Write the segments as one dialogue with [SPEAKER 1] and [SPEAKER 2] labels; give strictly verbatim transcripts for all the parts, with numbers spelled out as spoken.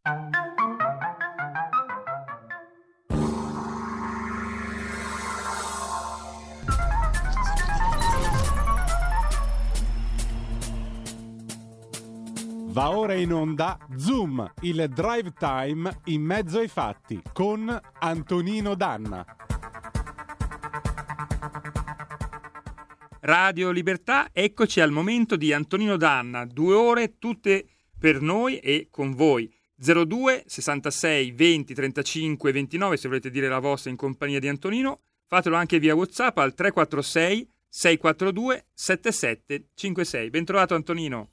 [SPEAKER 1] Va ora in onda Zoom, il drive time in mezzo ai fatti con Antonino Danna.
[SPEAKER 2] Radio Libertà, eccoci al momento di Antonino Danna, due ore tutte per noi e con voi. zero due sessantasei venti trentacinque ventinove se volete dire la vostra in compagnia di Antonino, fatelo anche via WhatsApp al tre quattro sei sei quattro due sette sette cinque sei. Ben trovato Antonino.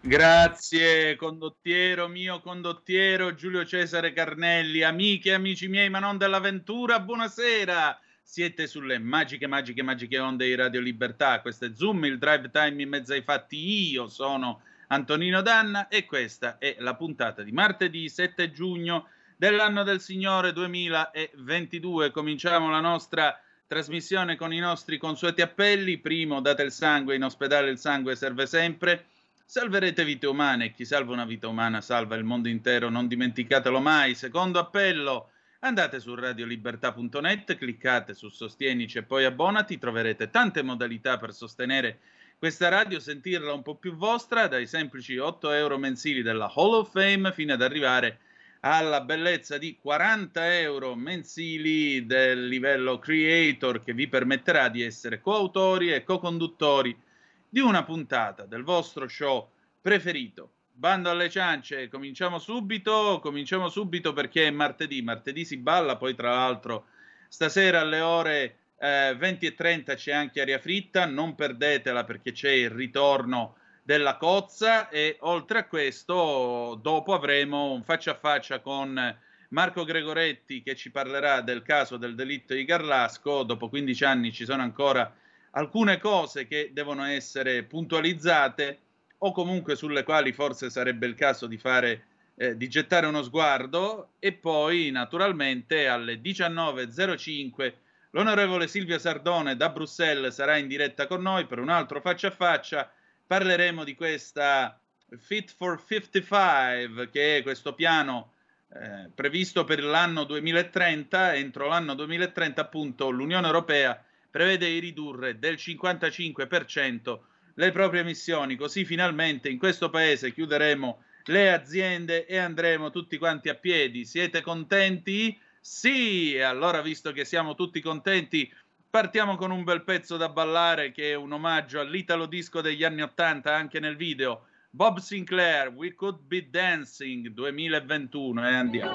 [SPEAKER 3] Grazie condottiero, mio condottiero Giulio Cesare Carnelli, amiche e amici miei ma non dell'avventura, buonasera. Siete sulle magiche, magiche, magiche onde di Radio Libertà. Questo è Zoom, il drive time in mezzo ai fatti. Io sono Antonino Danna e questa è la puntata di martedì sette giugno dell'anno del Signore duemilaventidue. Cominciamo la nostra trasmissione con i nostri consueti appelli. Primo, date il sangue, in ospedale il sangue serve sempre. Salverete vite umane, chi salva una vita umana salva il mondo intero, non dimenticatelo mai. Secondo appello, andate su radiolibertà punto net, cliccate su Sostienici e poi abbonati, troverete tante modalità per sostenere questa radio, sentirla un po' più vostra, dai semplici otto euro mensili della Hall of Fame fino ad arrivare alla bellezza di quaranta euro mensili del livello Creator, che vi permetterà di essere coautori e co-conduttori di una puntata del vostro show preferito. Bando alle ciance, cominciamo subito, cominciamo subito perché è martedì, martedì si balla, poi tra l'altro stasera alle ore eh, venti e trenta c'è anche Aria Fritta, non perdetela perché c'è il ritorno della Cozza e oltre a questo dopo avremo un faccia a faccia con Marco Gregoretti che ci parlerà del caso del delitto di Garlasco. Dopo quindici anni ci sono ancora alcune cose che devono essere puntualizzate o comunque sulle quali forse sarebbe il caso di fare eh, di gettare uno sguardo. E poi naturalmente alle diciannove e zero cinque l'onorevole Silvia Sardone da Bruxelles sarà in diretta con noi per un altro faccia a faccia. Parleremo di questa Fit for cinquantacinque, che è questo piano eh, previsto per l'anno duemilatrenta. Entro l'anno duemilatrenta appunto l'Unione Europea prevede di ridurre del cinquantacinque per cento le proprie emissioni, così finalmente in questo paese chiuderemo le aziende e andremo tutti quanti a piedi. Siete contenti? Sì! E allora, visto che siamo tutti contenti, partiamo con un bel pezzo da ballare che è un omaggio all'italo disco degli anni ottanta anche nel video. Bob Sinclair, We Could Be Dancing duemilaventuno, e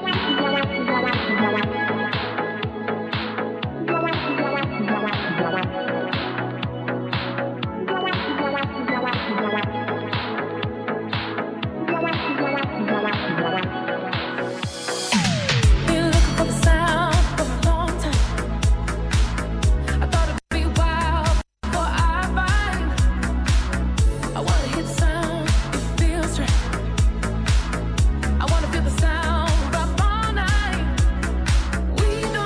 [SPEAKER 3] andiamo.
[SPEAKER 4] We don't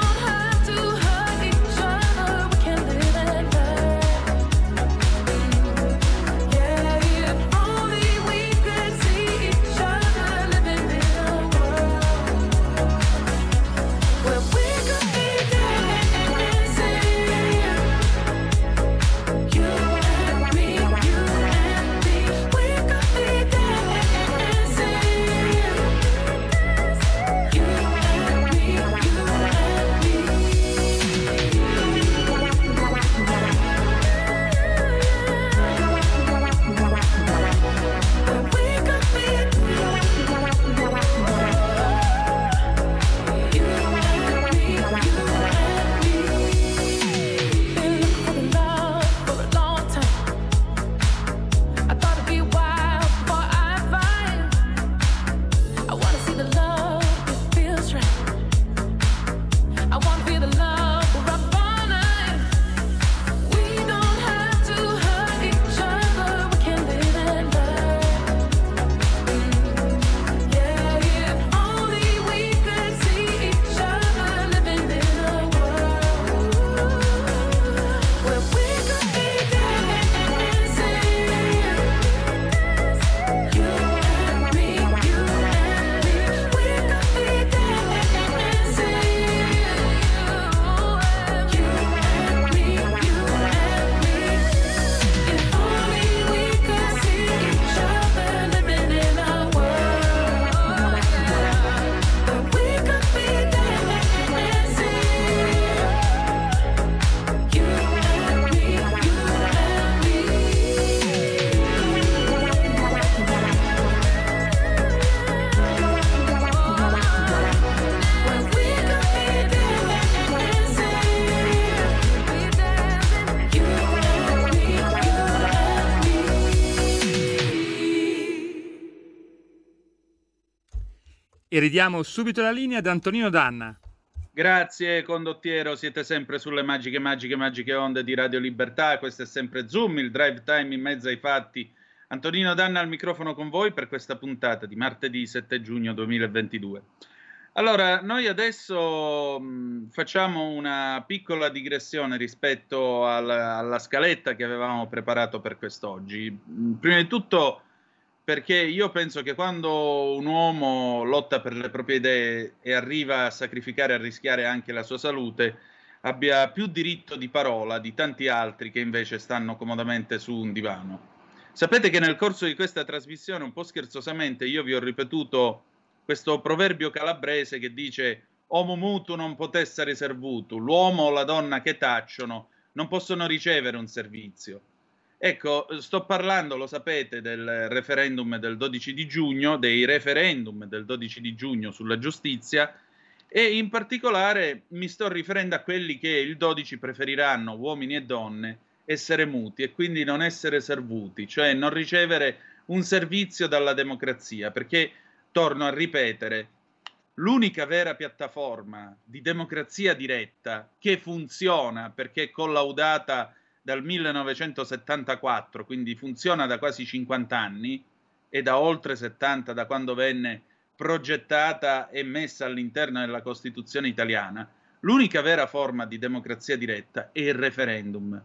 [SPEAKER 2] e ridiamo subito la linea ad Antonino Danna.
[SPEAKER 3] Grazie condottiero, siete sempre sulle magiche, magiche, magiche onde di Radio Libertà. Questo è sempre Zoom, il drive time in mezzo ai fatti. Antonino Danna al microfono con voi per questa puntata di martedì sette giugno duemilaventidue. Allora, noi adesso mh, facciamo una piccola digressione rispetto alla, alla scaletta che avevamo preparato per quest'oggi. Prima di tutto perché io penso che quando un uomo lotta per le proprie idee e arriva a sacrificare e a rischiare anche la sua salute, abbia più diritto di parola di tanti altri che invece stanno comodamente su un divano. Sapete che nel corso di questa trasmissione, un po' scherzosamente, io vi ho ripetuto questo proverbio calabrese che dice «Homo mutu non potessere servuto», l'uomo o la donna che tacciono non possono ricevere un servizio. Ecco, sto parlando, lo sapete, del referendum del dodici di giugno, dei referendum del dodici di giugno sulla giustizia, e in particolare mi sto riferendo a quelli che il dodici preferiranno, uomini e donne, essere muti e quindi non essere servuti, cioè non ricevere un servizio dalla democrazia, perché, torno a ripetere, l'unica vera piattaforma di democrazia diretta che funziona, perché è collaudata dal millenovecentosettantaquattro, quindi funziona da quasi cinquanta anni e da oltre settanta da quando venne progettata e messa all'interno della Costituzione italiana, l'unica vera forma di democrazia diretta è il referendum.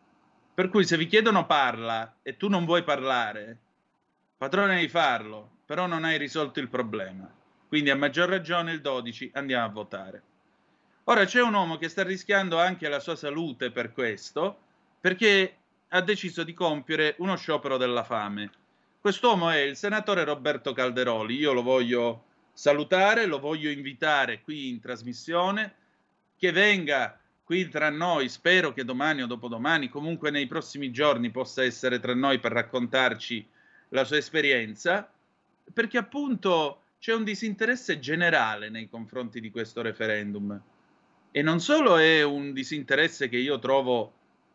[SPEAKER 3] Per cui se vi chiedono parla e tu non vuoi parlare, padrone di farlo, però non hai risolto il problema. Quindi a maggior ragione il dodici andiamo a votare. Ora c'è un uomo che sta rischiando anche la sua salute per questo, perché ha deciso di compiere uno sciopero della fame. Quest'uomo è il senatore Roberto Calderoli. Io lo voglio salutare, lo voglio invitare qui in trasmissione, che venga qui tra noi, spero che domani o dopodomani, comunque nei prossimi giorni possa essere tra noi per raccontarci la sua esperienza, perché appunto c'è un disinteresse generale nei confronti di questo referendum. E non solo è un disinteresse che io trovo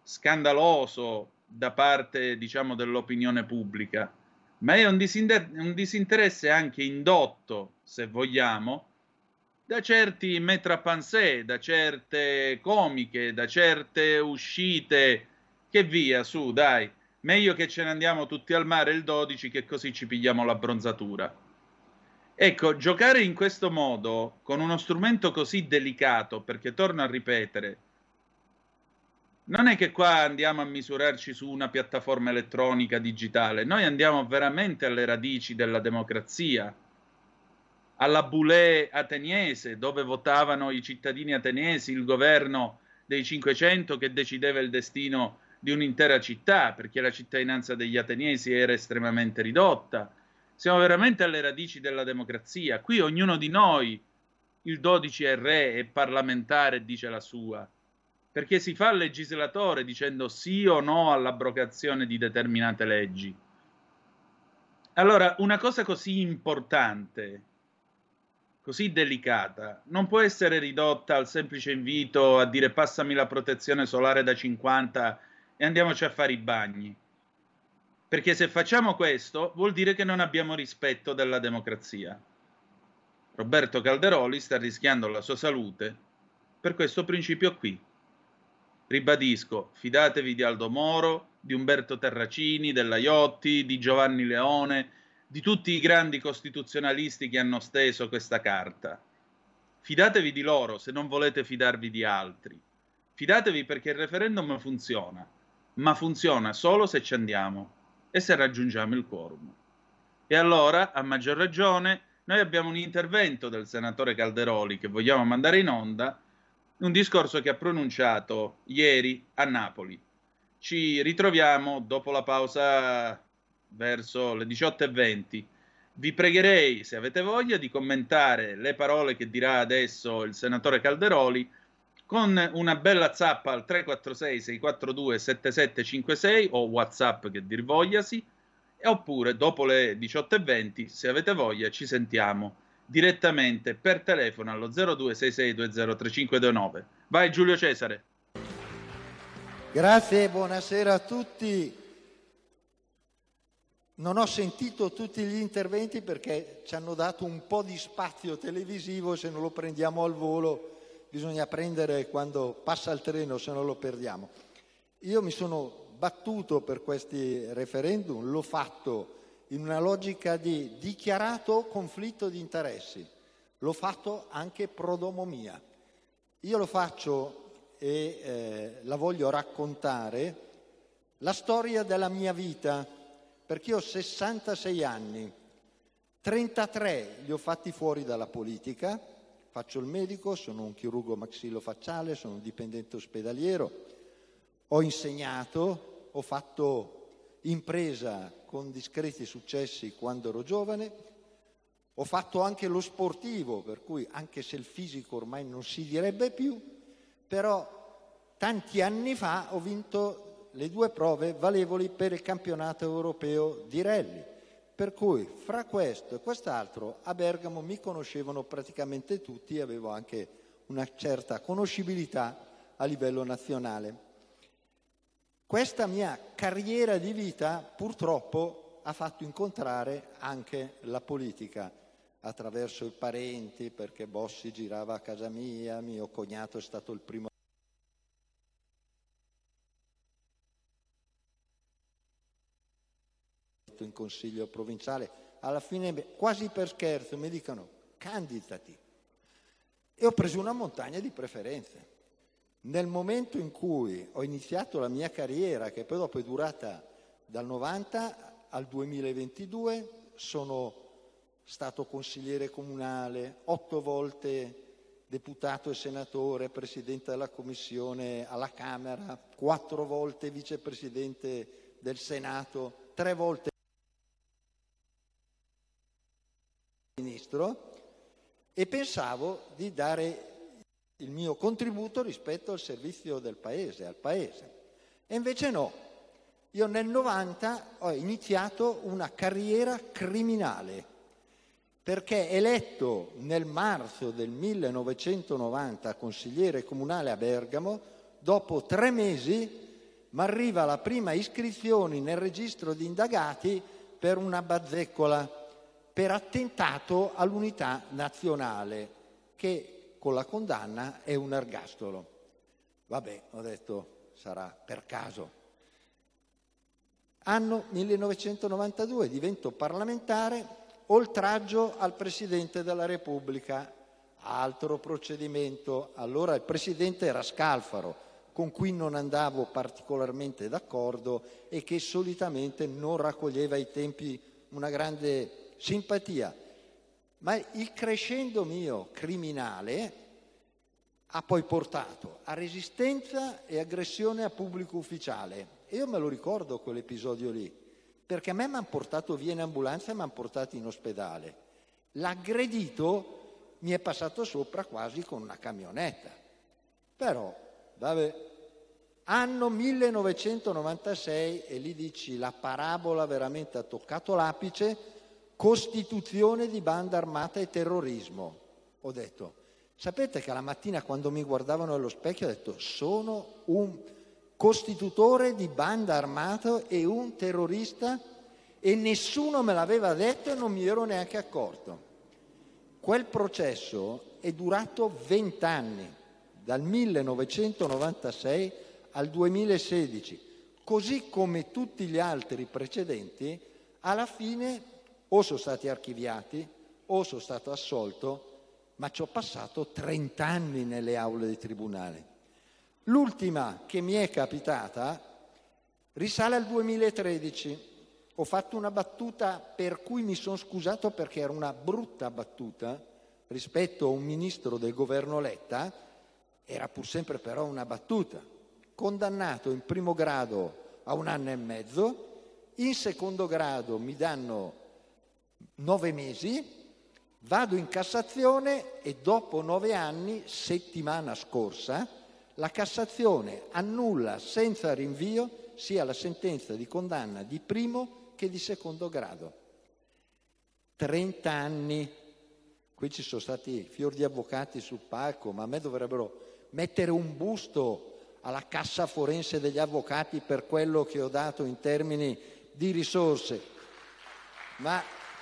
[SPEAKER 3] scandaloso da parte, diciamo, dell'opinione pubblica, ma è un, disinter- un disinteresse anche indotto, se vogliamo, da certi maître à penser, da certe comiche, da certe uscite, che via, su, dai, meglio che ce ne andiamo tutti al mare il dodici, che così ci pigliamo l'abbronzatura. Ecco, giocare in questo modo, con uno strumento così delicato, perché torno a ripetere, non è che qua andiamo a misurarci su una piattaforma elettronica digitale, noi andiamo veramente alle radici della democrazia, alla boulée ateniese, dove votavano i cittadini ateniesi, il governo dei Cinquecento che decideva il destino di un'intera città, perché la cittadinanza degli ateniesi era estremamente ridotta. Siamo veramente alle radici della democrazia. Qui ognuno di noi, il dodici è re, è parlamentare, dice la sua, perché si fa legislatore dicendo sì o no all'abrogazione di determinate leggi. Allora, una cosa così importante, così delicata, non può essere ridotta al semplice invito a dire passami la protezione solare da cinquanta e andiamoci a fare i bagni. Perché se facciamo questo vuol dire che non abbiamo rispetto della democrazia. Roberto Calderoli sta rischiando la sua salute per questo principio qui. Ribadisco, fidatevi di Aldo Moro, di Umberto Terracini, della Iotti, di Giovanni Leone, di tutti i grandi costituzionalisti che hanno steso questa carta. Fidatevi di loro se non volete fidarvi di altri. Fidatevi perché il referendum funziona, ma funziona solo se ci andiamo e se raggiungiamo il quorum. E allora, a maggior ragione, noi abbiamo un intervento del senatore Calderoli che vogliamo mandare in onda, un discorso che ha pronunciato ieri a Napoli. Ci ritroviamo dopo la pausa verso le diciotto e venti. Vi pregherei, se avete voglia, di commentare le parole che dirà adesso il senatore Calderoli con una bella zappa al tre quattro sei sei quattro due sette sette cinque sei o WhatsApp che dir vogliasi, e oppure dopo le diciotto e venti, se avete voglia, ci sentiamo direttamente per telefono allo zero due sei sei due zero tre cinque due nove. Vai Giulio Cesare.
[SPEAKER 4] Grazie, buonasera a tutti. Non ho sentito tutti gli interventi perché ci hanno dato un po' di spazio televisivo e se non lo prendiamo al volo bisogna prendere quando passa il treno, se no lo perdiamo. Io mi sono battuto per questi referendum, l'ho fatto in una logica di dichiarato conflitto di interessi, l'ho fatto anche pro domo mia. Io lo faccio e eh, la voglio raccontare, la storia della mia vita, perché io ho sessantasei anni, trentatré li ho fatti fuori dalla politica, faccio il medico, sono un chirurgo maxillofacciale, sono un dipendente ospedaliero, ho insegnato, ho fatto impresa con discreti successi quando ero giovane, ho fatto anche lo sportivo, per cui anche se il fisico ormai non si direbbe più, però tanti anni fa ho vinto le due prove valevoli per il campionato europeo di rally, per cui fra questo e quest'altro a Bergamo mi conoscevano praticamente tutti e avevo anche una certa conoscibilità a livello nazionale. Questa mia carriera di vita purtroppo ha fatto incontrare anche la politica attraverso i parenti, perché Bossi girava a casa mia, mio cognato è stato il primo in consiglio provinciale, alla fine quasi per scherzo mi dicono candidati e ho preso una montagna di preferenze. Nel momento in cui ho iniziato la mia carriera, che poi dopo è durata dal novanta al duemilaventidue, sono stato consigliere comunale, otto volte deputato e senatore, presidente della commissione alla Camera, quattro volte vicepresidente del Senato, tre volte ministro, e pensavo di dare il mio contributo rispetto al servizio del paese, al paese. E invece no, io nel novanta ho iniziato una carriera criminale, perché eletto nel marzo del millenovecentonovanta consigliere comunale a Bergamo, dopo tre mesi mi arriva la prima iscrizione nel registro di indagati per una bazzeccola, per attentato all'unità nazionale, che con la condanna è un ergastolo. Vabbè, ho detto, sarà per caso. Anno millenovecentonovantadue, divento parlamentare, oltraggio al Presidente della Repubblica, altro procedimento. Allora il Presidente era Scalfaro, con cui non andavo particolarmente d'accordo e che solitamente non raccoglieva ai tempi una grande simpatia, ma il crescendo mio criminale ha poi portato a resistenza e aggressione a pubblico ufficiale. E io me lo ricordo quell'episodio lì, perché a me mi hanno portato via in ambulanza e mi hanno portato in ospedale. L'aggredito mi è passato sopra quasi con una camionetta. Però, vabbè, anno millenovecentonovantasei, e lì dici la parabola veramente ha toccato l'apice, Costituzione di banda armata e terrorismo. Ho detto, sapete che la mattina quando mi guardavano allo specchio ho detto sono un costitutore di banda armata e un terrorista, e nessuno me l'aveva detto e non mi ero neanche accorto. Quel processo è durato vent'anni, dal millenovecentonovantasei al duemilasedici, così come tutti gli altri precedenti. Alla fine o sono stati archiviati o sono stato assolto, ma ci ho passato trent'anni nelle aule di tribunale. L'ultima che mi è capitata risale al duemilatredici. Ho fatto una battuta per cui mi sono scusato, perché era una brutta battuta rispetto a un ministro del governo Letta, era pur sempre però una battuta. Condannato in primo grado a un anno e mezzo, in secondo grado mi danno nove mesi, vado in Cassazione e dopo nove anni, settimana scorsa, la Cassazione annulla senza rinvio sia la sentenza di condanna di primo che di secondo grado. trenta anni. Qui ci sono stati fior di avvocati sul palco, ma a me dovrebbero mettere un busto alla cassa forense degli avvocati per quello che ho dato in termini di risorse. Ma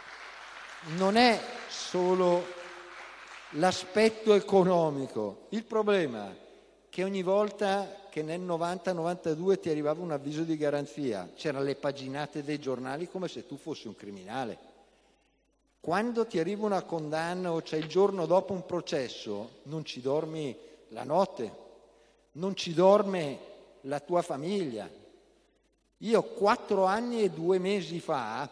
[SPEAKER 4] non è solo l'aspetto economico. Il problema è che ogni volta che nel novanta novantadue ti arrivava un avviso di garanzia, c'erano le paginate dei giornali come se tu fossi un criminale. Quando ti arriva una condanna o c'è il giorno dopo un processo, non ci dormi la notte, non ci dorme la tua famiglia. Io quattro anni e due mesi fa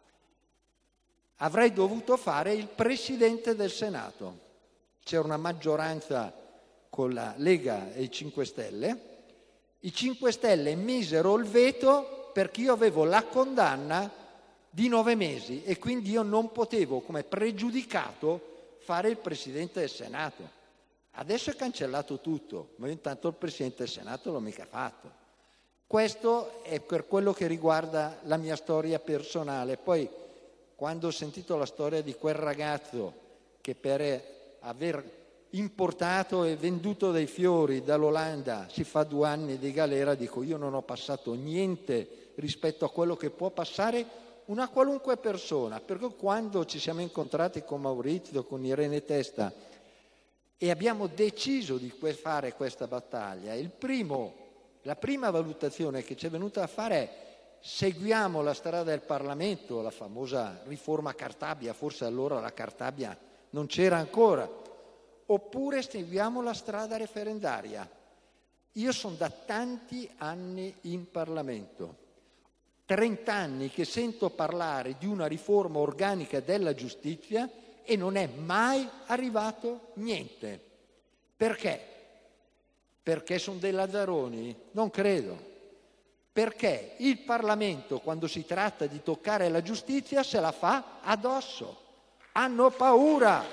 [SPEAKER 4] avrei dovuto fare il presidente del Senato. C'era una maggioranza con la Lega e i cinque Stelle. I cinque Stelle misero il veto perché io avevo la condanna di nove mesi e quindi io non potevo, come pregiudicato, fare il presidente del Senato. Adesso è cancellato tutto, ma io intanto il presidente del Senato l'ho mica fatto. Questo è per quello che riguarda la mia storia personale. Poi, quando ho sentito la storia di quel ragazzo che per aver importato e venduto dei fiori dall'Olanda si fa due anni di galera, dico io non ho passato niente rispetto a quello che può passare una qualunque persona, perché quando ci siamo incontrati con Maurizio, con Irene Testa e abbiamo deciso di fare questa battaglia, il primo, la prima valutazione che ci è venuta a fare è: seguiamo la strada del Parlamento, la famosa riforma Cartabia, forse allora la Cartabia non c'era ancora, oppure seguiamo la strada referendaria. Io sono da tanti anni in Parlamento, trent'anni che sento parlare di una riforma organica della giustizia e non è mai arrivato niente. Perché? Perché sono dei lazzaroni? Non credo. Perché il Parlamento, quando si tratta di toccare la giustizia, se la fa addosso. Hanno paura.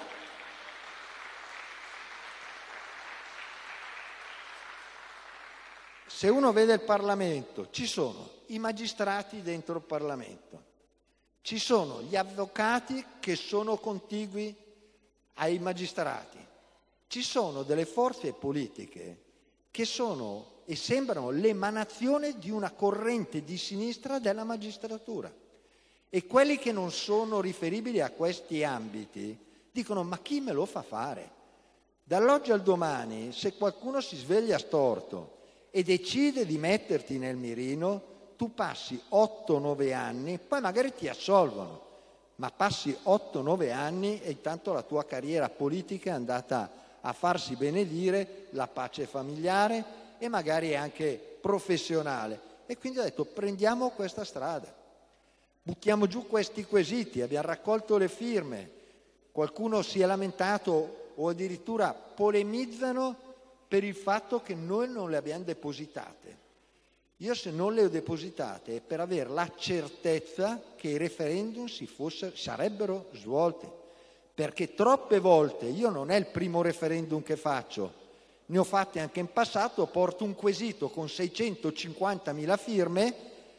[SPEAKER 4] Se uno vede il Parlamento, ci sono i magistrati dentro il Parlamento, ci sono gli avvocati che sono contigui ai magistrati, ci sono delle forze politiche che sono e sembrano l'emanazione di una corrente di sinistra della magistratura. E quelli che non sono riferibili a questi ambiti dicono: ma chi me lo fa fare? Dall'oggi al domani, se qualcuno si sveglia storto e decide di metterti nel mirino, tu passi otto nove anni, poi magari ti assolvono, ma passi otto nove anni e intanto la tua carriera politica è andata a farsi benedire, la pace familiare e magari anche professionale. E quindi ho detto: prendiamo questa strada, buttiamo giù questi quesiti, abbiamo raccolto le firme, qualcuno si è lamentato o addirittura polemizzano per il fatto che noi non le abbiamo depositate. Io, se non le ho depositate, è per avere la certezza che i referendum si fosse, sarebbero svolti, perché troppe volte, io non è il primo referendum che faccio, ne ho fatti anche in passato, porto un quesito con seicentocinquantamila firme,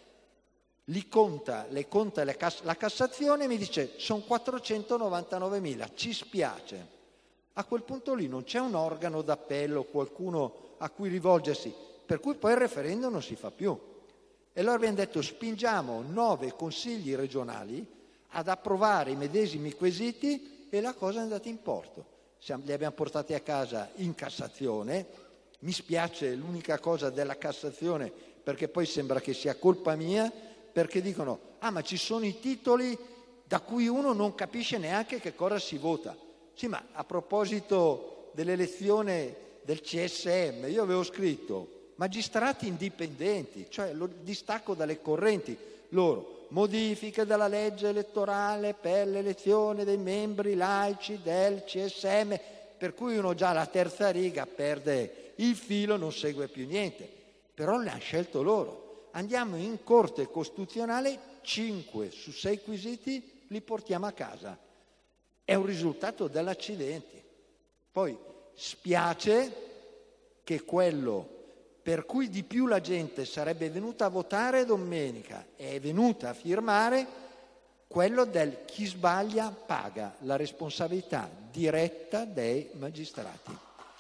[SPEAKER 4] li conta, le conta le cass- la Cassazione e mi dice sono quattrocentonovantanovemila, ci spiace. A quel punto lì non c'è un organo d'appello, qualcuno a cui rivolgersi, per cui poi il referendum non si fa più. E allora abbiamo detto: spingiamo nove consigli regionali ad approvare i medesimi quesiti e la cosa è andata in porto. Siamo, li abbiamo portati a casa in Cassazione. Mi spiace l'unica cosa della Cassazione, perché poi sembra che sia colpa mia, perché dicono: ah, ma ci sono i titoli da cui uno non capisce neanche che cosa si vota. Sì, ma a proposito dell'elezione del C S M, io avevo scritto magistrati indipendenti, cioè lo distacco dalle correnti. Loro: modifiche della legge elettorale per l'elezione dei membri laici del C S M, per cui uno già alla terza riga perde il filo, non segue più niente. Però le hanno scelto loro. Andiamo in Corte Costituzionale, cinque su sei quesiti li portiamo a casa. È un risultato dell'accidente. Poi spiace che quello per cui di più la gente sarebbe venuta a votare domenica e è venuta a firmare, quello del chi sbaglia paga, la responsabilità diretta dei magistrati.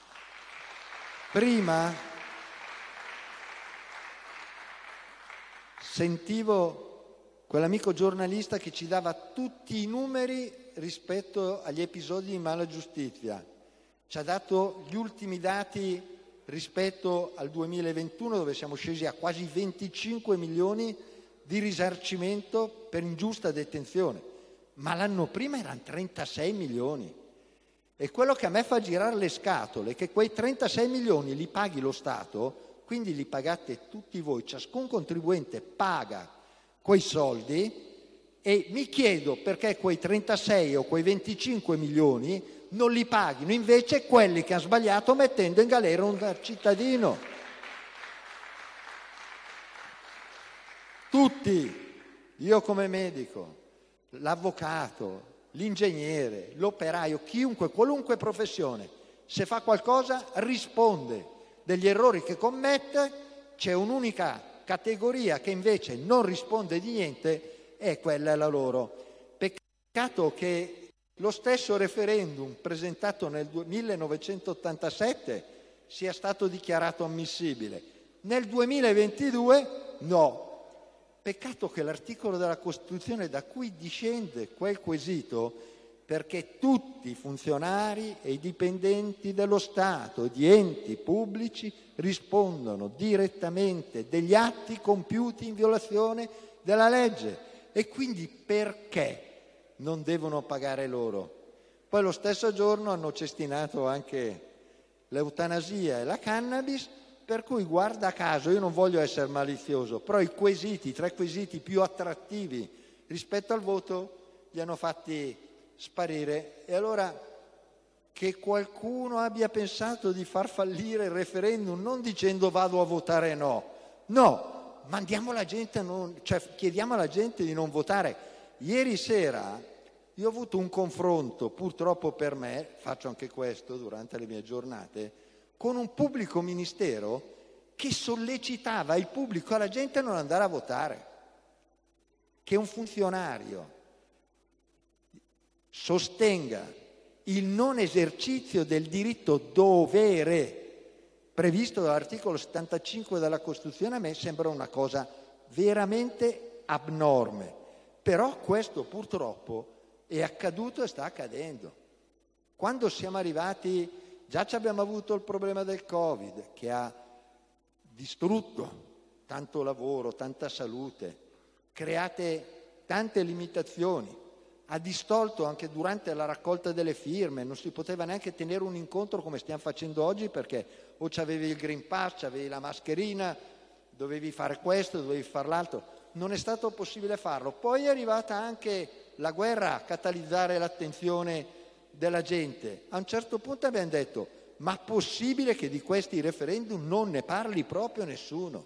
[SPEAKER 4] Prima sentivo quell'amico giornalista che ci dava tutti i numeri rispetto agli episodi di mala giustizia. Ci ha dato gli ultimi dati rispetto al duemilaventuno, dove siamo scesi a quasi venticinque milioni di risarcimento per ingiusta detenzione, ma l'anno prima erano trentasei milioni. E quello che a me fa girare le scatole è che quei trentasei milioni li paghi lo Stato, quindi li pagate tutti voi, ciascun contribuente paga quei soldi, e mi chiedo perché quei trentasei o quei venticinque milioni non li paghino invece quelli che hanno sbagliato mettendo in galera un cittadino. Tutti, io come medico, l'avvocato, l'ingegnere, l'operaio, chiunque, qualunque professione, se fa qualcosa risponde degli errori che commette. C'è un'unica categoria che invece non risponde di niente, e quella è la loro. Peccato che lo stesso referendum presentato nel millenovecentottantasette sia stato dichiarato ammissibile. Nel duemilaventidue no. Peccato che l'articolo della Costituzione da cui discende quel quesito, perché tutti i funzionari e i dipendenti dello Stato e di enti pubblici rispondono direttamente degli atti compiuti in violazione della legge, e quindi perché non devono pagare loro? Poi lo stesso giorno hanno cestinato anche l'eutanasia e la cannabis, per cui guarda caso, io non voglio essere malizioso, però i quesiti, i tre quesiti più attrattivi rispetto al voto li hanno fatti sparire. E allora che qualcuno abbia pensato di far fallire il referendum non dicendo vado a votare no, no, mandiamo la gente a non, cioè chiediamo alla gente di non votare. Ieri sera io ho avuto un confronto, purtroppo per me, faccio anche questo durante le mie giornate, con un pubblico ministero che sollecitava il pubblico e la gente a non andare a votare, che un funzionario sostenga il non esercizio del diritto dovere previsto dall'articolo settantacinque della Costituzione a me sembra una cosa veramente abnorme. Però questo purtroppo è accaduto e sta accadendo. Quando siamo arrivati, già ci abbiamo avuto il problema del Covid che ha distrutto tanto lavoro, tanta salute, create tante limitazioni, ha distolto anche durante la raccolta delle firme, non si poteva neanche tenere un incontro come stiamo facendo oggi, perché o c'avevi il Green Pass, c'avevi la mascherina, dovevi fare questo, dovevi fare l'altro, non è stato possibile farlo. Poi è arrivata anche la guerra a catalizzare l'attenzione della gente. A un certo punto abbiamo detto: ma possibile che di questi referendum non ne parli proprio nessuno?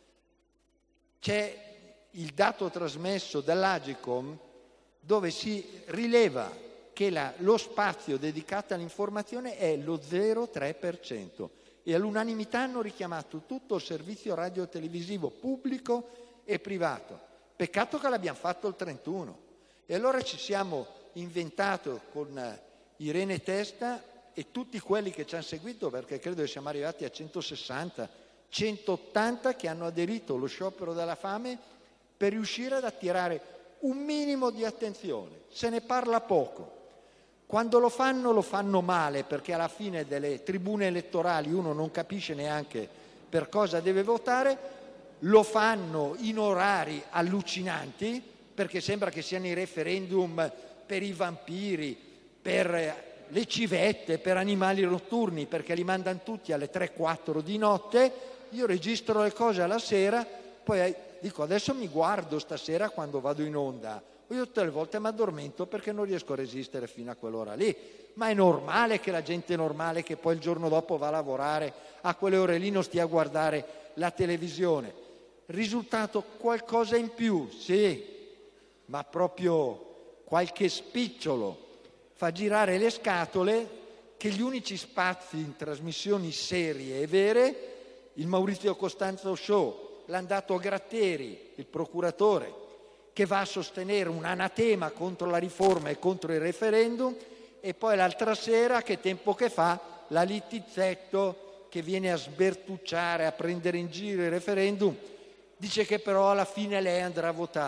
[SPEAKER 4] C'è il dato trasmesso dall'Agicom dove si rileva che la, lo spazio dedicato all'informazione è lo zero virgola tre per cento, e all'unanimità hanno richiamato tutto il servizio radiotelevisivo pubblico e privato. Peccato che l'abbiamo fatto il trentuno. E allora ci siamo inventato con Irene Testa e tutti quelli che ci hanno seguito, perché credo che siamo arrivati a centosessanta, centottanta che hanno aderito allo sciopero della fame per riuscire ad attirare un minimo di attenzione. Se ne parla poco. Quando lo fanno, lo fanno male, perché alla fine delle tribune elettorali uno non capisce neanche per cosa deve votare, lo fanno in orari allucinanti, perché sembra che siano i referendum per i vampiri, per le civette, per animali notturni, perché li mandano tutti alle tre quattro di notte. Io registro le cose alla sera, poi dico adesso mi guardo stasera quando vado in onda. Io tutte le volte mi addormento perché non riesco a resistere fino a quell'ora lì. Ma è normale che la gente normale che poi il giorno dopo va a lavorare a quelle ore lì non stia a guardare la televisione. Risultato qualcosa in più, sì, ma proprio qualche spicciolo fa girare le scatole, che gli unici spazi in trasmissioni serie e vere, il Maurizio Costanzo Show, l'hanno dato a Gratteri, il procuratore, che va a sostenere un anatema contro la riforma e contro il referendum, e poi l'altra sera, che tempo che fa, la Littizzetto che viene a sbertucciare, a prendere in giro il referendum, dice che però alla fine lei andrà a votare.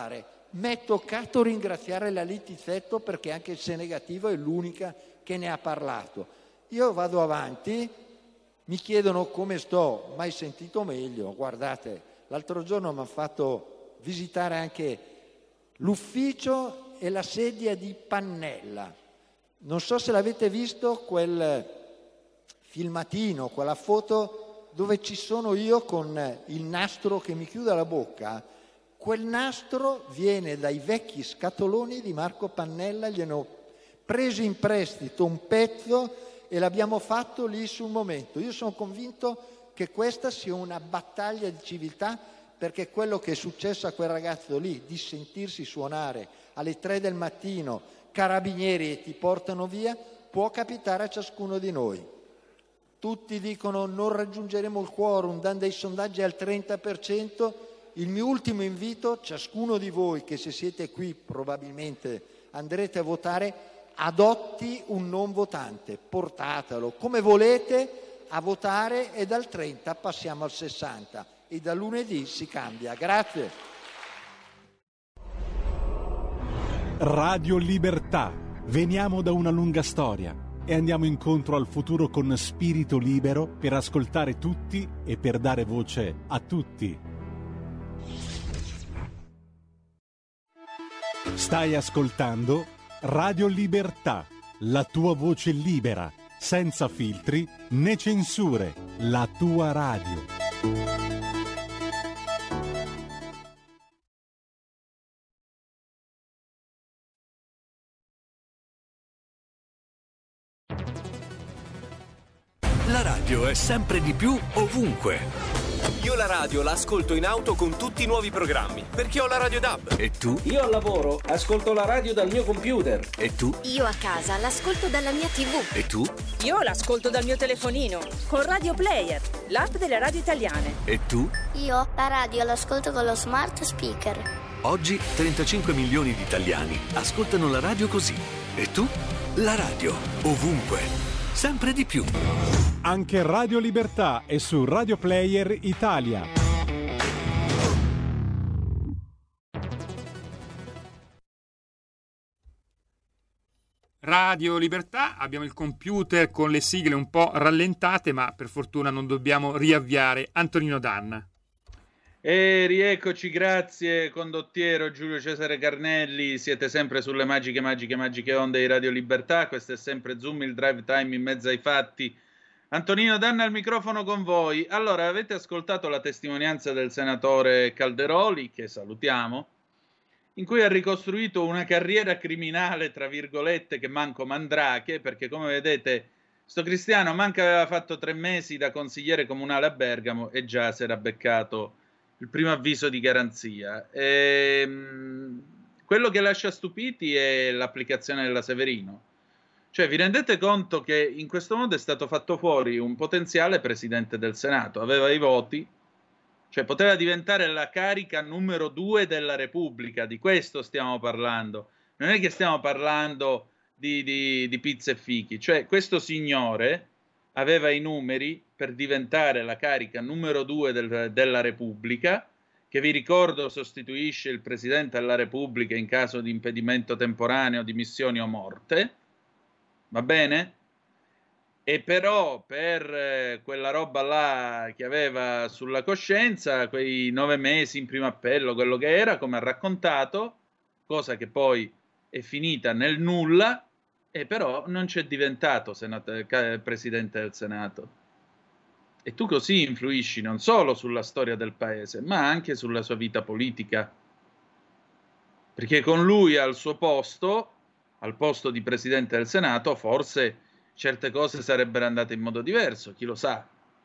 [SPEAKER 4] Mi è toccato ringraziare la Littizzetto perché anche il Senegativo è l'unica che ne ha parlato. Io vado avanti, mi chiedono come sto, mai sentito meglio. Guardate, l'altro giorno mi hanno fatto visitare anche l'ufficio e la sedia di Pannella. Non so se l'avete visto quel filmatino, quella foto dove ci sono io con il nastro che mi chiude la bocca. Quel nastro viene dai vecchi scatoloni di Marco Pannella, gli hanno preso in prestito un pezzo e l'abbiamo fatto lì sul momento. Io sono convinto che questa sia una battaglia di civiltà, perché quello che è successo a quel ragazzo lì, di sentirsi suonare alle tre del mattino carabinieri e ti portano via, può capitare a ciascuno di noi. Tutti dicono non raggiungeremo il quorum, dando dei sondaggi al trenta per cento. Il mio ultimo invito, ciascuno di voi che se siete qui probabilmente andrete a votare, adotti un non votante, portatelo come volete a votare e dal trenta passiamo al sessanta e da lunedì si cambia. Grazie.
[SPEAKER 1] Radio Libertà. Veniamo da una lunga storia e andiamo incontro al futuro con spirito libero per ascoltare tutti e per dare voce a tutti. Stai ascoltando Radio Libertà, la tua voce libera, senza filtri né censure, la tua radio.
[SPEAKER 5] La radio è sempre di più ovunque.
[SPEAKER 6] Io la radio la ascolto in auto con tutti i nuovi programmi, perché ho la Radio D A B.
[SPEAKER 5] E tu?
[SPEAKER 7] Io al lavoro ascolto la radio dal mio computer.
[SPEAKER 5] E tu?
[SPEAKER 8] Io a casa l'ascolto dalla mia tivù.
[SPEAKER 5] E tu?
[SPEAKER 9] Io l'ascolto dal mio telefonino, con Radio Player, l'app delle radio italiane.
[SPEAKER 5] E tu?
[SPEAKER 8] Io la radio l'ascolto con lo smart speaker.
[SPEAKER 5] Oggi trentacinque milioni di italiani ascoltano la radio così. E tu? La radio, ovunque, sempre di più.
[SPEAKER 1] Anche Radio Libertà è su Radio Player Italia.
[SPEAKER 2] Radio Libertà, abbiamo il computer con le sigle un po' rallentate, ma per fortuna non dobbiamo riavviare Antonino Danna.
[SPEAKER 3] E rieccoci, grazie condottiero Giulio Cesare Carnelli, siete sempre sulle magiche, magiche, magiche onde di Radio Libertà, questo è sempre Zoom, il drive time in mezzo ai fatti. Antonino Danna al microfono con voi. Allora, avete ascoltato la testimonianza del senatore Calderoli, che salutiamo, in cui ha ricostruito una carriera criminale, tra virgolette, che manco Mandrake, perché come vedete sto cristiano manca aveva fatto tre mesi da consigliere comunale a Bergamo e già si era beccato il primo avviso di garanzia. E, quello che lascia stupiti è l'applicazione della Severino. Cioè, vi rendete conto che in questo modo è stato fatto fuori un potenziale presidente del Senato, aveva i voti, cioè poteva diventare la carica numero due della Repubblica, di questo stiamo parlando, non è che stiamo parlando di, di, di pizza e fichi, cioè questo signore aveva i numeri per diventare la carica numero due del, della Repubblica, che vi ricordo sostituisce il Presidente della Repubblica in caso di impedimento temporaneo, dimissioni o morte. Va bene? E però per eh, quella roba là che aveva sulla coscienza, quei nove mesi in primo appello, quello che era, come ha raccontato, cosa che poi è finita nel nulla, e però non c'è diventato senato, eh, Presidente del Senato. E tu così influisci non solo sulla storia del paese, ma anche sulla sua vita politica. Perché con lui al suo posto, al posto di Presidente del Senato, forse certe cose sarebbero andate in modo diverso, chi lo sa.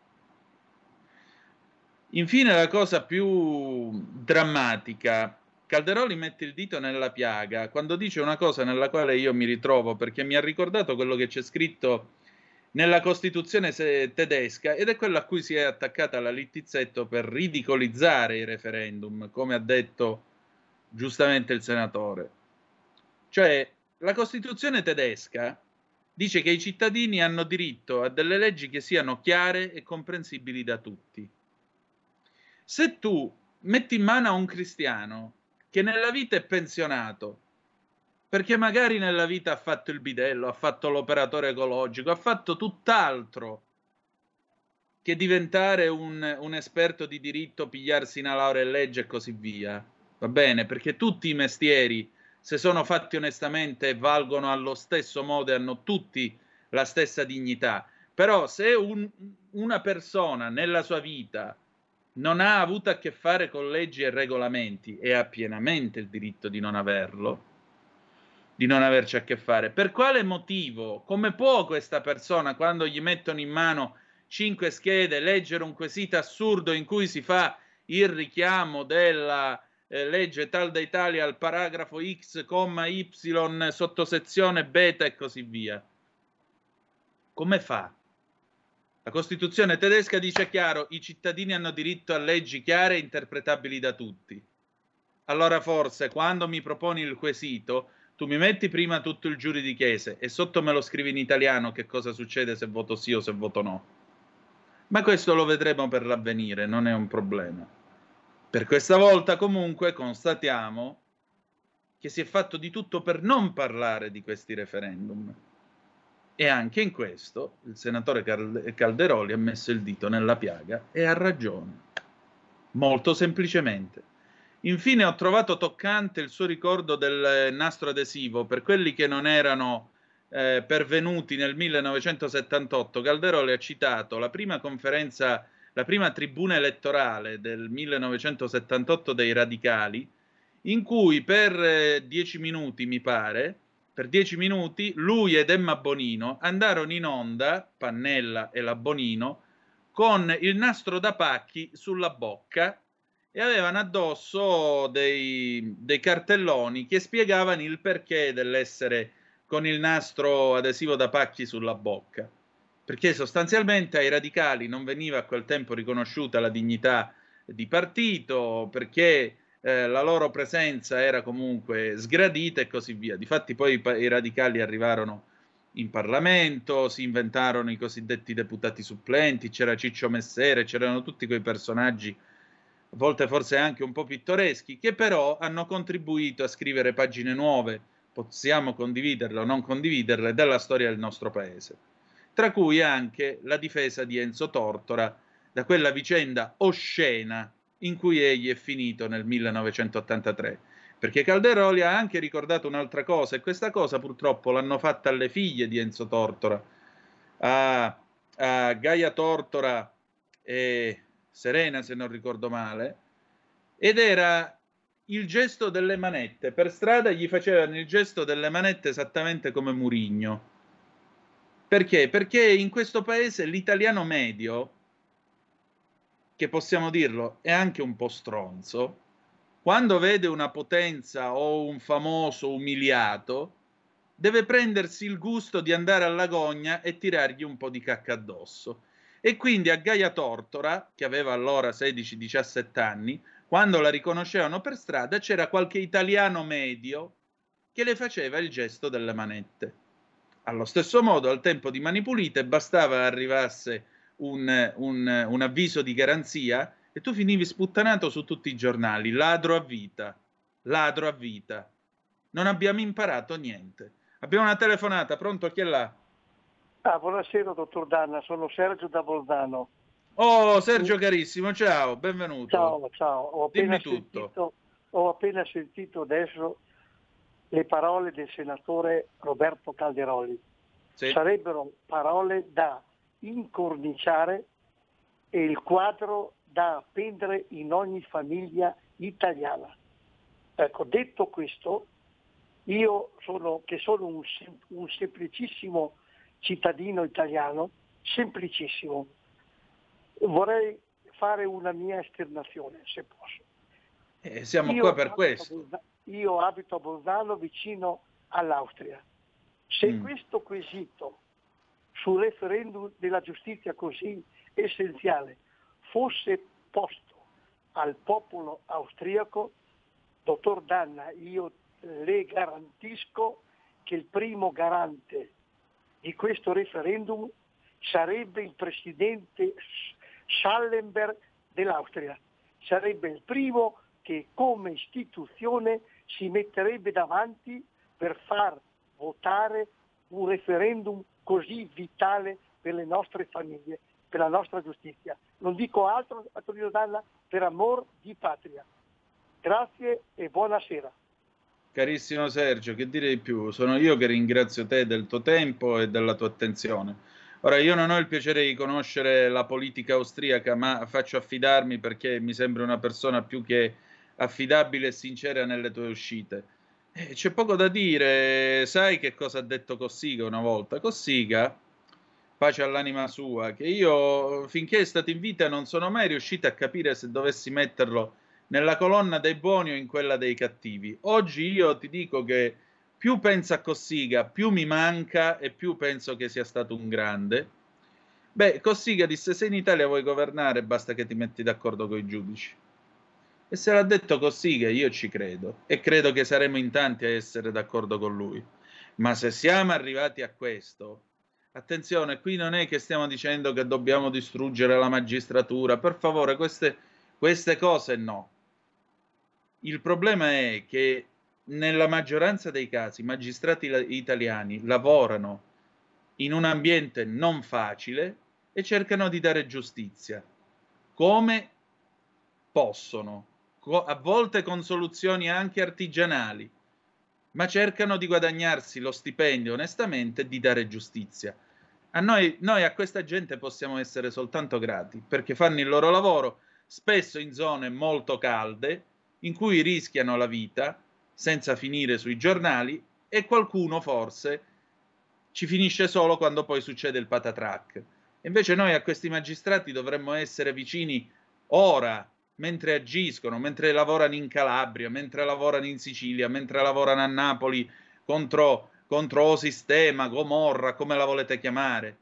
[SPEAKER 3] Infine la cosa più drammatica, Calderoli mette il dito nella piaga quando dice una cosa nella quale io mi ritrovo, perché mi ha ricordato quello che c'è scritto nella Costituzione tedesca, ed è quello a cui si è attaccata la Littizzetto per ridicolizzare i referendum, come ha detto giustamente il senatore. Cioè, la Costituzione tedesca dice che i cittadini hanno diritto a delle leggi che siano chiare e comprensibili da tutti. Se tu metti in mano a un cristiano che nella vita è pensionato, perché magari nella vita ha fatto il bidello, ha fatto l'operatore ecologico, ha fatto tutt'altro che diventare un, un esperto di diritto, pigliarsi una laurea in legge e così via. Va bene? Perché tutti i mestieri, se sono fatti onestamente, valgono allo stesso modo e hanno tutti la stessa dignità. Però se un, una persona nella sua vita non ha avuto a che fare con leggi e regolamenti e ha pienamente il diritto di non averlo, di non averci a che fare, per quale motivo, come può questa persona, quando gli mettono in mano cinque schede, leggere un quesito assurdo in cui si fa il richiamo della eh, legge tal da Italia al paragrafo X, comma Y, sottosezione beta e così via? Come fa? La Costituzione tedesca dice chiaro: i cittadini hanno diritto a leggi chiare e interpretabili da tutti. Allora forse quando mi proponi il quesito, tu mi metti prima tutto il giuridichese e sotto me lo scrivi in italiano che cosa succede se voto sì o se voto no. Ma questo lo vedremo per l'avvenire, non è un problema. Per questa volta comunque constatiamo che si è fatto di tutto per non parlare di questi referendum. E anche in questo il senatore Calderoli ha messo il dito nella piaga e ha ragione. Molto semplicemente. Infine ho trovato toccante il suo ricordo del nastro adesivo. Per quelli che non erano eh, pervenuti nel millenovecentosettantotto, Calderoli ha citato la prima conferenza, la prima tribuna elettorale del millenovecentosettantotto dei radicali, in cui per eh, dieci minuti, mi pare, per dieci minuti lui ed Emma Bonino andarono in onda, Pannella e la Bonino, con il nastro da pacchi sulla bocca e avevano addosso dei, dei cartelloni che spiegavano il perché dell'essere con il nastro adesivo da pacchi sulla bocca. Perché sostanzialmente ai radicali non veniva a quel tempo riconosciuta la dignità di partito, perché eh, la loro presenza era comunque sgradita e così via. Difatti poi i, i radicali arrivarono in Parlamento, si inventarono i cosiddetti deputati supplenti, c'era Ciccio Messere, c'erano tutti quei personaggi, a volte forse anche un po' pittoreschi, che però hanno contribuito a scrivere pagine nuove, possiamo condividerle o non condividerle, della storia del nostro paese. Tra cui anche la difesa di Enzo Tortora da quella vicenda oscena in cui egli è finito nel millenovecentottantatré. Perché Calderoli ha anche ricordato un'altra cosa, e questa cosa purtroppo l'hanno fatta alle figlie di Enzo Tortora, a, a Gaia Tortora e Serena, se non ricordo male, ed era il gesto delle manette. Per strada gli facevano il gesto delle manette esattamente come Murigno. Perché? Perché in questo paese l'italiano medio, che possiamo dirlo, è anche un po' stronzo, quando vede una potenza o un famoso umiliato, deve prendersi il gusto di andare alla gogna e tirargli un po' di cacca addosso. E quindi a Gaia Tortora, che aveva allora sedici diciassette anni, quando la riconoscevano per strada, c'era qualche italiano medio che le faceva il gesto delle manette. Allo stesso modo, al tempo di Mani Pulite, bastava arrivasse un, un, un avviso di garanzia e tu finivi sputtanato su tutti i giornali, ladro a vita, ladro a vita. Non abbiamo imparato niente. Abbiamo una telefonata, pronto? Chi è là?
[SPEAKER 10] Ah, buonasera dottor Danna, sono Sergio da Bolzano.
[SPEAKER 3] Oh, Sergio carissimo, ciao, benvenuto.
[SPEAKER 10] Ciao, ciao. Ho appena,
[SPEAKER 3] Dimmi tutto.
[SPEAKER 10] sentito, ho appena sentito adesso le parole del senatore Roberto Calderoli. Sì. Sarebbero parole da incorniciare e il quadro da appendere in ogni famiglia italiana. Ecco, detto questo, io sono, che sono un, un semplicissimo cittadino italiano, semplicissimo, vorrei fare una mia esternazione, se posso.
[SPEAKER 3] Eh, siamo
[SPEAKER 10] io
[SPEAKER 3] qua per questo.
[SPEAKER 10] Bolzano, io abito a Bolzano, vicino all'Austria. Se
[SPEAKER 3] mm.
[SPEAKER 10] questo quesito sul referendum della giustizia così essenziale fosse posto al popolo austriaco, dottor Danna, io le garantisco che il primo garante di questo referendum sarebbe il presidente Schallenberg dell'Austria. Sarebbe il primo che come istituzione si metterebbe davanti per far votare un referendum così vitale per le nostre famiglie, per la nostra giustizia. Non dico altro, Antonino Danna, per amor di patria. Grazie e buonasera.
[SPEAKER 3] Carissimo Sergio, che dire di più? Sono io che ringrazio te del tuo tempo e della tua attenzione. Ora, io non ho il piacere di conoscere la politica austriaca, ma faccio affidarmi perché mi sembra una persona più che affidabile e sincera nelle tue uscite. Eh, c'è poco da dire. Sai che cosa ha detto Cossiga una volta? Cossiga, pace all'anima sua, che io finché è stato in vita non sono mai riuscito a capire se dovessi metterlo nella colonna dei buoni o in quella dei cattivi. Oggi io ti dico che più penso a Cossiga, più mi manca e più penso che sia stato un grande. Beh, Cossiga disse: se in Italia vuoi governare basta che ti metti d'accordo con i giudici. E se l'ha detto Cossiga, io ci credo, e credo che saremo in tanti a essere d'accordo con lui. Ma se siamo arrivati a questo, attenzione, qui non è che stiamo dicendo che dobbiamo distruggere la magistratura, per favore, queste, queste cose no. Il problema è che nella maggioranza dei casi i magistrati italiani lavorano in un ambiente non facile e cercano di dare giustizia come possono, a volte con soluzioni anche artigianali, ma cercano di guadagnarsi lo stipendio onestamente e di dare giustizia. A noi, noi a questa gente possiamo essere soltanto grati, perché fanno il loro lavoro, spesso in zone molto calde, in cui rischiano la vita, senza finire sui giornali, e qualcuno forse ci finisce solo quando poi succede il patatrac. Invece noi a questi magistrati dovremmo essere vicini ora, mentre agiscono, mentre lavorano in Calabria, mentre lavorano in Sicilia, mentre lavorano a Napoli contro, contro o sistema, Gomorra, come la volete chiamare.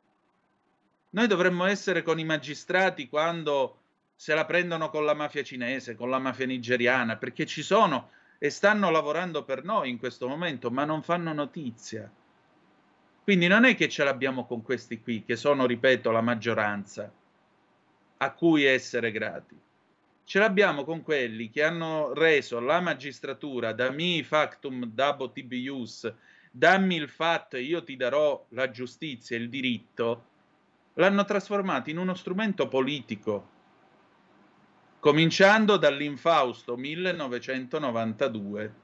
[SPEAKER 3] Noi dovremmo essere con i magistrati quando se la prendono con la mafia cinese, con la mafia nigeriana, perché ci sono e stanno lavorando per noi in questo momento, ma non fanno notizia. Quindi non è che ce l'abbiamo con questi qui, che sono, ripeto, la maggioranza, a cui essere grati. Ce l'abbiamo con quelli che hanno reso la magistratura da mi factum dabo tibius, dammi il fatto e io ti darò la giustizia e il diritto, l'hanno trasformato in uno strumento politico, cominciando dall'infausto millenovecentonovantadue,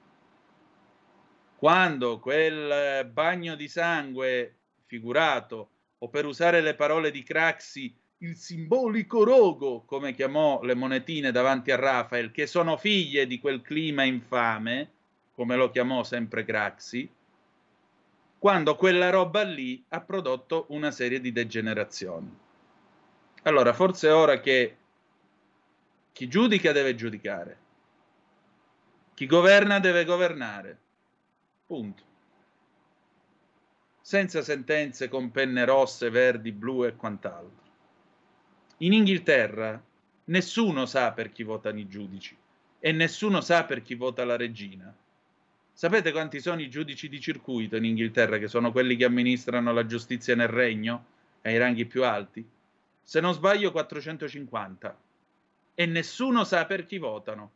[SPEAKER 3] quando quel bagno di sangue figurato, o per usare le parole di Craxi, il simbolico rogo, come chiamò le monetine davanti a Rafael, che sono figlie di quel clima infame, come lo chiamò sempre Craxi, quando quella roba lì ha prodotto una serie di degenerazioni. Allora, forse è ora che chi giudica deve giudicare, chi governa deve governare, punto. Senza sentenze con penne rosse, verdi, blu e quant'altro. In Inghilterra nessuno sa per chi votano i giudici e nessuno sa per chi vota la regina. Sapete quanti sono i giudici di circuito in Inghilterra, che sono quelli che amministrano la giustizia nel regno, ai ranghi più alti? Se non sbaglio quattrocentocinquanta. E nessuno sa per chi votano.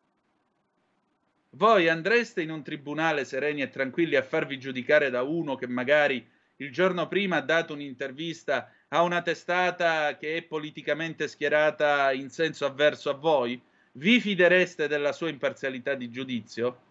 [SPEAKER 3] Voi andreste in un tribunale sereni e tranquilli a farvi giudicare da uno che magari il giorno prima ha dato un'intervista a una testata che è politicamente schierata in senso avverso a voi? Vi fidereste della sua imparzialità di giudizio?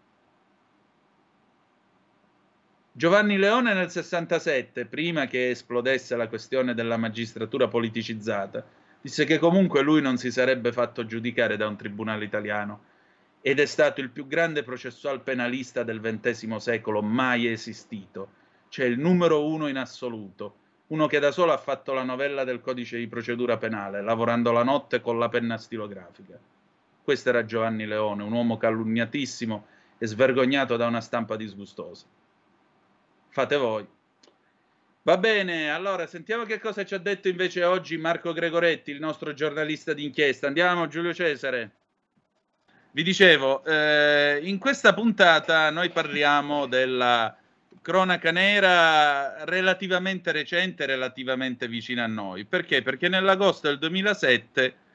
[SPEAKER 3] Giovanni Leone nel sessantasette, prima che esplodesse la questione della magistratura politicizzata, disse che comunque lui non si sarebbe fatto giudicare da un tribunale italiano, ed è stato il più grande processual penalista del ventesimo secolo mai esistito, cioè il numero uno in assoluto, uno che da solo ha fatto la novella del codice di procedura penale, lavorando la notte con la penna stilografica. Questo era Giovanni Leone, un uomo calunniatissimo e svergognato da una stampa disgustosa. Fate voi. Va bene, allora sentiamo che cosa ci ha detto invece oggi Marco Gregoretti, il nostro giornalista d'inchiesta. Andiamo, Giulio Cesare. Vi dicevo, eh, in questa puntata noi parliamo della cronaca nera relativamente recente, relativamente vicina a noi. Perché? Perché nell'agosto del duemilasette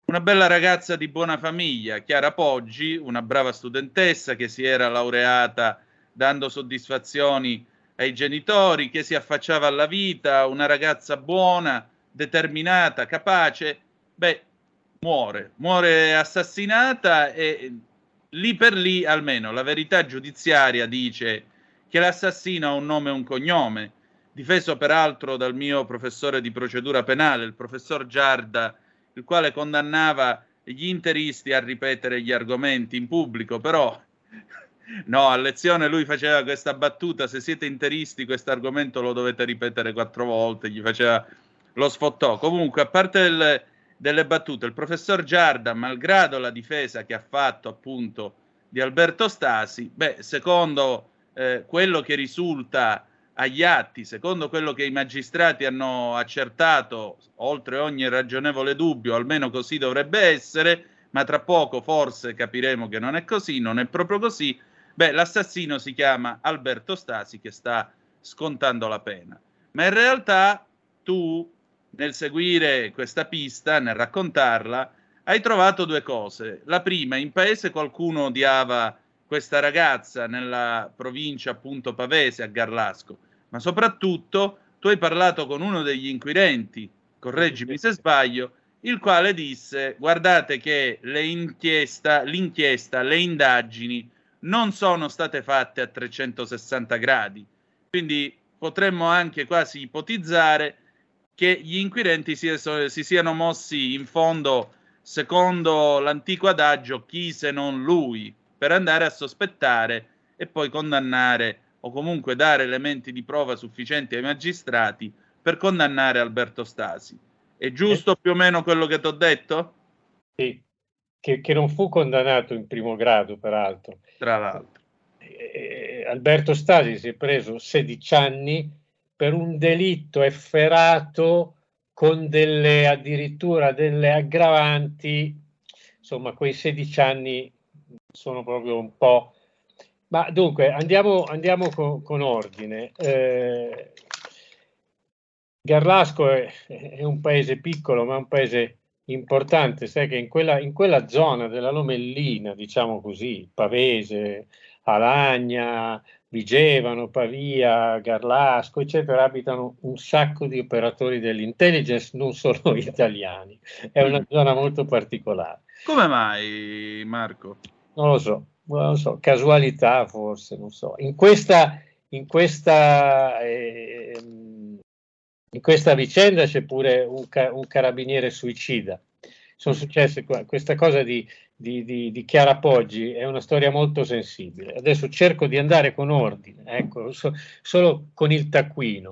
[SPEAKER 3] una bella ragazza di buona famiglia, Chiara Poggi, una brava studentessa che si era laureata dando soddisfazioni ai genitori, che si affacciava alla vita, una ragazza buona, determinata, capace, beh, muore, muore assassinata e lì per lì almeno la verità giudiziaria dice che l'assassino ha un nome e un cognome, difeso peraltro dal mio professore di procedura penale, il professor Giarda, il quale condannava gli interisti a ripetere gli argomenti in pubblico, però no, a lezione lui faceva questa battuta: se siete interisti questo argomento lo dovete ripetere quattro volte, gli faceva, lo sfottò. Comunque, a parte il, delle battute, il professor Giarda, malgrado la difesa che ha fatto appunto di Alberto Stasi, beh, secondo eh, quello che risulta agli atti, secondo quello che i magistrati hanno accertato, oltre ogni ragionevole dubbio, almeno così dovrebbe essere, ma tra poco forse capiremo che non è così, non è proprio così, beh, l'assassino si chiama Alberto Stasi, che sta scontando la pena. Ma in realtà tu, nel seguire questa pista, nel raccontarla, hai trovato due cose. La prima, in paese qualcuno odiava questa ragazza nella provincia appunto pavese, a Garlasco, ma soprattutto tu hai parlato con uno degli inquirenti, correggimi se sbaglio, il quale disse: guardate che le inchiesta, l'inchiesta, le indagini non sono state fatte a trecentosessanta gradi, quindi potremmo anche quasi ipotizzare che gli inquirenti si, si siano mossi in fondo secondo l'antico adagio chi se non lui, per andare a sospettare e poi condannare, o comunque dare elementi di prova sufficienti ai magistrati per condannare Alberto Stasi. È giusto più o meno quello che ti ho detto?
[SPEAKER 11] Sì, che, che non fu condannato in primo grado, peraltro.
[SPEAKER 3] Tra l'altro.
[SPEAKER 11] Eh, Alberto Stasi si è preso sedici anni per un delitto efferato con delle addirittura delle aggravanti, insomma quei sedici anni sono proprio un po'... Ma dunque, andiamo, andiamo con, con ordine. Eh, Garlasco è, è un paese piccolo, ma un paese importante. Sai che in quella, in quella zona della Lomellina, diciamo così, Pavese, Alagna, Vigevano, Pavia, Garlasco, eccetera, abitano un sacco di operatori dell'intelligence, non solo italiani. È una zona molto particolare.
[SPEAKER 3] Come mai, Marco?
[SPEAKER 11] Non lo so. Non lo so, casualità forse, non so. In questa, in questa, eh, in questa vicenda c'è pure un, ca- un carabiniere suicida. Sono successe qua, questa cosa di, di, di, di Chiara Poggi è una storia molto sensibile. Adesso cerco di andare con ordine, ecco, so, solo con il taccuino.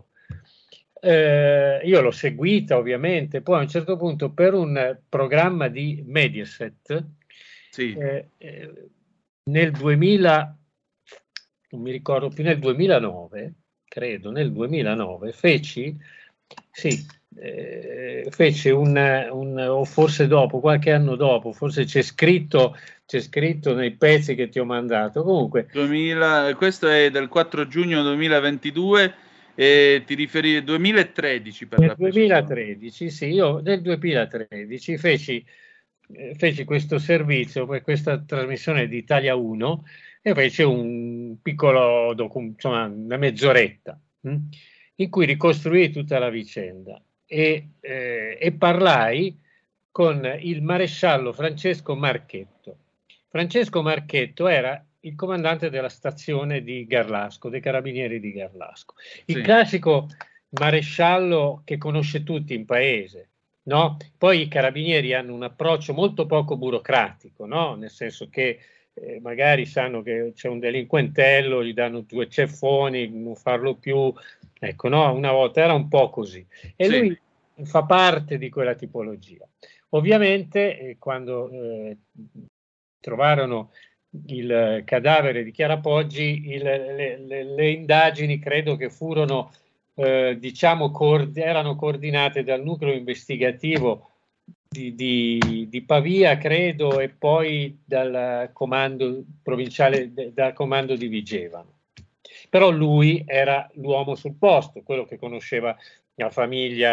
[SPEAKER 11] Eh, io l'ho seguita ovviamente, poi a un certo punto per un programma di Mediaset,
[SPEAKER 3] sì.
[SPEAKER 11] eh, eh, nel duemila, non mi ricordo più, nel duemilanove, credo, nel duemilanove, feci, sì, eh, fece un, un, o forse dopo, qualche anno dopo, forse c'è scritto, c'è scritto nei pezzi che ti ho mandato, comunque.
[SPEAKER 3] duemila, questo è del quattro giugno duemilaventidue e ti riferi al duemilatredici per
[SPEAKER 11] nel
[SPEAKER 3] la precisione.
[SPEAKER 11] duemilatredici, sì, io nel duemilatredici feci feci questo servizio per questa trasmissione di Italia uno e fece un piccolo documento, insomma una mezz'oretta mh, in cui ricostruì tutta la vicenda e, eh, e parlai con il maresciallo Francesco Marchetto. Francesco Marchetto era il comandante della stazione di Garlasco, dei carabinieri di Garlasco, il sì. classico maresciallo che conosce tutti in paese. No? Poi i carabinieri hanno un approccio molto poco burocratico, no? Nel senso che eh, magari sanno che c'è un delinquentello, gli danno due ceffoni, non farlo più, ecco, no? Una volta era un po' così e sì. lui fa parte di quella tipologia. Ovviamente eh, quando eh, trovarono il cadavere di Chiara Poggi, il, le, le, le indagini credo che furono Eh, diciamo coord- erano coordinate dal nucleo investigativo di, di, di Pavia, credo, e poi dal comando provinciale, de- dal comando di Vigevano. Però lui era l'uomo sul posto, quello che conosceva la famiglia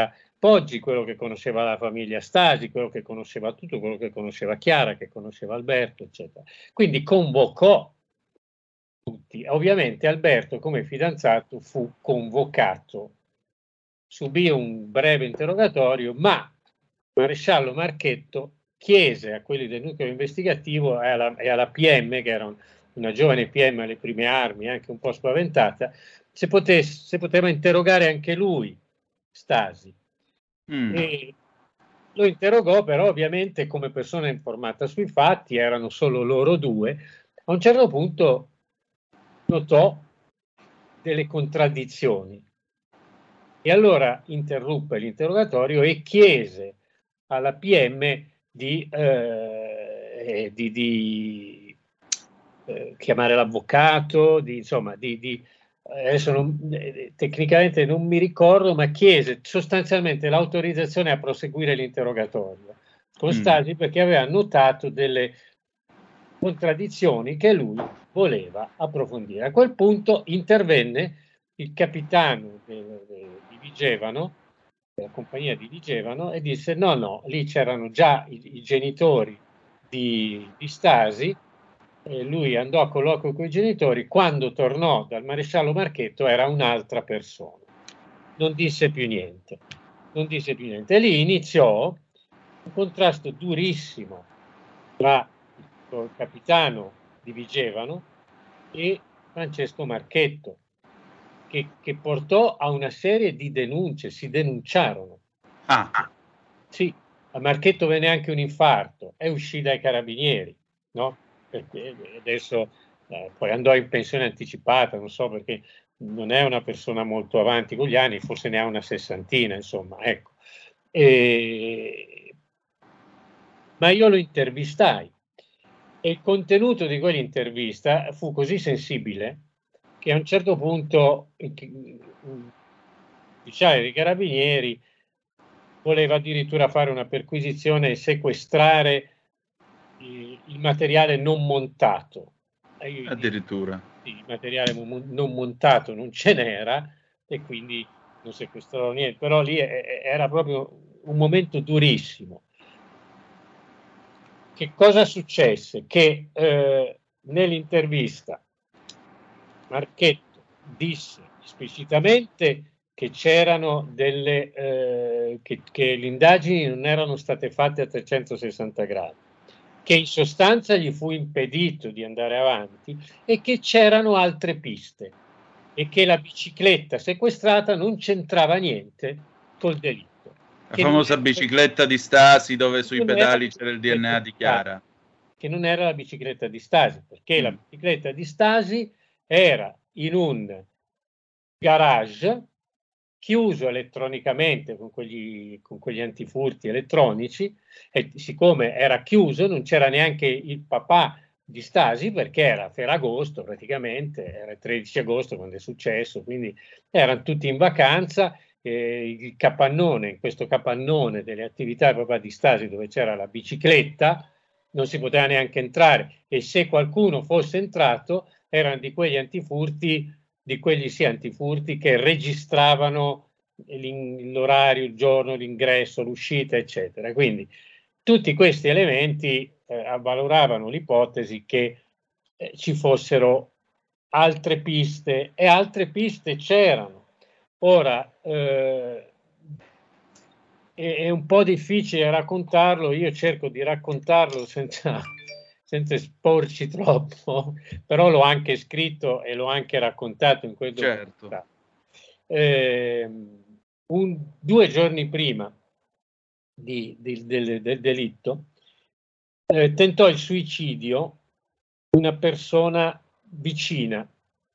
[SPEAKER 11] Poggi, quello che conosceva la famiglia Stasi, quello che conosceva tutto, quello che conosceva Chiara, che conosceva Alberto, eccetera. Quindi convocò tutti. Ovviamente Alberto, come fidanzato, fu convocato, subì un breve interrogatorio, ma Maresciallo Marchetto chiese a quelli del nucleo investigativo e alla, e alla P M, che era un, una giovane P M alle prime armi, anche un po' spaventata, se, potesse, se poteva interrogare anche lui, Stasi. Mm. E lo interrogò, però ovviamente come persona informata sui fatti, erano solo loro due. A un certo punto notò delle contraddizioni e allora interruppe l'interrogatorio e chiese alla P M di, eh, di, di eh, chiamare l'avvocato, di, insomma, di, di adesso non, eh, tecnicamente non mi ricordo, ma chiese sostanzialmente l'autorizzazione a proseguire l'interrogatorio con Stasi, mm. perché aveva notato delle contraddizioni che lui voleva approfondire. A quel punto intervenne il capitano de, de, di Vigevano, della compagnia di Vigevano, e disse no, no, lì c'erano già i, i genitori di, di Stasi, e lui andò a colloquio con i genitori. Quando tornò dal maresciallo Marchetto era un'altra persona, non disse più niente, non disse più niente. E lì iniziò un contrasto durissimo tra il capitano di Vigevano e Francesco Marchetto, che, che portò a una serie di denunce, si denunciarono. Ah. Sì, a Marchetto venne anche un infarto e uscì dai carabinieri, no? Perché adesso eh, poi andò in pensione anticipata, non so, perché non è una persona molto avanti con gli anni, forse ne ha una sessantina, insomma, ecco. E... Ma io lo intervistai e il contenuto di quell'intervista fu così sensibile che a un certo punto un ufficiale dei carabinieri voleva addirittura fare una perquisizione e sequestrare il materiale non montato. Io
[SPEAKER 3] addirittura
[SPEAKER 11] dico, il materiale non montato non ce n'era e quindi non sequestrò niente, però lì era proprio un momento durissimo. Che cosa successe? Che eh, nell'intervista Marchetto disse esplicitamente che c'erano delle eh, che, che le indagini non erano state fatte a trecentosessanta gradi, che in sostanza gli fu impedito di andare avanti e che c'erano altre piste e che la bicicletta sequestrata non c'entrava niente col delitto.
[SPEAKER 3] La famosa bicicletta di Stasi dove sui pedali c'era il D N A di Chiara.
[SPEAKER 11] Che non era la bicicletta di Stasi, perché mm. la bicicletta di Stasi era in un garage chiuso elettronicamente con quegli, con quegli antifurti elettronici, e siccome era chiuso non c'era neanche il papà di Stasi, perché era Ferragosto praticamente, era il tredici agosto quando è successo, quindi erano tutti in vacanza. Eh, il capannone, in questo capannone delle attività del papà di Stasi, dove c'era la bicicletta, non si poteva neanche entrare, e se qualcuno fosse entrato erano di quegli antifurti, di quelli sì antifurti che registravano l'orario, il giorno, l'ingresso, l'uscita, eccetera. Quindi tutti questi elementi eh, avvaloravano l'ipotesi che eh, ci fossero altre piste, e altre piste c'erano. Ora, eh, è, è un po' difficile raccontarlo, io cerco di raccontarlo senza, senza esporci troppo, però l'ho anche scritto e l'ho anche raccontato in quel documento. Certo. Eh, un, due giorni prima di, di, del, del delitto, eh, tentò il suicidio una persona vicina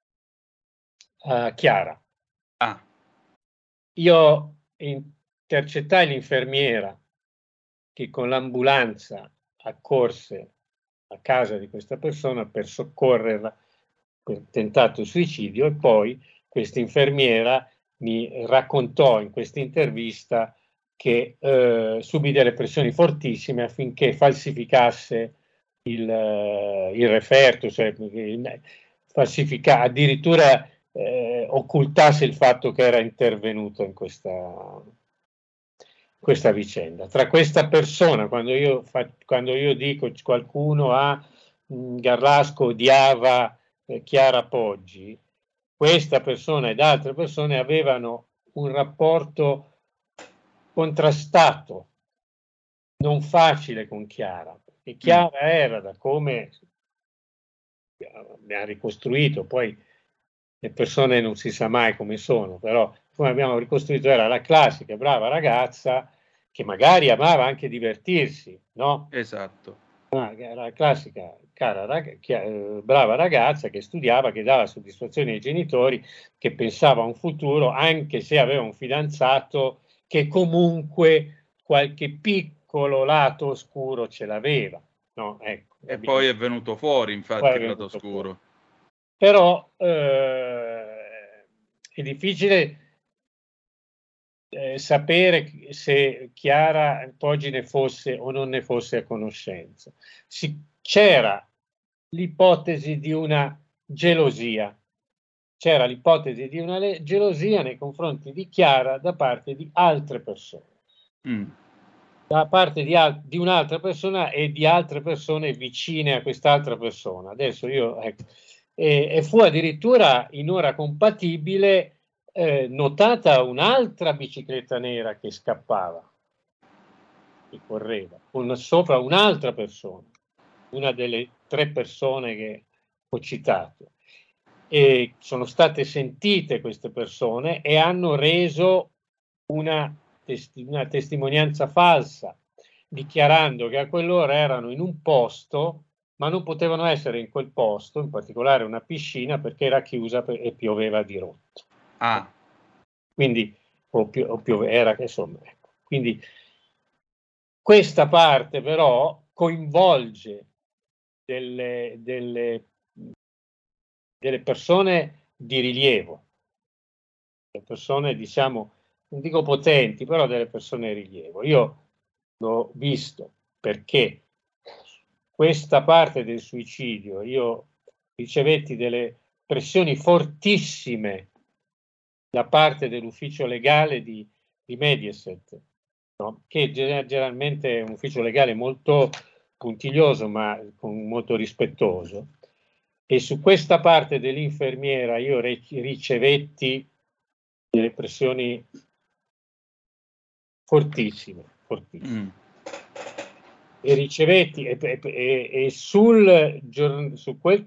[SPEAKER 11] a Chiara. Ah. Io intercettai l'infermiera che con l'ambulanza accorse a casa di questa persona per soccorrerla per tentato suicidio, e poi questa infermiera mi raccontò in questa intervista che eh, subì delle pressioni fortissime affinché falsificasse il, uh, il referto, cioè falsifica, addirittura Eh, occultasse il fatto che era intervenuto in questa, questa vicenda. Tra questa persona, quando io, fa, quando io dico qualcuno a mh, Garlasco odiava eh, Chiara Poggi, questa persona ed altre persone avevano un rapporto contrastato, non facile con Chiara. E Chiara era, da come abbiamo ricostruito, poi le persone non si sa mai come sono, però come abbiamo ricostruito era la classica brava ragazza che magari amava anche divertirsi, no?
[SPEAKER 3] Esatto.
[SPEAKER 11] Era la classica cara rag- chi- brava ragazza che studiava, che dava soddisfazione ai genitori, che pensava a un futuro, anche se aveva un fidanzato che comunque qualche piccolo lato oscuro ce l'aveva, no? Ecco,
[SPEAKER 3] e
[SPEAKER 11] abbiamo...
[SPEAKER 3] poi è venuto fuori, infatti, il lato oscuro. Fuori.
[SPEAKER 11] Però eh, è difficile eh, sapere se Chiara Poggi ne fosse o non ne fosse a conoscenza. Si, c'era l'ipotesi di una gelosia, c'era l'ipotesi di una le- gelosia nei confronti di Chiara da parte di altre persone, mm. da parte di, al- di un'altra persona e di altre persone vicine a quest'altra persona. Adesso io, ecco, e, e fu addirittura in ora compatibile eh, notata un'altra bicicletta nera che scappava, che correva, con sopra un'altra persona, una delle tre persone che ho citato. E sono state sentite queste persone e hanno reso una, testi- una testimonianza falsa, dichiarando che a quell'ora erano in un posto, ma non potevano essere in quel posto, in particolare una piscina, perché era chiusa per- e pioveva di rotto.
[SPEAKER 3] Ah.
[SPEAKER 11] Quindi o pio- o piove- era, insomma, ecco. Quindi questa parte però coinvolge delle, delle, delle persone di rilievo, delle persone, diciamo, non dico potenti, però delle persone di rilievo. Io l'ho visto perché questa parte del suicidio io ricevetti delle pressioni fortissime da parte dell'ufficio legale di, di Mediaset, no? Che generalmente è un ufficio legale molto puntiglioso ma con molto rispettoso, e su questa parte dell'infermiera io re- ricevetti delle pressioni fortissime, fortissime. Mm. E ricevetti e, e, e sul giorn- su quel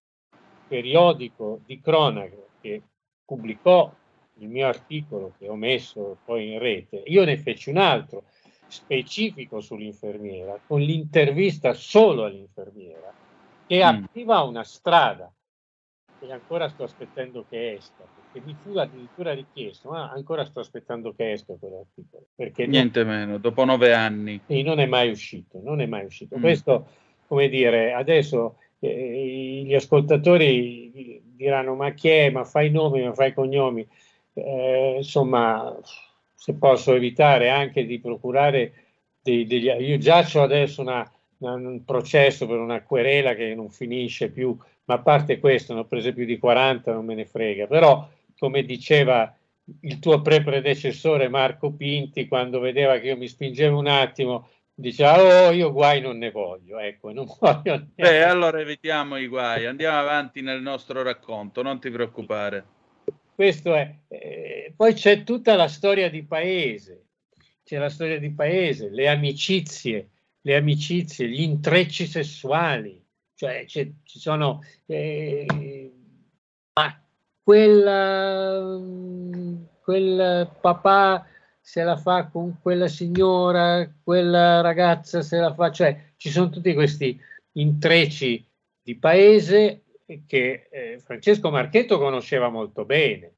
[SPEAKER 11] periodico di cronaca che pubblicò il mio articolo, che ho messo poi in rete, io ne feci un altro specifico sull'infermiera, con l'intervista solo all'infermiera, che
[SPEAKER 3] Mm.
[SPEAKER 11] apriva una strada e ancora sto aspettando che esca, perché mi fu addirittura richiesto, ma ancora sto aspettando che esca quell'articolo, perché
[SPEAKER 3] niente
[SPEAKER 11] non,
[SPEAKER 3] meno, dopo nove anni.
[SPEAKER 11] E non è mai uscito, non è mai uscito.
[SPEAKER 3] Mm.
[SPEAKER 11] Questo, come dire, adesso eh, gli ascoltatori diranno ma chi è, ma fai i nomi, ma fai i cognomi, eh, insomma, se posso evitare anche di procurare dei, degli... Io giaccio adesso una, una, un processo per una querela che non finisce più, ma a parte questo ne ho prese più di quaranta, non me ne frega, però come diceva il tuo pre-predecessore Marco Pinti, quando vedeva che io mi spingevo un attimo, diceva oh io guai non ne voglio, ecco, non voglio.
[SPEAKER 3] Beh, allora evitiamo i guai, andiamo avanti nel nostro racconto, non ti preoccupare.
[SPEAKER 11] Questo è, eh, poi c'è tutta la storia di paese, c'è la storia di paese, le amicizie, le amicizie, gli intrecci sessuali, cioè ci sono eh, ma quella, quel papà se la fa con quella signora, quella ragazza se la fa, cioè ci sono tutti questi intrecci di paese che eh, Francesco Marchetto conosceva molto bene.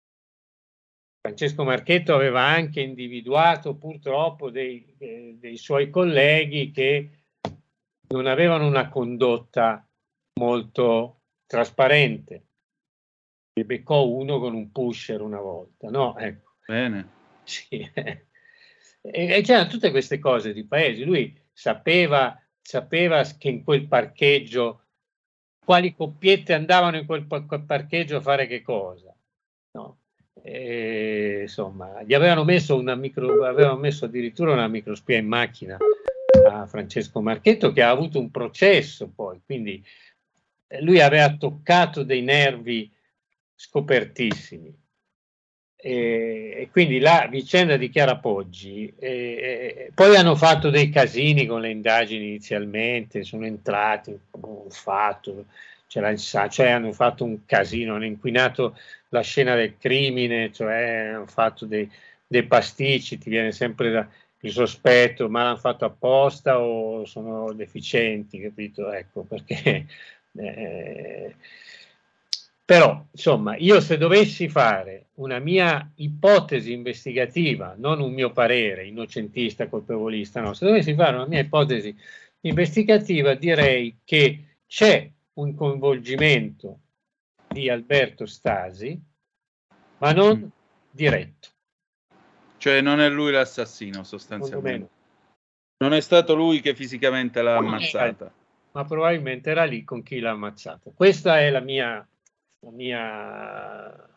[SPEAKER 11] Francesco Marchetto aveva anche individuato purtroppo dei, eh, dei suoi colleghi che non avevano una condotta molto trasparente. Ne beccò uno con un pusher una volta, no? Ecco.
[SPEAKER 3] Bene.
[SPEAKER 11] Sì. E, e c'erano tutte queste cose di paese. Lui sapeva, sapeva che in quel parcheggio quali coppiette andavano in quel parcheggio a fare che cosa, no? E, insomma, gli avevano messo una micro, avevano messo addirittura una microspia in macchina a Francesco Marchetto, che ha avuto un processo poi, quindi lui aveva toccato dei nervi scopertissimi. E, e quindi la vicenda di Chiara Poggi, e, e, poi hanno fatto dei casini con le indagini inizialmente, sono entrati, un fatto, c'era il, cioè hanno fatto un casino, hanno inquinato la scena del crimine, cioè hanno fatto dei, dei pasticci, ti viene sempre da, il sospetto, ma l'hanno fatto apposta o sono deficienti, capito? Ecco, perché... Eh, però, insomma, io se dovessi fare una mia ipotesi investigativa, non un mio parere innocentista, colpevolista, no, se dovessi fare una mia ipotesi investigativa, direi che c'è un coinvolgimento di Alberto Stasi, ma non mm. diretto.
[SPEAKER 3] Cioè non è lui l'assassino, sostanzialmente. Non è stato lui che fisicamente l'ha ammazzata.
[SPEAKER 11] Ma probabilmente era lì con chi l'ha ammazzata. Questa è la mia... La mia...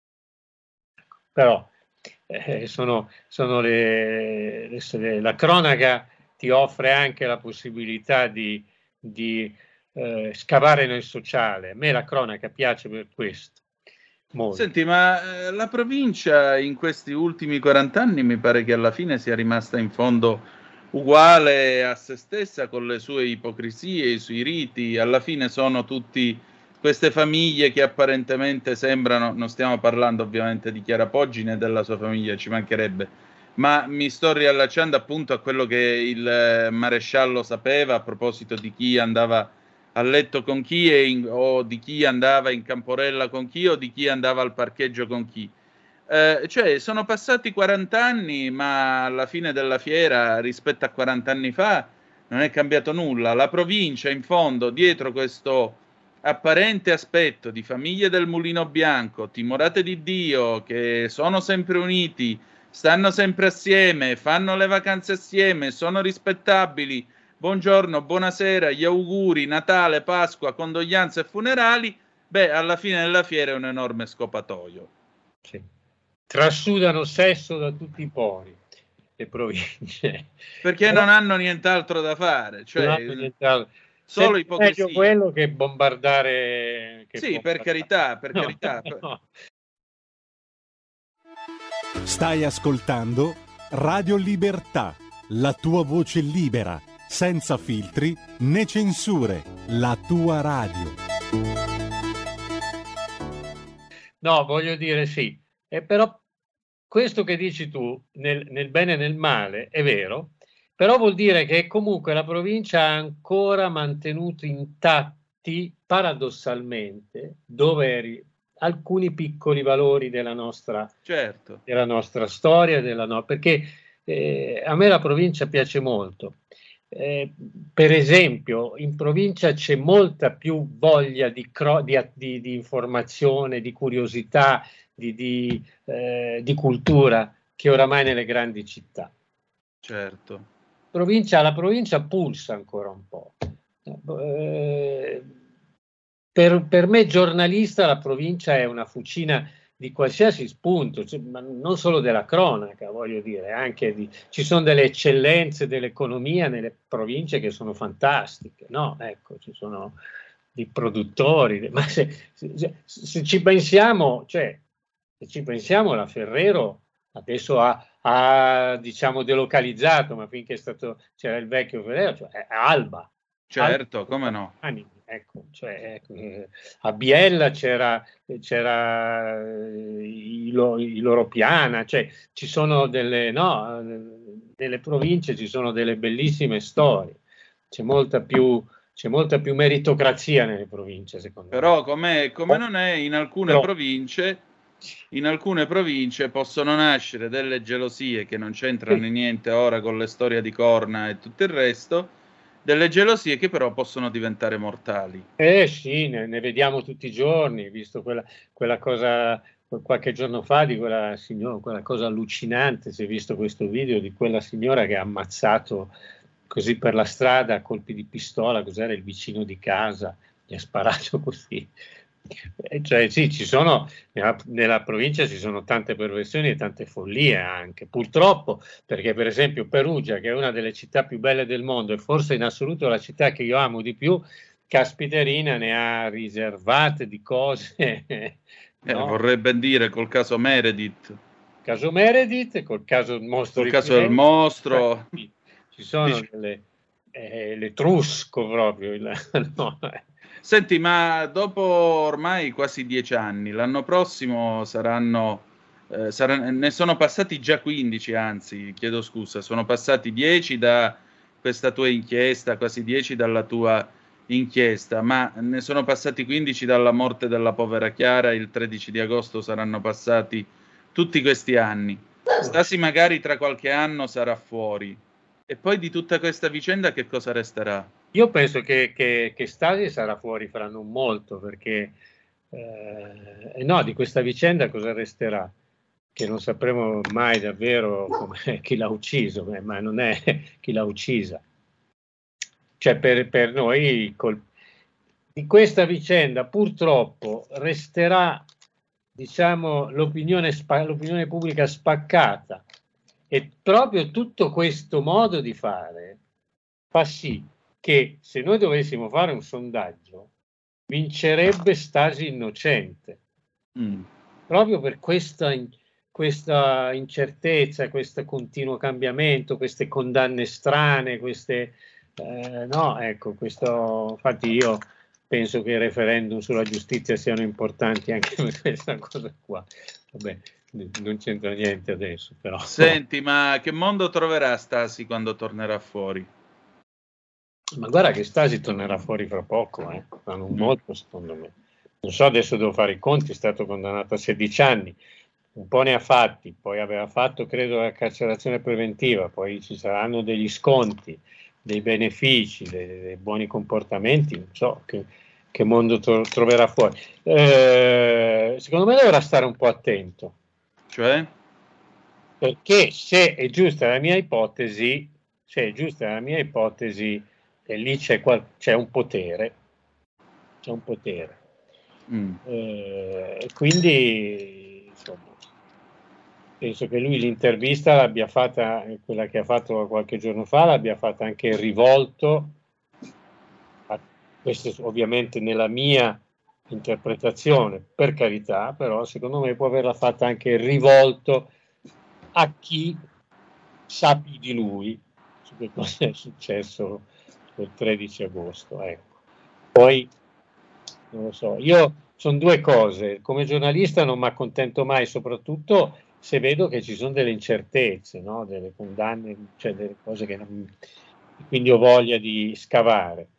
[SPEAKER 11] Però eh, sono, sono le, le, la cronaca ti offre anche la possibilità di, di eh, scavare nel sociale. A me la cronaca piace per questo. Molto.
[SPEAKER 3] Senti, ma eh, la provincia in questi ultimi quaranta anni mi pare che alla fine sia rimasta in fondo uguale a se stessa, con le sue ipocrisie, i suoi riti. Alla fine sono tutti queste famiglie che apparentemente sembrano, non stiamo parlando ovviamente di Chiara Poggi né della sua famiglia, ci mancherebbe, ma mi sto riallacciando appunto a quello che il maresciallo sapeva a proposito di chi andava a letto con chi e in, o di chi andava in camporella con chi o di chi andava al parcheggio con chi. Eh, cioè sono passati quaranta anni, ma alla fine della fiera rispetto a quaranta anni fa non è cambiato nulla. La provincia in fondo, dietro questo apparente aspetto di famiglie del Mulino Bianco, timorate di Dio, che sono sempre uniti, stanno sempre assieme, fanno le vacanze assieme, sono rispettabili, buongiorno, buonasera, gli auguri, Natale, Pasqua, condoglianze e funerali, beh, alla fine della fiera è un enorme scopatoio.
[SPEAKER 11] Sì. Trasudano sesso da tutti i pori, le province.
[SPEAKER 3] Perché Però... non hanno nient'altro da fare, cioè...
[SPEAKER 11] nient'altro.
[SPEAKER 3] Solo ipocrisia.
[SPEAKER 11] Meglio quello che bombardare. Che
[SPEAKER 3] sì,
[SPEAKER 11] bombardare.
[SPEAKER 3] per carità, per no, carità.
[SPEAKER 11] No.
[SPEAKER 1] Stai ascoltando Radio Libertà, la tua voce libera, senza filtri né censure, la tua radio.
[SPEAKER 11] No, voglio dire sì, eh, però questo che dici tu, nel, nel bene e nel male, è vero. Però vuol dire che comunque la provincia ha ancora mantenuto intatti, paradossalmente, dove alcuni piccoli valori della nostra,
[SPEAKER 3] certo.
[SPEAKER 11] della nostra storia, della no, perché eh, a me la provincia piace molto. Eh, per esempio, in provincia c'è molta più voglia di, cro- di, di, di informazione, di curiosità, di, di, eh, di cultura che oramai nelle grandi città.
[SPEAKER 3] Certo.
[SPEAKER 11] Provincia, la provincia pulsa ancora un po'. Eh, per, per me giornalista la provincia è una fucina di qualsiasi spunto, cioè, ma non solo della cronaca, voglio dire, anche di, ci sono delle eccellenze dell'economia nelle province che sono fantastiche, no? Ecco, ci sono di produttori, ma se, se, se ci pensiamo, cioè, se ci pensiamo, la Ferrero adesso ha, ha diciamo delocalizzato, ma finché è stato, c'era il vecchio Ferrero, cioè è Alba.
[SPEAKER 3] Certo,
[SPEAKER 11] Alba,
[SPEAKER 3] come no.
[SPEAKER 11] Anni, ecco, cioè, ecco, eh, a Biella c'era, c'era eh, i, lo, i loro piana, cioè ci sono delle, no, nelle province ci sono delle bellissime storie, c'è molta più, c'è molta più meritocrazia nelle province, secondo
[SPEAKER 3] Però
[SPEAKER 11] me.
[SPEAKER 3] Però come, come non è in alcune
[SPEAKER 11] Però,
[SPEAKER 3] province... In alcune province possono nascere delle gelosie che non c'entrano niente ora con le storie di Corna e tutto il resto, delle gelosie che però possono diventare mortali.
[SPEAKER 11] Eh sì, ne, ne vediamo tutti i giorni, visto quella, quella cosa qualche giorno fa di quella signora, quella cosa allucinante, si è visto questo video di quella signora che ha ammazzato così per la strada a colpi di pistola, cos'era il vicino di casa, gli ha sparato così. Cioè sì, ci sono nella, nella provincia ci sono tante perversioni e tante follie anche, purtroppo, perché per esempio Perugia, che è una delle città più belle del mondo e forse in assoluto la città che io amo di più, caspiterina ne ha riservate di cose.
[SPEAKER 3] Eh,
[SPEAKER 11] no?
[SPEAKER 3] Vorrei ben dire col caso Meredith.
[SPEAKER 11] Caso Meredith, col caso del mostro.
[SPEAKER 3] Col caso del mostro.
[SPEAKER 11] Sì, ci sono Dici... delle eh, le trusco proprio. Il, no.
[SPEAKER 3] Senti, ma dopo ormai quasi dieci anni, l'anno prossimo saranno, eh, saranno, ne sono passati già quindici, anzi, chiedo scusa, sono passati dieci da questa tua inchiesta, quasi dieci dalla tua inchiesta, ma ne sono passati quindici dalla morte della povera Chiara, il tredici di agosto saranno passati tutti questi anni. Stasi magari tra qualche anno sarà fuori. E poi di tutta questa vicenda che cosa resterà?
[SPEAKER 11] Io penso che, che, che Stasi sarà fuori fra non molto, perché eh, no, di questa vicenda cosa resterà? Che non sapremo mai davvero come, chi l'ha ucciso, ma non è chi l'ha uccisa. Cioè per, per noi col, di questa vicenda purtroppo resterà, diciamo, l'opinione, spa, l'opinione pubblica spaccata. E proprio tutto questo modo di fare fa sì che se noi dovessimo fare un sondaggio vincerebbe Stasi innocente, mm. proprio per questa, questa incertezza, questo continuo cambiamento, queste condanne strane, queste eh, no, ecco, questo, infatti io penso che i referendum sulla giustizia siano importanti anche per questa cosa qua. Vabbè, non c'entra niente adesso, però.
[SPEAKER 3] Senti, ma che mondo troverà Stasi quando tornerà fuori?
[SPEAKER 11] Ma guarda che Stasi tornerà fuori fra poco, eh? Fra non molto, secondo me. Non so, adesso devo fare i conti, è stato condannato a sedici anni, un po' ne ha fatti, poi aveva fatto, credo, la carcerazione preventiva, poi ci saranno degli sconti, dei benefici, dei, dei buoni comportamenti, non so che, che mondo to- troverà fuori. Eh, secondo me dovrà stare un po' attento.
[SPEAKER 3] Cioè?
[SPEAKER 11] Perché se è giusta la mia ipotesi, se è giusta la mia ipotesi, e lì c'è, qual- c'è un potere, c'è un potere. Mm. Eh, quindi, insomma, penso che lui l'intervista l'abbia fatta, quella che ha fatto qualche giorno fa, l'abbia fatta anche rivolto, a, questo ovviamente nella mia interpretazione, per carità, però secondo me può averla fatta anche rivolto a chi sa più di lui su che cosa è successo quel tredici agosto. Ecco. Poi non lo so, io sono due cose, come giornalista non mi accontento mai, soprattutto se vedo che ci sono delle incertezze, no? Delle condanne, cioè delle cose che non, quindi ho voglia di scavare.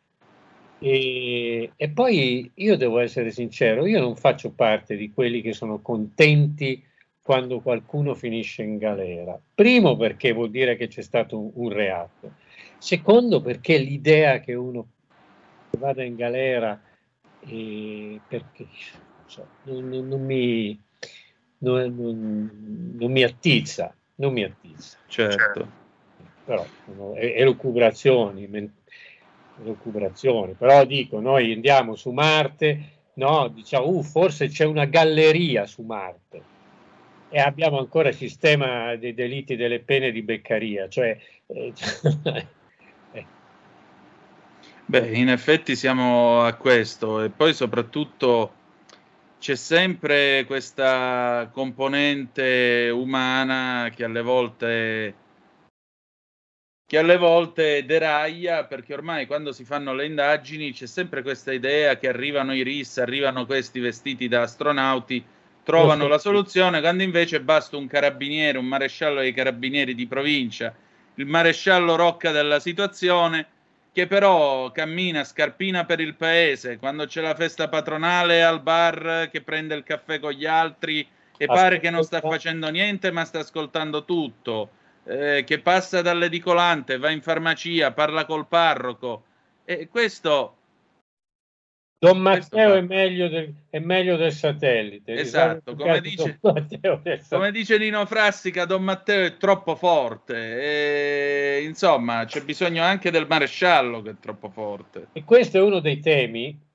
[SPEAKER 11] E, e poi io devo essere sincero, io non faccio parte di quelli che sono contenti quando qualcuno finisce in galera. Primo perché vuol dire che c'è stato un, un reato. Secondo perché l'idea che uno vada in galera e perché so, non, non, non, mi, non, non, non mi attizza, non mi attizza.
[SPEAKER 3] Certo.
[SPEAKER 11] Però sono elucubrazioni, men- elucubrazioni. Però dico, noi andiamo su Marte, no? Diciamo, uh, forse c'è una galleria su Marte e abbiamo ancora il sistema dei delitti delle pene di Beccaria, cioè eh,
[SPEAKER 3] Beh, in effetti siamo a questo, e poi soprattutto c'è sempre questa componente umana che alle volte che alle volte deraglia, perché ormai quando si fanno le indagini c'è sempre questa idea che arrivano i R I S, arrivano questi vestiti da astronauti, trovano la soluzione, quando invece basta un carabiniere, un maresciallo dei carabinieri di provincia, il maresciallo Rocca della situazione, che però cammina, scarpina per il paese, quando c'è la festa patronale al bar, che prende il caffè con gli altri e pare che non sta facendo niente ma sta ascoltando tutto, eh, che passa dall'edicolante, va in farmacia, parla col parroco, e questo...
[SPEAKER 11] Don Matteo è meglio, del, è meglio del satellite.
[SPEAKER 3] Esatto, come dice, come dice Nino Frassica, Don Matteo è troppo forte. E, insomma, c'è bisogno anche del maresciallo che è troppo forte.
[SPEAKER 11] E questo è uno dei temi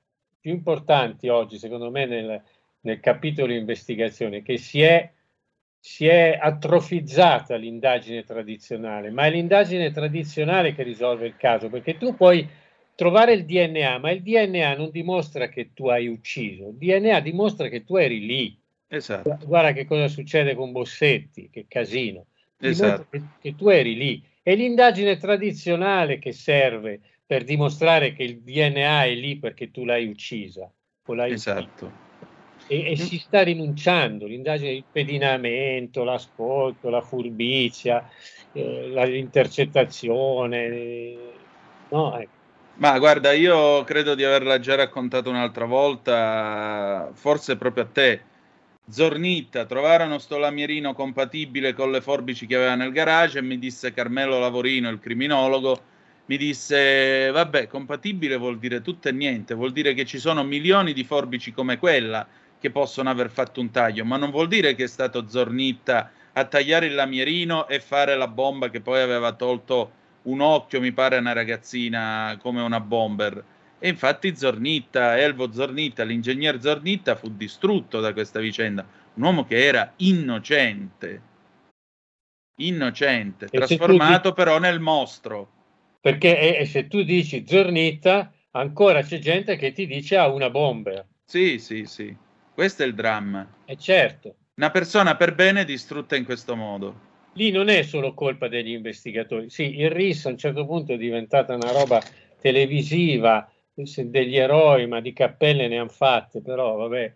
[SPEAKER 11] più importanti oggi, secondo me, nel, nel capitolo investigazione, che si è, si è atrofizzata l'indagine tradizionale, ma è l'indagine tradizionale che risolve il caso, perché tu puoi trovare il D N A, ma il D N A non dimostra che tu hai ucciso, il D N A dimostra che tu eri lì.
[SPEAKER 3] Esatto.
[SPEAKER 11] Guarda che cosa succede con Bossetti, che casino.
[SPEAKER 3] Esatto.
[SPEAKER 11] Che, che tu eri lì. È l'indagine tradizionale che serve per dimostrare che il D N A è lì perché tu l'hai uccisa. O l'hai
[SPEAKER 3] esatto.
[SPEAKER 11] uccisa. E, e si sta rinunciando, l'indagine, il pedinamento, l'ascolto, la furbizia, eh, la, l'intercettazione. Eh, no, ecco.
[SPEAKER 3] Ma guarda, io credo di averla già raccontata un'altra volta, forse proprio a te. Zornitta, trovarono sto lamierino compatibile con le forbici che aveva nel garage e mi disse Carmelo Lavorino, il criminologo, mi disse, vabbè, compatibile vuol dire tutto e niente, vuol dire che ci sono milioni di forbici come quella che possono aver fatto un taglio, ma non vuol dire che è stato Zornitta a tagliare il lamierino e fare la bomba che poi aveva tolto un occhio, mi pare, a una ragazzina come una bomber. E infatti Zornitta, Elvo Zornitta, l'ingegner Zornitta fu distrutto da questa vicenda, un uomo che era innocente, innocente, e trasformato dici, però nel mostro.
[SPEAKER 11] Perché e, e se tu dici Zornitta, ancora c'è gente che ti dice ha una bomber.
[SPEAKER 3] Sì, sì, sì, questo è il dramma.
[SPEAKER 11] E certo.
[SPEAKER 3] Una persona per bene distrutta in questo modo.
[SPEAKER 11] Lì non è solo colpa degli investigatori. Sì, il R I S a un certo punto è diventata una roba televisiva, degli eroi, ma di cappelle ne hanno fatte, però vabbè.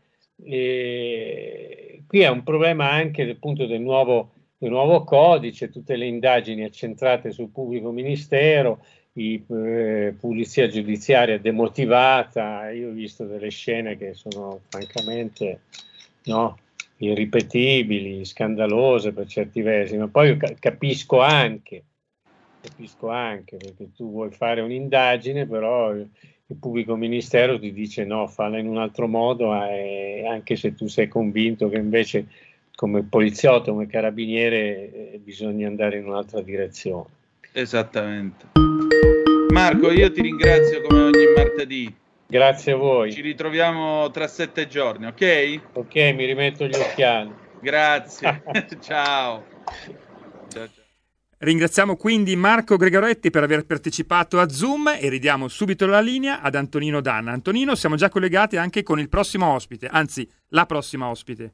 [SPEAKER 11] E qui è un problema anche del punto del nuovo, del nuovo codice, tutte le indagini accentrate sul pubblico ministero, i, eh, polizia giudiziaria demotivata. Io ho visto delle scene che sono francamente no, irripetibili, scandalose per certi versi, ma poi capisco anche, capisco anche perché tu vuoi fare un'indagine, però il, il pubblico ministero ti dice no, falla in un altro modo, eh, anche se tu sei convinto che invece come poliziotto, come carabiniere eh, bisogna andare in un'altra direzione.
[SPEAKER 3] Esattamente. Marco, io ti ringrazio come ogni martedì.
[SPEAKER 11] Grazie a voi.
[SPEAKER 3] Ci ritroviamo tra sette giorni, ok?
[SPEAKER 11] Ok, mi rimetto gli occhiali.
[SPEAKER 3] Grazie. Ciao. Ciao, ciao.
[SPEAKER 2] Ringraziamo quindi Marco Gregoretti per aver partecipato a Zoom e ridiamo subito la linea ad Antonino Danna. Antonino, siamo già collegati anche con il prossimo ospite, anzi la prossima ospite.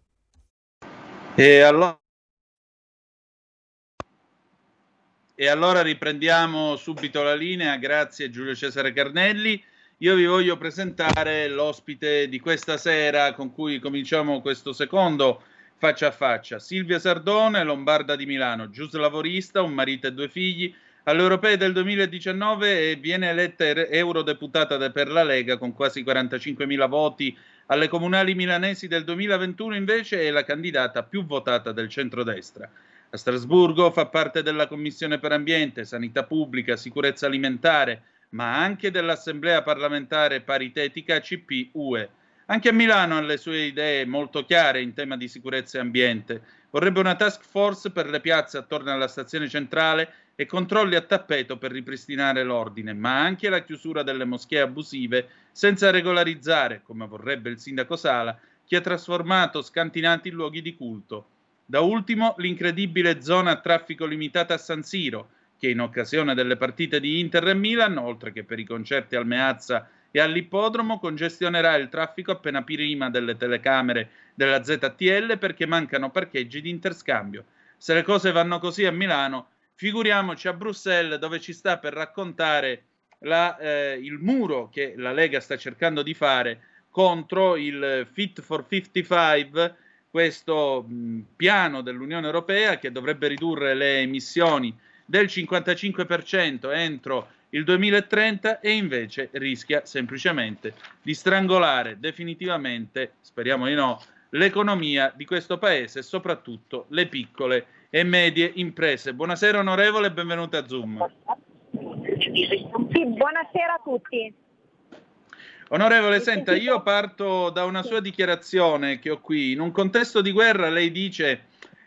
[SPEAKER 3] E allora, e allora riprendiamo subito la linea, grazie Giulio Cesare Carnelli. Io vi voglio presentare l'ospite di questa sera con cui cominciamo questo secondo faccia a faccia. Silvia Sardone, lombarda di Milano, giuslavorista, un marito e due figli. Alle europee del duemiladiciannove viene eletta eurodeputata per la Lega con quasi quarantacinquemila voti. Alle comunali milanesi del duemilaventuno invece è la candidata più votata del centrodestra. A Strasburgo fa parte della Commissione per Ambiente, Sanità Pubblica, Sicurezza Alimentare, ma anche dell'Assemblea Parlamentare Paritetica C P U E. Anche a Milano ha le sue idee molto chiare in tema di sicurezza e ambiente. Vorrebbe una task force per le piazze attorno alla stazione centrale e controlli a tappeto per ripristinare l'ordine, ma anche la chiusura delle moschee abusive senza regolarizzare, come vorrebbe il sindaco Sala, chi ha trasformato scantinati in luoghi di culto. Da ultimo, l'incredibile zona a traffico limitato a San Siro, che in occasione delle partite di Inter e Milan, oltre che per i concerti al Meazza e all'ippodromo, congestionerà il traffico appena prima delle telecamere della Z T L perché mancano parcheggi di interscambio. Se le cose vanno così a Milano, figuriamoci a Bruxelles, dove ci sta per raccontare la, eh, il muro che la Lega sta cercando di fare contro il Fit for cinquantacinque, questo mh, piano dell'Unione Europea che dovrebbe ridurre le emissioni del cinquantacinque per cento entro il duemilatrenta e invece rischia semplicemente di strangolare definitivamente, speriamo di no, l'economia di questo paese e soprattutto le piccole e medie imprese. Buonasera onorevole, benvenuta a Zoom.
[SPEAKER 12] Sì, buonasera a tutti.
[SPEAKER 3] Onorevole, senta, io parto da una sua dichiarazione che ho qui. In un contesto di guerra lei dice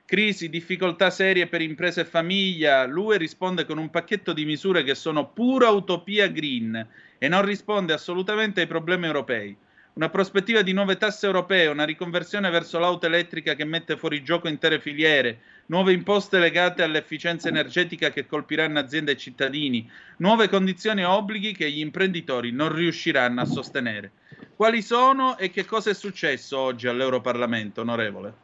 [SPEAKER 3] Crisi, difficoltà serie per imprese e famiglia, l'U E risponde con un pacchetto di misure che sono pura utopia green e non risponde assolutamente ai problemi europei. Una prospettiva di nuove tasse europee, una riconversione verso l'auto elettrica che mette fuori gioco intere filiere, nuove imposte legate all'efficienza energetica che colpiranno aziende e cittadini, nuove condizioni e obblighi che gli imprenditori non riusciranno a sostenere. Quali sono e che cosa è successo oggi all'Europarlamento, onorevole?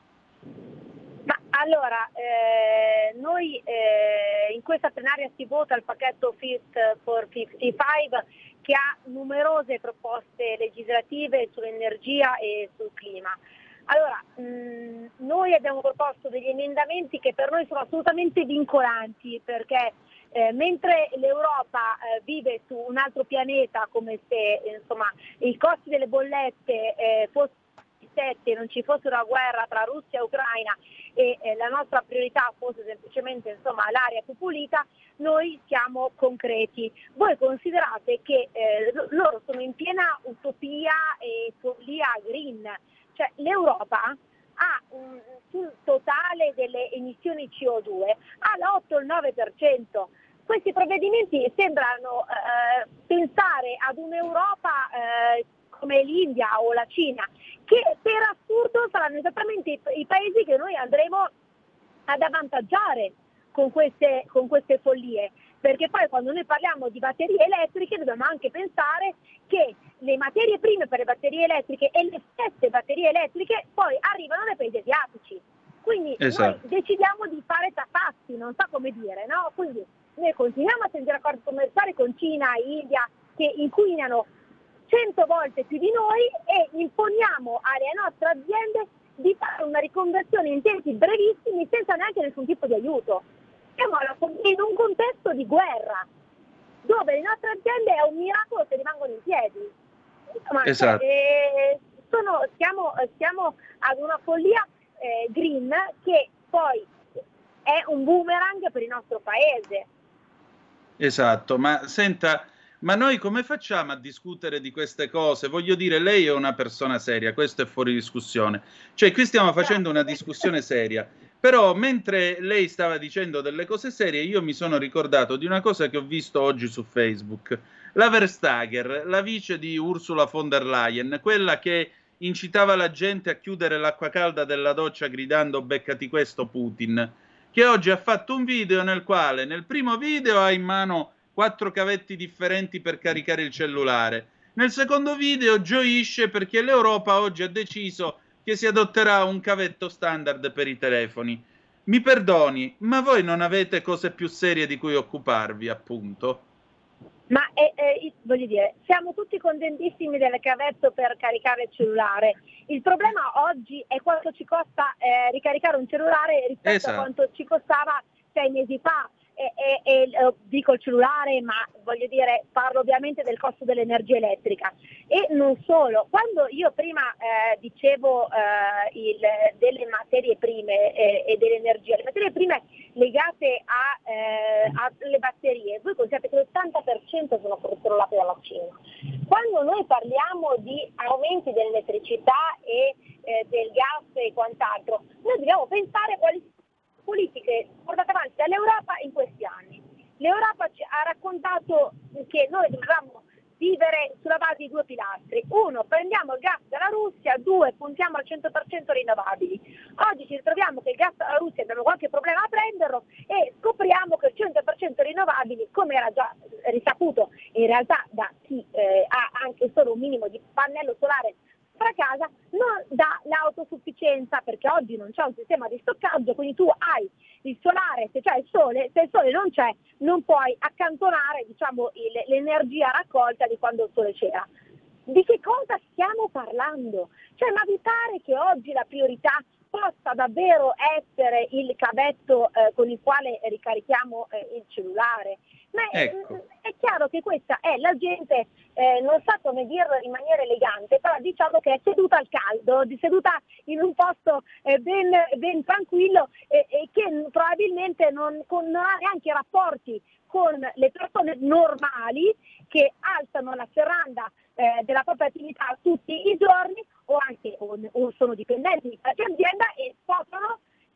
[SPEAKER 12] Ma allora, eh, noi eh, in questa plenaria si vota il pacchetto Fit for cinquantacinque che ha numerose proposte legislative sull'energia e sul clima. Allora, mh, noi abbiamo proposto degli emendamenti che per noi sono assolutamente vincolanti, perché eh, mentre l'Europa eh, vive su un altro pianeta, come se insomma i costi delle bollette eh, fossero e non ci fosse una guerra tra Russia e Ucraina e eh, la nostra priorità fosse semplicemente insomma l'aria più pulita, noi siamo concreti. Voi considerate che eh, loro sono in piena utopia e follia green, cioè l'Europa ha un, sul totale delle emissioni C O due ha l'otto il nove per cento. Questi provvedimenti sembrano eh, pensare ad un'Europa eh, come l'India o la Cina, che per assurdo saranno esattamente i, i paesi che noi andremo ad avvantaggiare con queste, con queste follie, perché poi quando noi parliamo di batterie elettriche dobbiamo anche pensare che le materie prime per le batterie elettriche e le stesse batterie elettriche poi arrivano dai paesi asiatici, quindi esatto. Noi decidiamo di fare tappazzi, non so come dire, no? Quindi noi continuiamo a sentire accordi commerciali con Cina e India che inquinano cento volte più di noi e imponiamo alle nostre aziende di fare una riconversione in tempi brevissimi senza neanche nessun tipo di aiuto. Siamo in un contesto di guerra dove le nostre aziende è un miracolo che rimangono in piedi. Insomma, esatto. eh, sono, siamo, siamo ad una follia eh, green che poi è un boomerang per il nostro paese.
[SPEAKER 3] Esatto, ma senta, ma noi come facciamo a discutere di queste cose? Voglio dire, lei è una persona seria, questo è fuori discussione. Cioè, qui stiamo facendo una discussione seria, però mentre lei stava dicendo delle cose serie, io mi sono ricordato di una cosa che ho visto oggi su Facebook. La Vestager, la vice di Ursula von der Leyen, quella che incitava la gente a chiudere l'acqua calda della doccia gridando "beccati questo Putin", che oggi ha fatto un video nel quale nel primo video ha in mano quattro cavetti differenti per caricare il cellulare. Nel secondo video gioisce perché l'Europa oggi ha deciso che si adotterà un cavetto standard per i telefoni. Mi perdoni, ma voi non avete cose più serie di cui occuparvi, appunto?
[SPEAKER 12] Ma eh, eh, voglio dire, siamo tutti contentissimi del cavetto per caricare il cellulare. Il problema oggi è quanto ci costa eh, ricaricare un cellulare rispetto esatto. a quanto ci costava sei mesi fa. E, e, e dico il cellulare, ma voglio dire, parlo ovviamente del costo dell'energia elettrica e non solo. Quando io prima eh, dicevo eh, il, delle materie prime eh, e dell'energia, le materie prime legate a, eh, alle batterie, voi considerate che l'ottanta per cento sono controllate dalla Cina. Quando noi parliamo di aumenti dell'elettricità e eh, del gas e quant'altro, noi dobbiamo pensare quali politiche portate avanti dall'Europa in questi anni. L'Europa ci ha raccontato che noi dobbiamo vivere sulla base di due pilastri. Uno, prendiamo il gas dalla Russia, due, puntiamo al cento per cento rinnovabili. Oggi ci ritroviamo che il gas dalla Russia abbiamo qualche problema a prenderlo e scopriamo che il cento per cento rinnovabili, come era già risaputo in realtà da chi eh, ha anche solo un minimo di pannello solare a casa, non dà l'autosufficienza, perché oggi non c'è un sistema di stoccaggio, quindi tu hai il solare, se c'è il sole, se il sole non c'è non puoi accantonare diciamo il, l'energia raccolta di quando il sole c'era. Di che cosa stiamo parlando? Cioè, ma vi pare che oggi la priorità possa davvero essere il cavetto eh, con il quale ricarichiamo eh, il cellulare? Ma ecco. è, è chiaro che questa è la gente, eh, non so come dirlo in maniera elegante, però diciamo che è seduta al caldo, di seduta in un posto eh, ben, ben tranquillo e, e che probabilmente non, con, non ha neanche rapporti con le persone normali che alzano la serranda eh, della propria attività tutti i giorni o anche o, o sono dipendenti di qualche azienda e scoprono che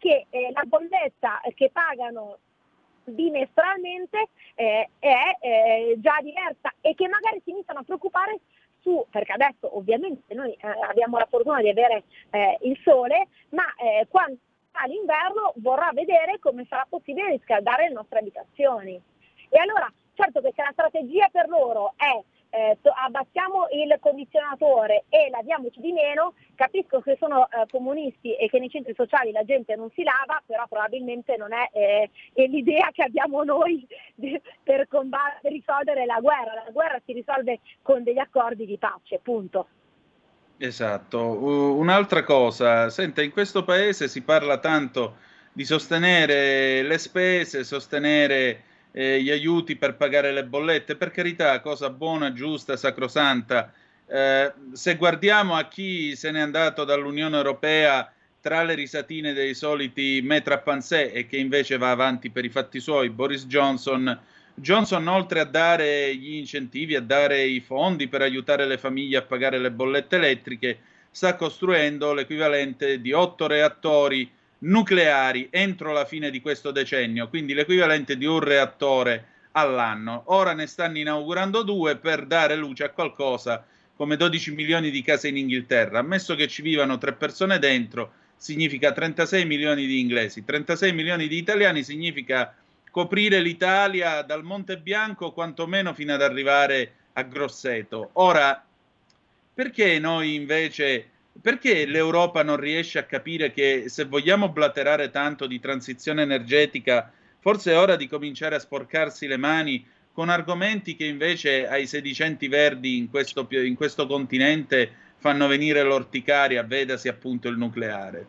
[SPEAKER 12] che eh, la bolletta che pagano bimestralmente eh, è eh, già diversa e che magari si iniziano a preoccupare su, perché adesso ovviamente noi eh, abbiamo la fortuna di avere eh, il sole, ma eh, quando sarà l'inverno vorrà vedere come sarà possibile riscaldare le nostre abitazioni. E allora, certo che se la strategia per loro è eh, to- abbassiamo il condizionatore e laviamoci di meno, capisco che sono eh, comunisti e che nei centri sociali la gente non si lava, però probabilmente non è, eh, è l'idea che abbiamo noi de- per combattere, risolvere la guerra. La guerra si risolve con degli accordi di pace, punto.
[SPEAKER 3] Esatto. Uh, un'altra cosa, senta, in questo paese si parla tanto di sostenere le spese, sostenere eh, gli aiuti per pagare le bollette, per carità, cosa buona, giusta, sacrosanta. Eh, se guardiamo a chi se n'è andato dall'Unione Europea tra le risatine dei soliti maître à penser e che invece va avanti per i fatti suoi, Boris Johnson, Johnson oltre a dare gli incentivi, a dare i fondi per aiutare le famiglie a pagare le bollette elettriche, sta costruendo l'equivalente di otto reattori nucleari entro la fine di questo decennio, quindi l'equivalente di un reattore all'anno. Ora ne stanno inaugurando due per dare luce a qualcosa come dodici milioni di case in Inghilterra. Ammesso che ci vivano tre persone dentro, significa trentasei milioni di inglesi, trentasei milioni di italiani significa coprire l'Italia dal Monte Bianco quantomeno fino ad arrivare a Grosseto. Ora, perché noi invece, perché l'Europa non riesce a capire che se vogliamo blaterare tanto di transizione energetica, forse è ora di cominciare a sporcarsi le mani con argomenti che invece ai sedicenti verdi in questo, in questo continente fanno venire l'orticaria, vedasi appunto il nucleare?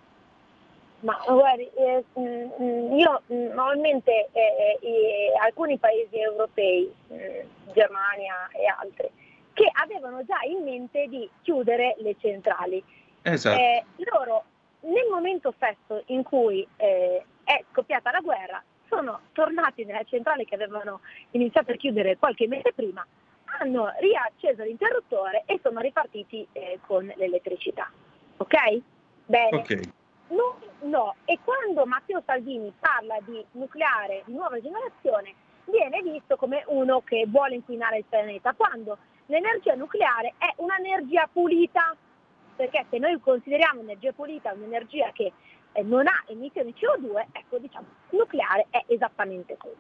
[SPEAKER 12] Ma guardi, eh, io normalmente eh, eh, alcuni paesi europei, eh, Germania e altri, che avevano già in mente di chiudere le centrali.
[SPEAKER 3] Esatto.
[SPEAKER 12] Eh, loro nel momento stesso in cui eh, è scoppiata la guerra sono tornati nella centrale che avevano iniziato a chiudere qualche mese prima, hanno riacceso l'interruttore e sono ripartiti eh, con l'elettricità. Ok? Bene.
[SPEAKER 3] Ok.
[SPEAKER 12] No, no, e quando Matteo Salvini parla di nucleare di nuova generazione viene visto come uno che vuole inquinare il pianeta, quando l'energia nucleare è un'energia pulita, perché se noi consideriamo energia pulita un'energia che eh, non ha emissioni C O due, ecco, diciamo, il nucleare è esattamente quello.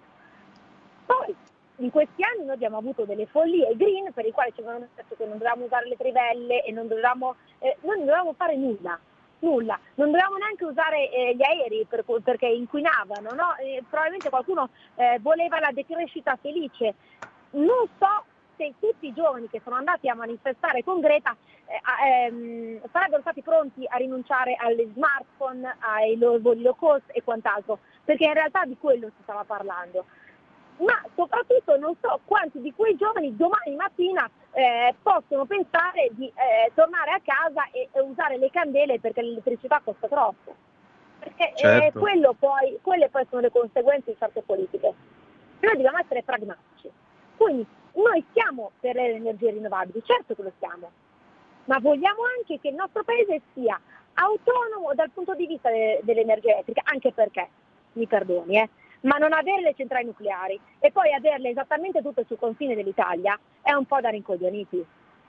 [SPEAKER 12] Poi in questi anni noi abbiamo avuto delle follie green per i quali ci avevano detto che non dovevamo usare le trivelle e non dovevamo, eh, noi non dovevamo fare nulla. Nulla, non dovevamo neanche usare eh, gli aerei per, perché inquinavano, no? Eh, probabilmente qualcuno eh, voleva la decrescita felice. Non so se tutti i giovani che sono andati a manifestare con Greta eh, ehm, sarebbero stati pronti a rinunciare agli smartphone, ai voli low cost e quant'altro, perché in realtà di quello si stava parlando. Ma soprattutto non so quanti di quei giovani domani mattina eh, possono pensare di eh, tornare a casa e, e usare le candele perché l'elettricità costa troppo. Perché
[SPEAKER 3] certo.
[SPEAKER 12] eh, quello poi, quelle poi sono le conseguenze di certe politiche. Noi dobbiamo essere pragmatici. Quindi noi siamo per le energie rinnovabili, certo che lo siamo, ma vogliamo anche che il nostro paese sia autonomo dal punto di vista de- dell'energia elettrica, anche perché, mi perdoni, eh, ma non avere le centrali nucleari e poi averle esattamente tutte sul confine dell'Italia è un po' da rincoglioniti.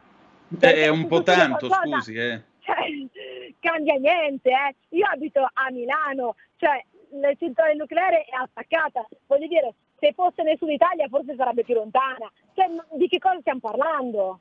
[SPEAKER 3] È un po' tanto, qualcosa, scusi. Eh.
[SPEAKER 12] Cioè, cambia niente, eh. Io abito a Milano, cioè la centrale nucleare è attaccata, voglio dire, se fosse nel sud Italia forse sarebbe più lontana. Cioè, di che cosa stiamo parlando?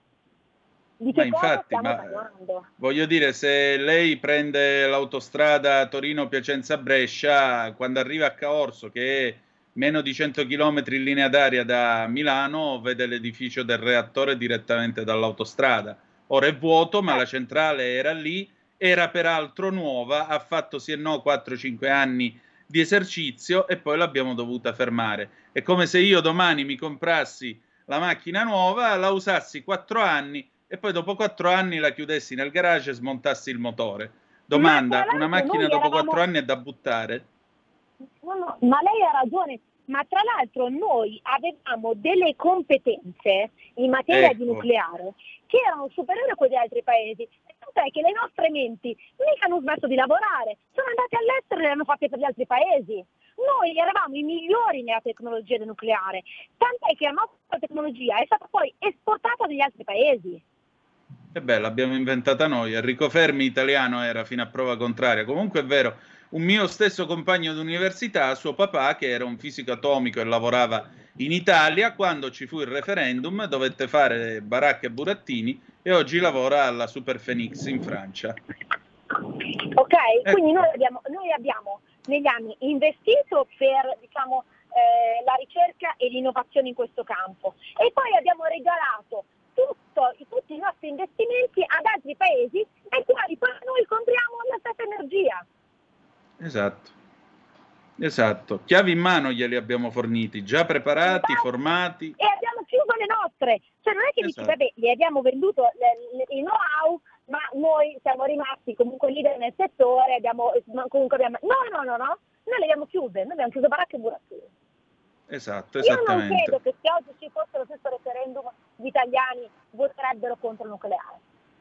[SPEAKER 12] Di che
[SPEAKER 3] ma
[SPEAKER 12] cosa
[SPEAKER 3] infatti,
[SPEAKER 12] stiamo
[SPEAKER 3] ma,
[SPEAKER 12] parlando?
[SPEAKER 3] Voglio dire, se lei prende l'autostrada Torino-Piacenza-Brescia, quando arriva a Caorso, che è meno di cento chilometri in linea d'aria da Milano, vede l'edificio del reattore direttamente dall'autostrada. Ora è vuoto, ma la centrale era lì, era peraltro nuova, ha fatto sì e no quattro cinque anni di esercizio e poi l'abbiamo dovuta fermare. È come se io domani mi comprassi la macchina nuova, la usassi quattro anni e poi dopo quattro anni la chiudessi nel garage e smontassi il motore. Domanda, una macchina dopo
[SPEAKER 12] eravamo...
[SPEAKER 3] quattro anni è da buttare?
[SPEAKER 12] No, no, ma lei ha ragione, ma tra l'altro noi avevamo delle competenze in materia
[SPEAKER 3] ecco.
[SPEAKER 12] di nucleare che erano superiori a quelle di altri paesi. tant'è che le nostre menti mica hanno smesso di lavorare, sono andate all'estero e le hanno fatte per gli altri paesi. Noi eravamo i migliori nella tecnologia del nucleare, tant'è che la nostra tecnologia è stata poi esportata negli altri paesi.
[SPEAKER 3] Che bella, l'abbiamo inventata noi. Enrico Fermi italiano era fino a prova contraria. Comunque è vero, un mio stesso compagno d'università, suo papà, che era un fisico atomico e lavorava in Italia, quando ci fu il referendum dovette fare baracca e burattini e oggi lavora alla Super Phoenix in Francia.
[SPEAKER 12] Ok, eh. Quindi noi abbiamo, noi abbiamo negli anni investito per, diciamo, eh, la ricerca e l'innovazione in questo campo e poi abbiamo regalato tutto, tutti i nostri investimenti ad altri paesi ai quali poi noi compriamo la stessa energia.
[SPEAKER 3] Esatto, esatto. Chiavi in mano glieli abbiamo forniti, già preparati, esatto. Formati.
[SPEAKER 12] E abbiamo chiuso le nostre. Cioè non è che esatto. dici, vabbè, gli abbiamo venduto il know-how, ma noi siamo rimasti comunque leader nel settore, abbiamo, comunque abbiamo... No, no, no, no, noi le abbiamo chiuse, noi abbiamo chiuso baracche e burattini.
[SPEAKER 3] Esatto, esattamente.
[SPEAKER 12] Io non credo che se oggi ci fosse lo stesso referendum gli italiani voterebbero contro il nucleare.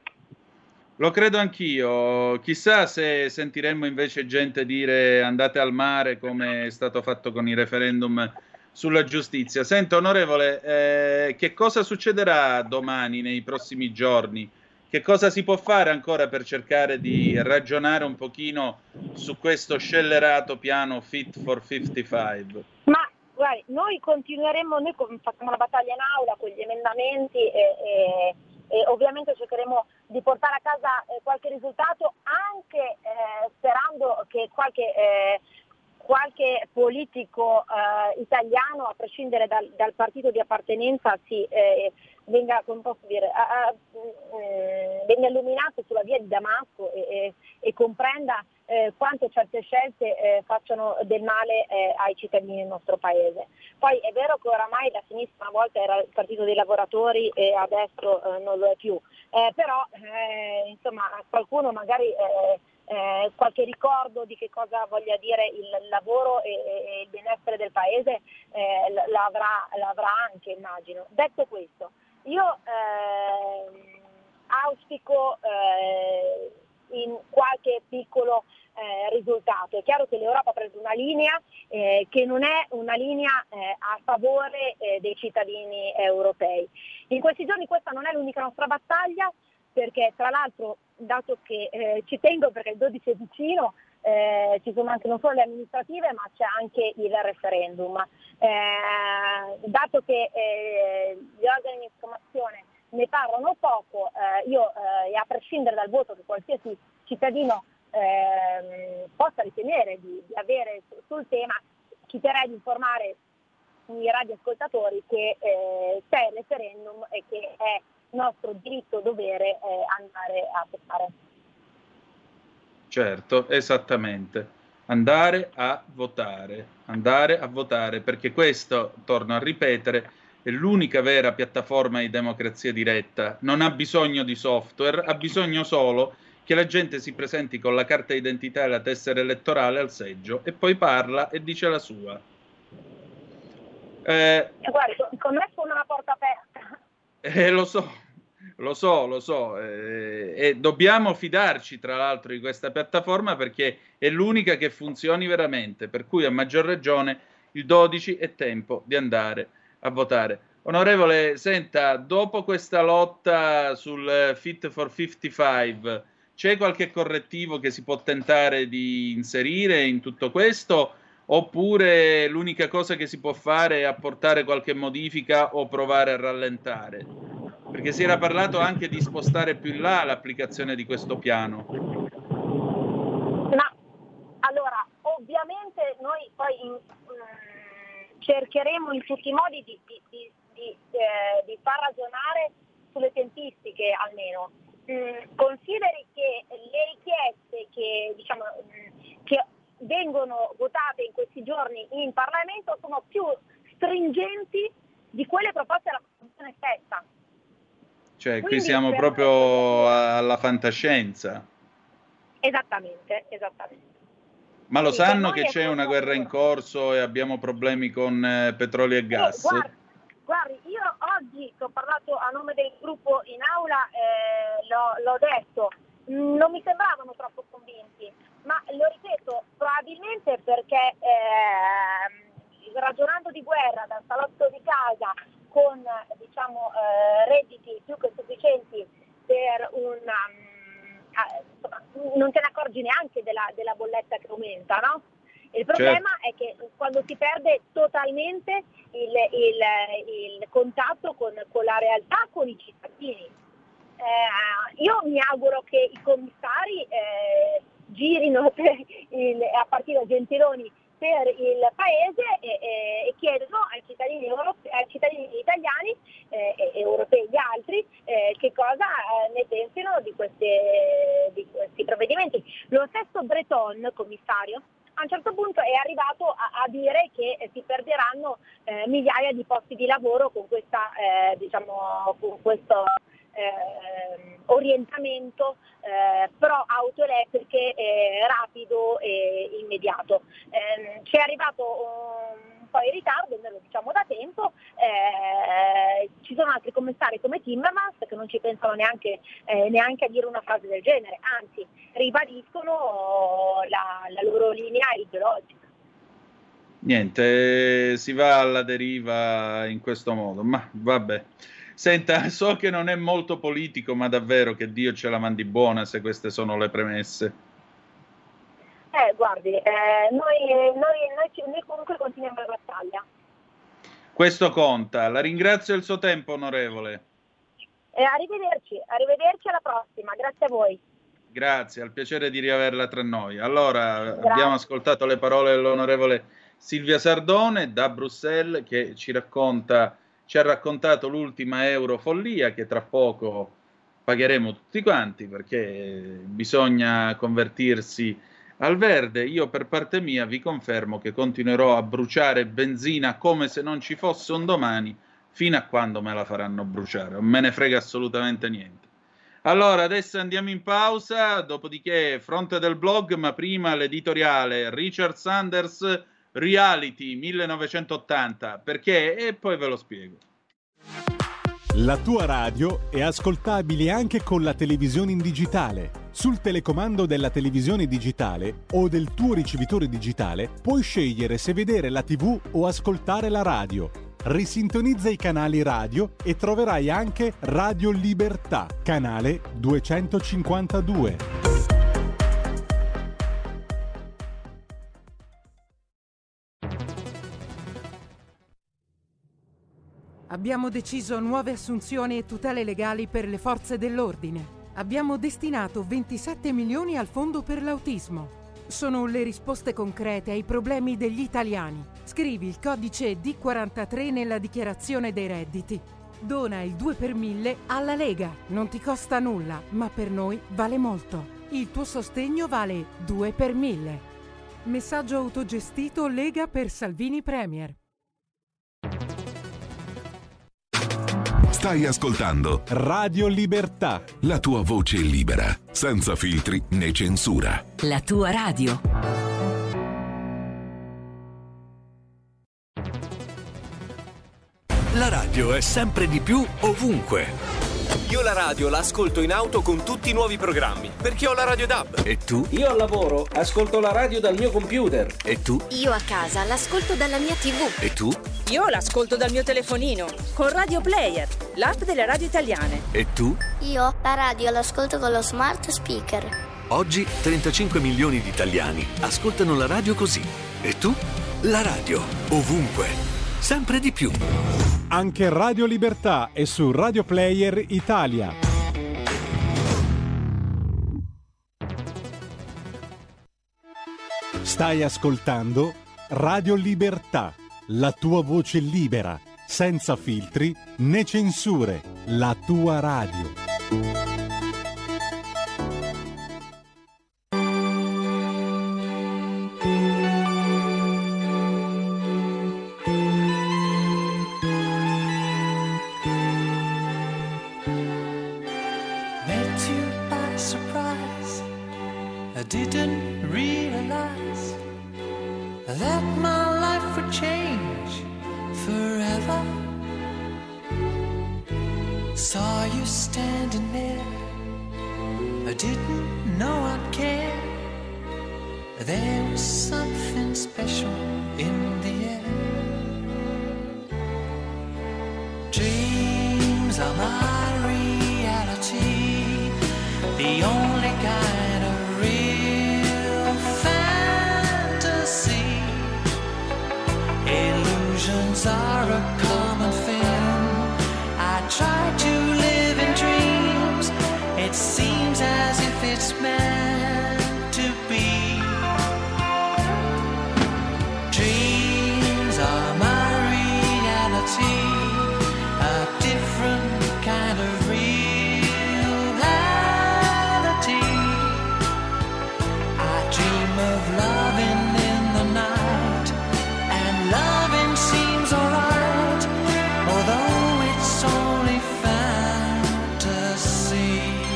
[SPEAKER 3] Lo credo anch'io. Chissà se sentiremmo invece gente dire andate al mare come è stato fatto con il referendum sulla giustizia. Senta, onorevole, eh, che cosa succederà domani, nei prossimi giorni? Che cosa si può fare ancora per cercare di ragionare un pochino su questo scellerato piano Fit for cinquantacinque?
[SPEAKER 12] Ma guardi, noi continueremo, noi facciamo la battaglia in aula con gli emendamenti e, e, e ovviamente cercheremo di portare a casa eh, qualche risultato, anche eh, sperando che qualche, eh, qualche politico eh, italiano, a prescindere dal, dal partito di appartenenza, si eh, venga, come posso dire, a, a, eh, venga illuminato sulla via di Damasco e, e, e comprenda eh, quanto certe scelte eh, facciano del male eh, ai cittadini del nostro paese. Poi è vero che oramai la sinistra una volta era il partito dei lavoratori e adesso eh, non lo è più, eh, però eh, insomma qualcuno magari eh, eh, qualche ricordo di che cosa voglia dire il lavoro e, e il benessere del paese eh, l'avrà, l'avrà anche, immagino. Detto questo, io eh, auspico eh, in qualche piccolo eh, risultato. È chiaro che l'Europa ha preso una linea eh, che non è una linea eh, a favore eh, dei cittadini europei. In questi giorni questa non è l'unica nostra battaglia, perché tra l'altro, dato che eh, ci tengo perché il dodici è vicino, eh, ci sono anche non solo le amministrative ma c'è anche il referendum. Eh, dato che eh, gli organi di informazione ne parlano poco, eh, io eh, a prescindere dal voto che qualsiasi cittadino eh, possa ritenere di, di avere su, sul tema, ci terrei di informare i radioascoltatori che eh, c'è il referendum e che è nostro diritto dovere eh, andare a votare.
[SPEAKER 3] Certo, esattamente. Andare a votare, andare a votare, perché questo, torno a ripetere, è l'unica vera piattaforma di democrazia diretta. Non ha bisogno di software, ha bisogno solo che la gente si presenti con la carta d'identità e la tessera elettorale al seggio e poi parla e dice la sua. Eh,
[SPEAKER 12] e guarda, con me sono una porta aperta.
[SPEAKER 3] Eh, lo so, lo so, lo so. Eh, e dobbiamo fidarci, tra l'altro, di questa piattaforma perché è l'unica che funzioni veramente. Per cui, a maggior ragione, il dodici è tempo di andare a votare. Onorevole, senta, dopo questa lotta sul Fit for cinquantacinque, c'è qualche correttivo che si può tentare di inserire in tutto questo? Oppure l'unica cosa che si può fare è apportare qualche modifica o provare a rallentare? Perché si era parlato anche di spostare più in là l'applicazione di questo piano.
[SPEAKER 12] Ma allora, ovviamente noi poi in, mh, cercheremo in tutti i modi di, di, di, di, eh, di far ragionare sulle tempistiche almeno. Mh, consideri che le richieste che, diciamo, mh, che vengono votate in questi giorni in Parlamento sono più stringenti di quelle proposte dalla Commissione stessa.
[SPEAKER 3] Cioè, quindi qui siamo proprio alla fantascienza.
[SPEAKER 12] Esattamente, esattamente.
[SPEAKER 3] Ma lo sì, sanno che c'è una guerra in corso e abbiamo problemi con eh, petrolio e gas?
[SPEAKER 12] Eh, guardi, guardi, io oggi che ho parlato a nome del gruppo in aula, eh, l'ho, l'ho detto, non mi sembravano troppo convinti, ma lo ripeto, probabilmente perché eh, ragionando di guerra dal salotto di casa con diciamo eh, redditi più che sufficienti per un um, non te ne accorgi neanche della, della bolletta che aumenta, no? Il problema certo. è che quando si perde totalmente il, il, il contatto con, con la realtà, con i cittadini. Eh, io mi auguro che i commissari eh, girino per il, a partire da Gentiloni per il paese e, e, e chiedono ai cittadini, europei, ai cittadini italiani eh, e europei gli altri eh, che cosa eh, ne pensino di, queste, di questi provvedimenti. Lo stesso Breton, commissario, a un certo punto è arrivato a, a dire che eh, si perderanno eh, migliaia di posti di lavoro con questa eh, diciamo con questo eh, orientamento eh, pro auto elettriche eh, rapido e immediato. Eh, ci è arrivato un po' in ritardo, noi lo diciamo da tempo, eh, ci sono altri commissari come Timmermans che non ci pensano neanche, eh, neanche a dire una frase del genere, anzi ribadiscono la, la loro linea ideologica.
[SPEAKER 3] Niente, si va alla deriva in questo modo, ma vabbè. Senta, so che non è molto politico, ma davvero che Dio ce la mandi buona se queste sono le premesse.
[SPEAKER 12] Eh, guardi, eh, noi, noi, noi, noi comunque continuiamo la battaglia.
[SPEAKER 3] Questo conta. La ringrazio del suo tempo, onorevole.
[SPEAKER 12] Eh, arrivederci, arrivederci alla prossima, grazie a voi.
[SPEAKER 3] Grazie, al piacere di riaverla tra noi. Allora, grazie. Abbiamo ascoltato le parole dell'onorevole Silvia Sardone da Bruxelles che ci racconta... ci ha raccontato l'ultima eurofollia che tra poco pagheremo tutti quanti perché bisogna convertirsi al verde. Io per parte mia vi confermo che continuerò a bruciare benzina come se non ci fosse un domani fino a quando me la faranno bruciare. Non me ne frega assolutamente niente. Allora, adesso andiamo in pausa, dopodiché fronte del blog, ma prima l'editoriale Richard Sanders Reality millenovecentottanta, perché? E poi ve lo spiego.
[SPEAKER 1] La tua radio è ascoltabile anche con la televisione in digitale. Sul telecomando della televisione digitale o del tuo ricevitore digitale puoi scegliere se vedere la tivù o ascoltare la radio. Risintonizza i canali radio e troverai anche Radio Libertà, canale duecentocinquantadue.
[SPEAKER 13] Abbiamo deciso nuove assunzioni e tutele legali per le forze dell'ordine. Abbiamo destinato ventisette milioni al fondo per l'autismo. Sono le risposte concrete ai problemi degli italiani. Scrivi il codice D quarantatré nella dichiarazione dei redditi. Dona il due per mille alla Lega. Non ti costa nulla, ma per noi vale molto. Il tuo sostegno vale due per mille. Messaggio autogestito Lega per Salvini Premier.
[SPEAKER 14] Stai ascoltando
[SPEAKER 1] Radio Libertà,
[SPEAKER 14] la tua voce libera, senza filtri né censura.
[SPEAKER 15] La tua radio.
[SPEAKER 5] La radio è sempre di più ovunque.
[SPEAKER 6] Io la radio l'ascolto in auto con tutti i nuovi programmi, perché ho la Radio D A B.
[SPEAKER 5] E tu?
[SPEAKER 7] Io al lavoro ascolto la radio dal mio computer.
[SPEAKER 5] E tu?
[SPEAKER 8] Io a casa l'ascolto dalla mia tivù.
[SPEAKER 5] E tu?
[SPEAKER 9] Io l'ascolto dal mio telefonino, con Radio Player, l'app delle radio italiane.
[SPEAKER 5] E tu?
[SPEAKER 8] Io la radio l'ascolto con lo smart speaker.
[SPEAKER 5] Oggi trentacinque milioni di italiani ascoltano la radio così. E tu? La radio, ovunque, sempre di più.
[SPEAKER 1] Anche Radio Libertà è su Radio Player Italia. Stai ascoltando Radio Libertà, la tua voce libera, senza filtri né censure, la tua radio.
[SPEAKER 15] didn't know I'd care. There was something special in the air. Dreams are my reality, the only kind of real fantasy. Illusions are a common thing. I try to live in dreams. It seems as if it's meant to be. Dreams are my reality, a different kind of reality. I dream of loving in the night, and loving seems alright, although it's only fantasy.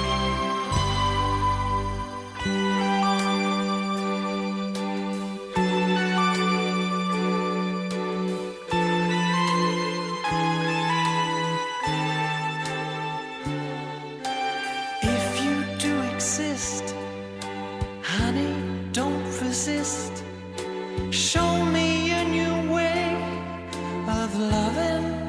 [SPEAKER 15] If you do exist, honey, don't resist. Show me a new way of loving.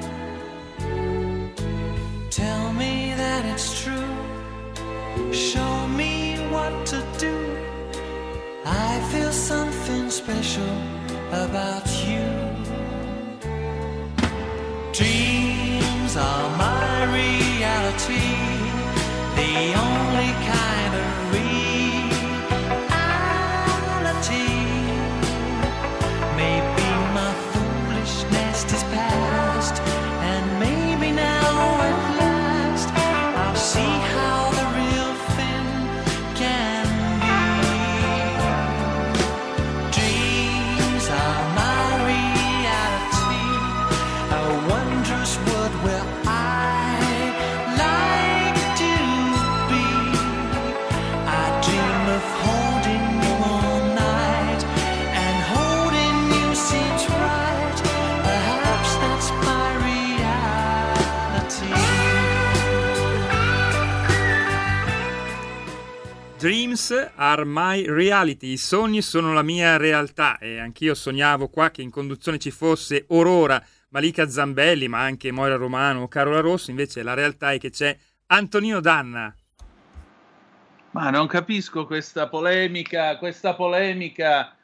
[SPEAKER 15] Tell me that it's true. Show me what to do. I feel something special about you. Dreams are my reality, the only kind of reality. Maybe my foolishness is past, and maybe now at last I'll see how the real thing can be. Dreams are my reality, a wondrous world where I like to be. I dream of holding you all night, and holding you seems right. Perhaps that's my reality.
[SPEAKER 2] Dreams are my reality, i sogni sono la mia realtà, e anch'io sognavo qua che in conduzione ci fosse Aurora, Malika Zambelli, ma anche Moira Romano o Carola Rosso. Invece la realtà è che c'è Antonino Danna.
[SPEAKER 3] Ma non capisco questa polemica, questa polemica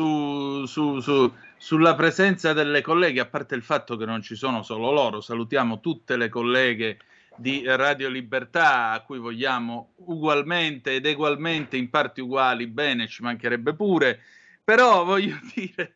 [SPEAKER 3] su, su, su, sulla presenza delle colleghe, a parte il fatto che non ci sono solo loro. Salutiamo tutte le colleghe di Radio Libertà, a cui vogliamo ugualmente ed egualmente, in parti uguali, bene, ci mancherebbe pure, però voglio dire...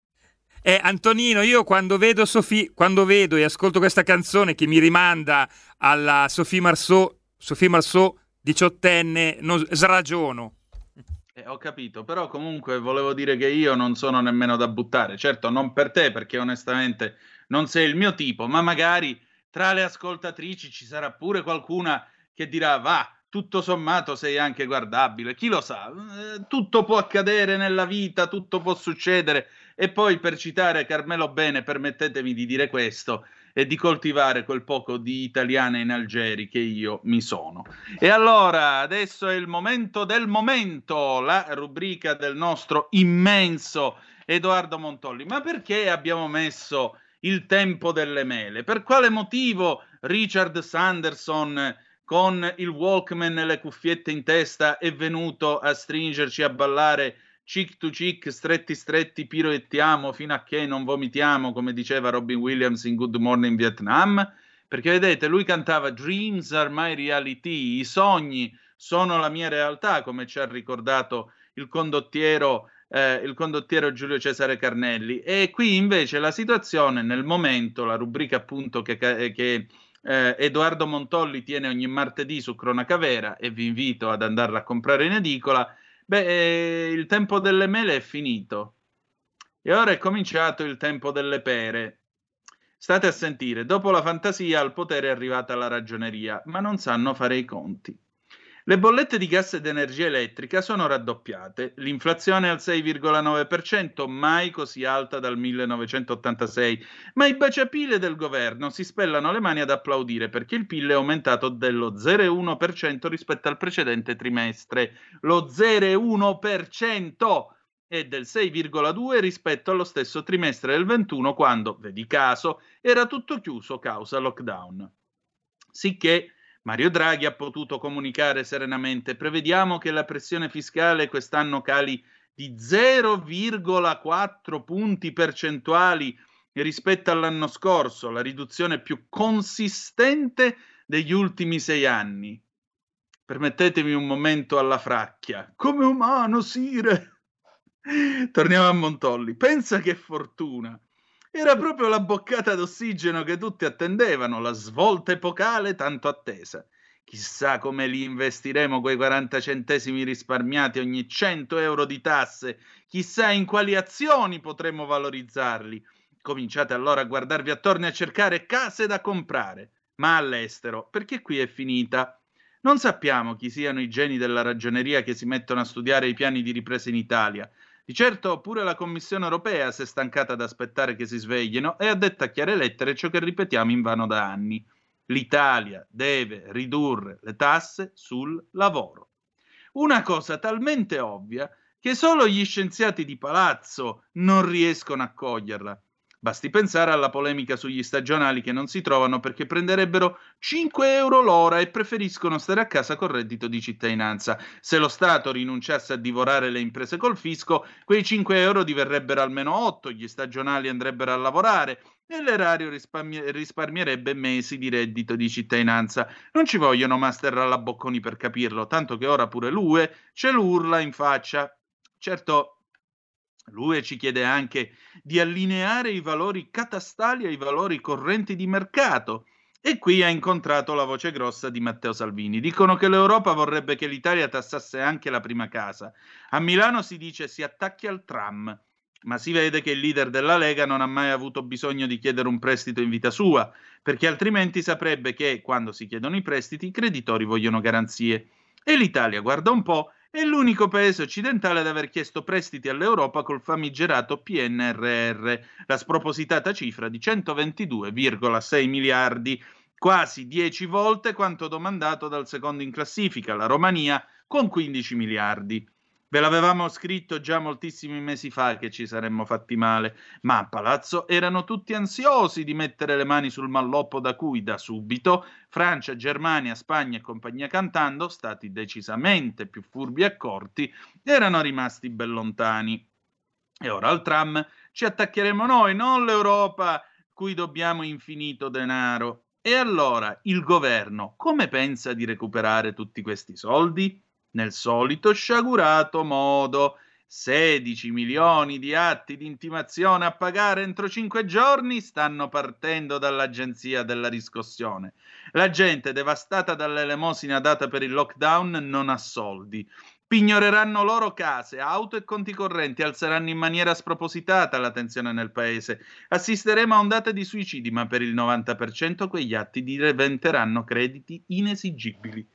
[SPEAKER 2] Eh, Antonino, io quando vedo Sophie, quando vedo e ascolto questa canzone che mi rimanda alla Sophie Marceau, Sophie Marceau diciottenne, non, sragiono.
[SPEAKER 3] Eh, ho capito, però comunque volevo dire che io non sono nemmeno da buttare, certo non per te, perché onestamente non sei il mio tipo, ma magari tra le ascoltatrici ci sarà pure qualcuna che dirà va, tutto sommato sei anche guardabile, chi lo sa, eh, tutto può accadere nella vita, tutto può succedere. E poi, per citare Carmelo Bene, permettetemi di dire questo e di coltivare quel poco di italiana in Algeri che io mi sono. E allora, adesso è il momento del momento, la rubrica del nostro immenso Edoardo Montolli. Ma perché abbiamo messo il tempo delle mele? Per quale motivo Richard Sanderson, con il Walkman e le cuffiette in testa, è venuto a stringerci, a ballare cheek to cheek, stretti stretti, piroettiamo fino a che non vomitiamo, come diceva Robin Williams in Good Morning Vietnam? Perché vedete, lui cantava Dreams are my reality, i sogni sono la mia realtà, come ci ha ricordato il condottiero, eh, il condottiero Giulio Cesare Carnelli. E qui invece la situazione nel momento, la rubrica appunto che, che eh, Edoardo Montolli tiene ogni martedì su Cronaca Vera, e vi invito ad andarla a comprare in edicola. Beh, eh, il tempo delle mele è finito e ora è cominciato il tempo delle pere. State a sentire, dopo la fantasia al potere è arrivata la ragioneria, ma non sanno fare i conti. Le bollette di gas ed energia elettrica sono raddoppiate, l'inflazione è al sei virgola nove per cento, mai così alta dal millenovecentottantasei, ma i baciapile del governo si spellano le mani ad applaudire perché il P I L è aumentato dello zero virgola uno per cento rispetto al precedente trimestre, lo zero virgola uno per cento e del sei virgola due per cento rispetto allo stesso trimestre del ventuno, quando, vedi caso, era tutto chiuso causa lockdown. Sicché Mario Draghi ha potuto comunicare serenamente: prevediamo che la pressione fiscale quest'anno cali di zero virgola quattro punti percentuali rispetto all'anno scorso, la riduzione più consistente degli ultimi sei anni. Permettetemi un momento alla fracchia. Come umano, Sire? Torniamo a Montolli. Pensa che fortuna! Era proprio la boccata d'ossigeno che tutti attendevano, la svolta epocale tanto attesa. Chissà come li investiremo quei quaranta centesimi risparmiati ogni cento euro di tasse, chissà in quali azioni potremo valorizzarli. Cominciate allora a guardarvi attorno e a cercare case da comprare, ma all'estero, perché qui è finita. Non sappiamo chi siano i geni della ragioneria che si mettono a studiare i piani di ripresa in Italia. Di certo pure la Commissione europea si è stancata d'aspettare che si sveglino e ha detto a chiare lettere ciò che ripetiamo invano da anni. L'Italia deve ridurre le tasse sul lavoro. Una cosa talmente ovvia che solo gli scienziati di palazzo non riescono a coglierla. Basti pensare alla polemica sugli stagionali che non si trovano perché prenderebbero cinque euro l'ora e preferiscono stare a casa col reddito di cittadinanza. Se lo Stato rinunciasse a divorare le imprese col fisco, quei cinque euro diverrebbero almeno otto, gli stagionali andrebbero a lavorare e l'erario risparmi- risparmierebbe mesi di reddito di cittadinanza. Non ci vogliono master Rallabocconi per capirlo, tanto che ora pure l'U E ce l'urla in faccia. Certo, l'U E ci chiede anche di allineare i valori catastali ai valori correnti di mercato e qui ha incontrato la voce grossa di Matteo Salvini. Dicono che l'Europa vorrebbe che l'Italia tassasse anche la prima casa. A Milano si dice si attacchi al tram, ma si vede che il leader della Lega non ha mai avuto bisogno di chiedere un prestito in vita sua, perché altrimenti saprebbe che quando si chiedono i prestiti i creditori vogliono garanzie. E l'Italia, guarda un po', è l'unico paese occidentale ad aver chiesto prestiti all'Europa col famigerato P N R R, la spropositata cifra di centoventidue virgola sei miliardi, quasi dieci volte quanto domandato dal secondo in classifica, la Romania, con quindici miliardi. Ve l'avevamo scritto già moltissimi mesi fa che ci saremmo fatti male, ma a palazzo erano tutti ansiosi di mettere le mani sul malloppo da cui da subito Francia, Germania, Spagna e compagnia cantando, stati decisamente più furbi e accorti, erano rimasti ben lontani. E ora al tram ci attaccheremo noi, non l'Europa, cui dobbiamo infinito denaro. E allora il governo come pensa di recuperare tutti questi soldi? Nel solito sciagurato modo. sedici milioni di atti di intimazione a pagare entro cinque giorni stanno partendo dall'agenzia della riscossione. La gente devastata dall'elemosina data per il lockdown non ha soldi. Pignoreranno loro case, auto e conti correnti, alzeranno in maniera spropositata la tensione nel paese. Assisteremo a ondate di suicidi, ma per il novanta per cento quegli atti diventeranno crediti inesigibili.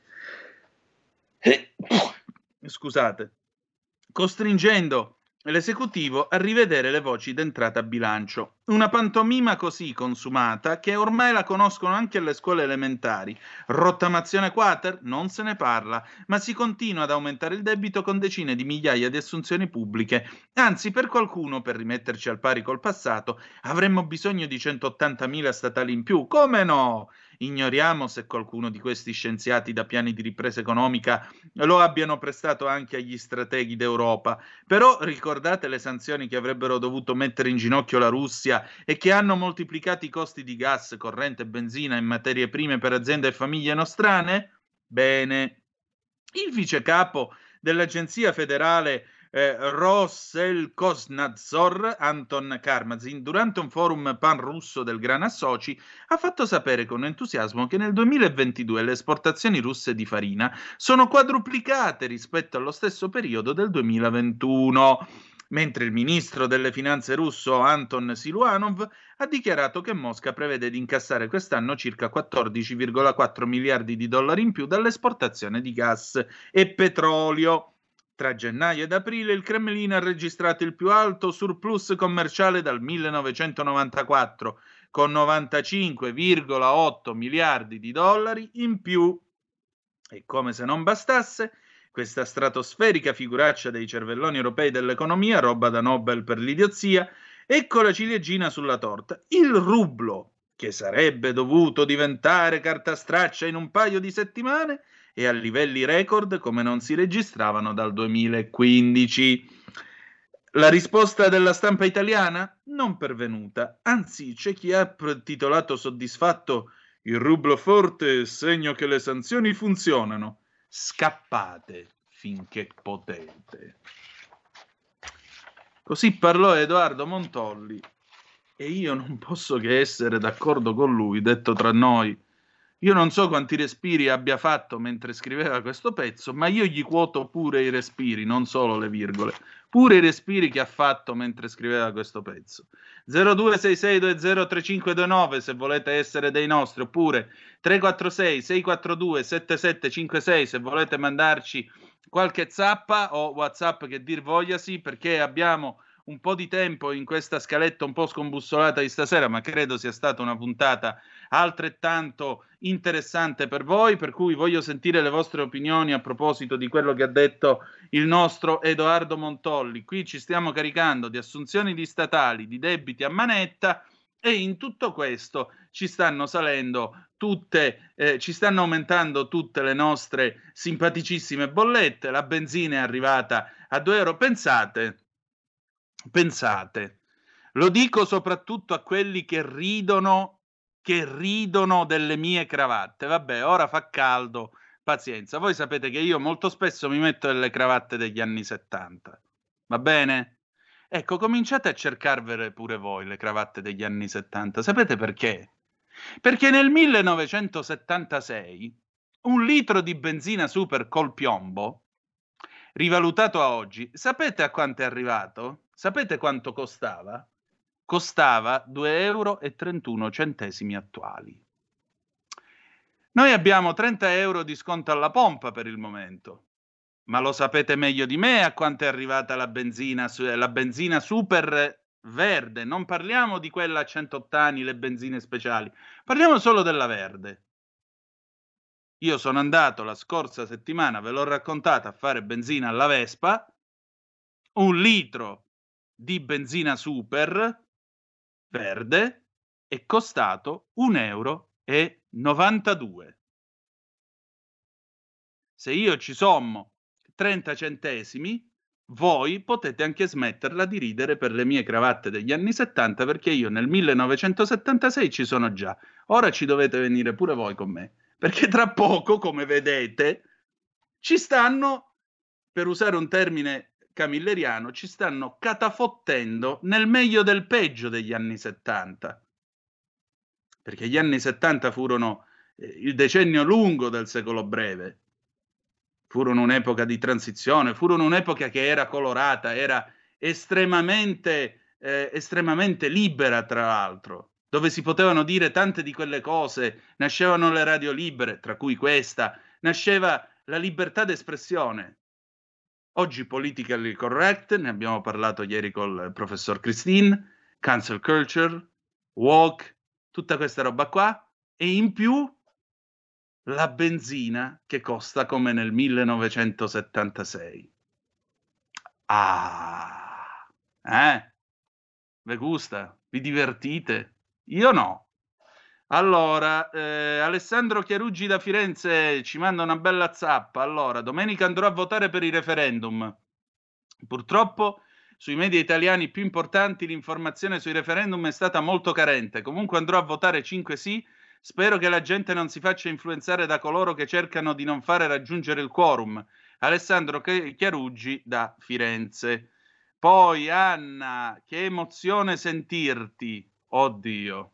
[SPEAKER 3] Scusate, costringendo l'esecutivo a rivedere le voci d'entrata a bilancio. Una pantomima così consumata che ormai la conoscono anche alle scuole elementari. Rottamazione quater? Non se ne parla, ma si continua ad aumentare il debito con decine di migliaia di assunzioni pubbliche. Anzi, per qualcuno, per rimetterci al pari col passato, avremmo bisogno di centottantamila statali in più. Come no? Ignoriamo se qualcuno di questi scienziati da piani di ripresa economica lo abbiano prestato anche agli strateghi d'Europa. Però ricordate le sanzioni che avrebbero dovuto mettere in ginocchio la Russia e che hanno moltiplicato i costi di gas, corrente e benzina in materie prime per aziende e famiglie nostrane? Bene, il vice capo dell'agenzia federale Eh, Roselkosnadzor, Anton Karmazin, durante un forum pan-russo del Gran Associ, ha fatto sapere con entusiasmo che nel duemilaventidue le esportazioni russe di farina sono quadruplicate rispetto allo stesso periodo del duemilaventuno. mentre il ministro delle finanze russo Anton Siluanov ha dichiarato che Mosca prevede di incassare quest'anno circa quattordici virgola quattro miliardi di dollari in più dall'esportazione di gas e petrolio. Tra gennaio ed aprile il Cremlino ha registrato il più alto surplus commerciale dal millenovecentonovantaquattro, con novantacinque virgola otto miliardi di dollari in più. E come se non bastasse, questa stratosferica figuraccia dei cervelloni europei dell'economia, roba da Nobel per l'idiozia, ecco la ciliegina sulla torta. Il rublo, che sarebbe dovuto diventare carta straccia in un paio di settimane, è a livelli record come non si registravano dal duemilaquindici. La risposta della stampa italiana? Non pervenuta, anzi c'è chi ha titolato soddisfatto "Il rublo forte, segno che le sanzioni funzionano. Scappate finché potete". Così parlò Edoardo Montolli e io non posso che essere d'accordo con lui, detto tra noi. Io non so quanti respiri abbia fatto mentre scriveva questo pezzo, ma io gli quoto pure i respiri, non solo le virgole, pure i respiri che ha fatto mentre scriveva questo pezzo. zero due sei sei due zero tre cinque due nove se volete essere dei nostri, oppure tre quattro sei sei quattro due sette sette cinque sei se volete mandarci qualche zappa o WhatsApp che dir vogliasi, perché abbiamo un po' di tempo in questa scaletta un po' scombussolata di stasera, ma credo sia stata una puntata altrettanto interessante per voi, per cui voglio sentire le vostre opinioni a proposito di quello che ha detto il nostro Edoardo Montolli. Qui ci stiamo caricando di assunzioni di statali, di debiti a manetta, e in tutto questo ci stanno salendo tutte, eh, ci stanno aumentando tutte le nostre simpaticissime bollette. La benzina è arrivata a due euro. Pensate, pensate, lo dico soprattutto a quelli che ridono che ridono delle mie cravatte. Vabbè, ora fa caldo, pazienza. Voi sapete che io molto spesso mi metto delle cravatte degli anni settanta, va bene? Ecco, cominciate a cercarvele pure voi le cravatte degli anni settanta. Sapete perché? Perché nel millenovecentosettantasei un litro di benzina super col piombo, rivalutato a oggi, sapete a quanto è arrivato? Sapete quanto costava? Costava due euro e trentuno centesimi attuali. Noi abbiamo trenta euro di sconto alla pompa per il momento, ma lo sapete meglio di me a quanto è arrivata la benzina, la benzina super verde. Non parliamo di quella a cento ottani, le benzine speciali, parliamo solo della verde. Io sono andato la scorsa settimana, ve l'ho raccontata, a fare benzina alla Vespa, un litro di benzina super verde è costato un euro e novantadue. Se io ci sommo trenta centesimi, voi potete anche smetterla di ridere per le mie cravatte degli anni settanta, perché io nel millenovecentosettantasei ci sono già. Ora ci dovete venire pure voi con me, perché tra poco, come vedete, ci stanno, per usare un termine camilleriano, ci stanno catafottendo nel meglio del peggio degli anni settanta, perché gli anni settanta furono eh, il decennio lungo del secolo breve, furono un'epoca di transizione, furono un'epoca che era colorata, era estremamente, eh, estremamente libera, tra l'altro, dove si potevano dire tante di quelle cose, nascevano le radio libere, tra cui questa, nasceva la libertà d'espressione. Oggi politically correct, ne abbiamo parlato ieri col professor Christine, cancel culture, woke, tutta questa roba qua, e in più la benzina che costa come nel millenovecentosettantasei. Ah, eh? Vi gusta? Vi divertite? Io no. Allora, eh, Alessandro Chiaruggi da Firenze ci manda una bella zappa. Allora, domenica andrò a votare per il referendum. Purtroppo sui media italiani più importanti l'informazione sui referendum è stata molto carente. Comunque andrò a votare cinque sì. Spero che la gente non si faccia influenzare da coloro che cercano di non fare raggiungere il quorum. Alessandro Chiaruggi da Firenze. Poi Anna, che emozione sentirti. Oddio.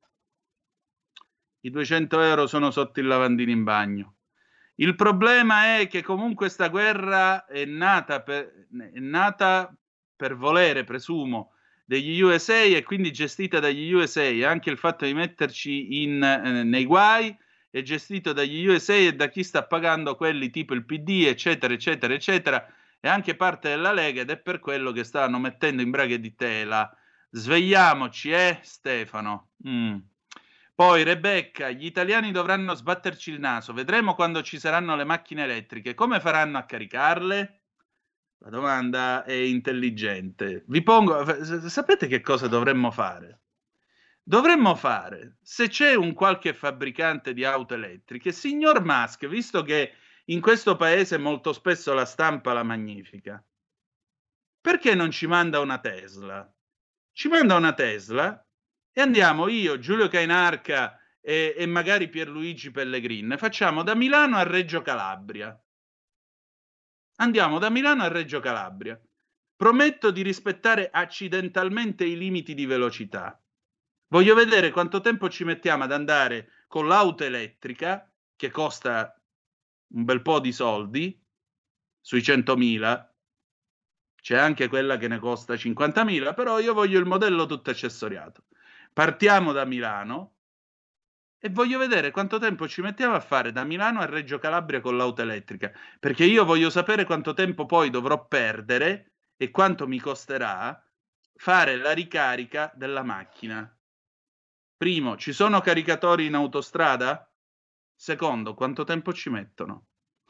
[SPEAKER 3] I duecento euro sono sotto il lavandino in bagno. Il problema è che comunque sta guerra è nata per, è nata per volere, presumo, degli U S A e quindi gestita dagli U S A. Anche il fatto di metterci in, eh, nei guai è gestito dagli U S A e da chi sta pagando quelli tipo il P D, eccetera, eccetera, eccetera, e anche parte della Lega, ed è per quello che stanno mettendo in braghe di tela. Svegliamoci, eh, Stefano? Mm. Poi Rebecca, gli italiani dovranno sbatterci il naso, vedremo quando ci saranno le macchine elettriche, come faranno a caricarle? La domanda è intelligente. Vi pongo, sapete che cosa dovremmo fare? Dovremmo fare, se c'è un qualche fabbricante di auto elettriche, signor Musk, visto che in questo paese molto spesso la stampa la magnifica, perché non ci manda una Tesla? Ci manda una Tesla e andiamo io, Giulio Cainarca e, e magari Pierluigi Pellegrin, facciamo da Milano a Reggio Calabria. Andiamo da Milano a Reggio Calabria. Prometto di rispettare accidentalmente i limiti di velocità. Voglio vedere quanto tempo ci mettiamo ad andare con l'auto elettrica, che costa un bel po' di soldi, sui centomila. C'è anche quella che ne costa cinquantamila, però io voglio il modello tutto accessoriato. Partiamo da Milano e voglio vedere quanto tempo ci mettiamo a fare da Milano a Reggio Calabria con l'auto elettrica, perché io voglio sapere quanto tempo poi dovrò perdere e quanto mi costerà fare la ricarica della macchina. Primo, ci sono caricatori in autostrada? Secondo, quanto tempo ci mettono?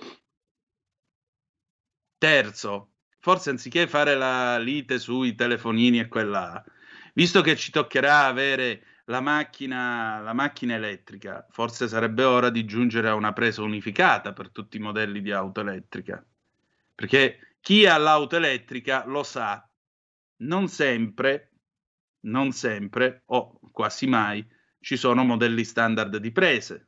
[SPEAKER 3] Terzo, forse anziché fare la lite sui telefonini e quella, visto che ci toccherà avere la macchina, la macchina elettrica, forse sarebbe ora di giungere a una presa unificata per tutti i modelli di auto elettrica. Perché chi ha l'auto elettrica lo sa, non sempre, non sempre, o quasi mai, ci sono modelli standard di prese.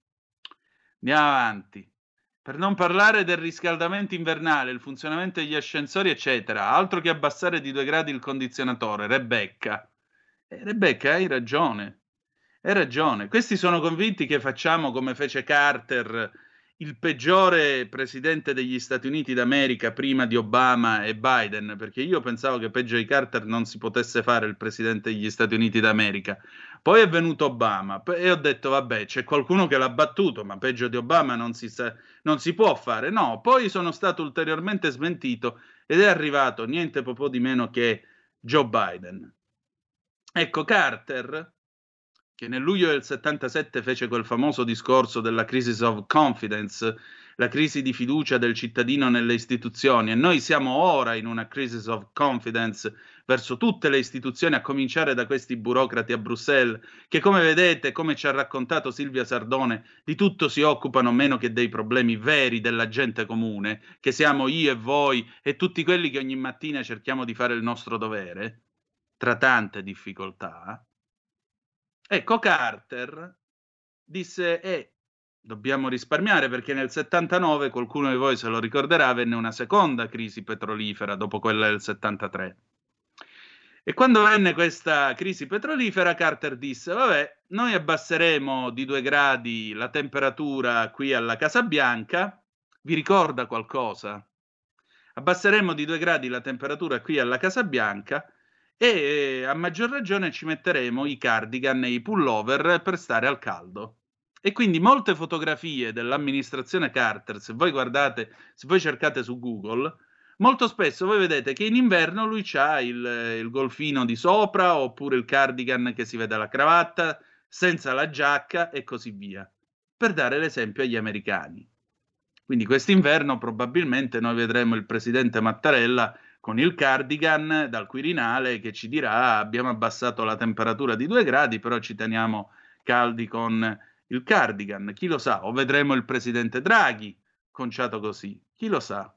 [SPEAKER 3] Andiamo avanti. Per non parlare del riscaldamento invernale, il funzionamento degli ascensori, eccetera. Altro che abbassare di due gradi il condizionatore. Rebecca. Eh, Rebecca, hai ragione. Hai ragione. Questi sono convinti che facciamo come fece Carter, il peggiore presidente degli Stati Uniti d'America prima di Obama e Biden, perché io pensavo che peggio di Carter non si potesse fare il presidente degli Stati Uniti d'America. Poi è venuto Obama e ho detto vabbè, c'è qualcuno che l'ha battuto, ma peggio di Obama non si, sa, non si può fare. No, poi sono stato ulteriormente smentito ed è arrivato niente po' di meno che Joe Biden. Ecco, Carter, che nel luglio del settantasette fece quel famoso discorso della crisis of confidence, la crisi di fiducia del cittadino nelle istituzioni, e noi siamo ora in una crisis of confidence verso tutte le istituzioni, a cominciare da questi burocrati a Bruxelles, che come vedete, come ci ha raccontato Silvia Sardone, di tutto si occupano meno che dei problemi veri della gente comune, che siamo io e voi e tutti quelli che ogni mattina cerchiamo di fare il nostro dovere, tra tante difficoltà. Ecco, Carter disse, eh, dobbiamo risparmiare, perché nel settantanove, qualcuno di voi se lo ricorderà, venne una seconda crisi petrolifera dopo quella del settantatré. E quando venne questa crisi petrolifera, Carter disse, vabbè, noi abbasseremo di due gradi la temperatura qui alla Casa Bianca. Vi ricorda qualcosa? Abbasseremo di due gradi la temperatura qui alla Casa Bianca e a maggior ragione ci metteremo i cardigan e i pullover per stare al caldo. E quindi molte fotografie dell'amministrazione Carter, se voi guardate, se voi cercate su Google, molto spesso voi vedete che in inverno lui c'ha il, il golfino di sopra, oppure il cardigan che si vede la cravatta, senza la giacca e così via, per dare l'esempio agli americani. Quindi quest'inverno probabilmente noi vedremo il presidente Mattarella con il cardigan dal Quirinale che ci dirà abbiamo abbassato la temperatura di due gradi, però ci teniamo caldi con il cardigan. Chi lo sa? O vedremo il presidente Draghi conciato così. Chi lo sa?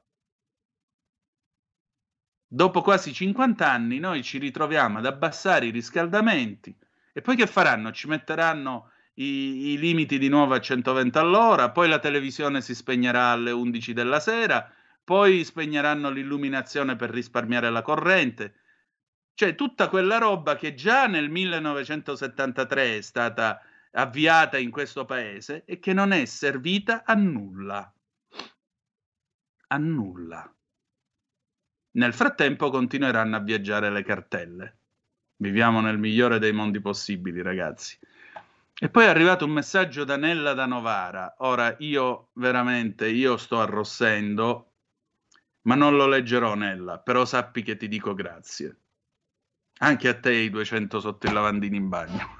[SPEAKER 3] Dopo quasi cinquanta anni noi ci ritroviamo ad abbassare i riscaldamenti e poi che faranno? Ci metteranno i, i limiti di nuovo a centoventi all'ora, poi la televisione si spegnerà alle undici della sera, poi spegneranno l'illuminazione per risparmiare la corrente. Cioè tutta quella roba che già nel millenovecentosettantatré è stata avviata in questo paese e che non è servita a nulla. A nulla. Nel frattempo continueranno a viaggiare le cartelle. Viviamo nel migliore dei mondi possibili, ragazzi. E poi è arrivato un messaggio da Nella da Novara. Ora, io veramente, io sto arrossendo, ma non lo leggerò, Nella, però sappi che ti dico grazie. Anche a te i duecento sotto il lavandino in bagno.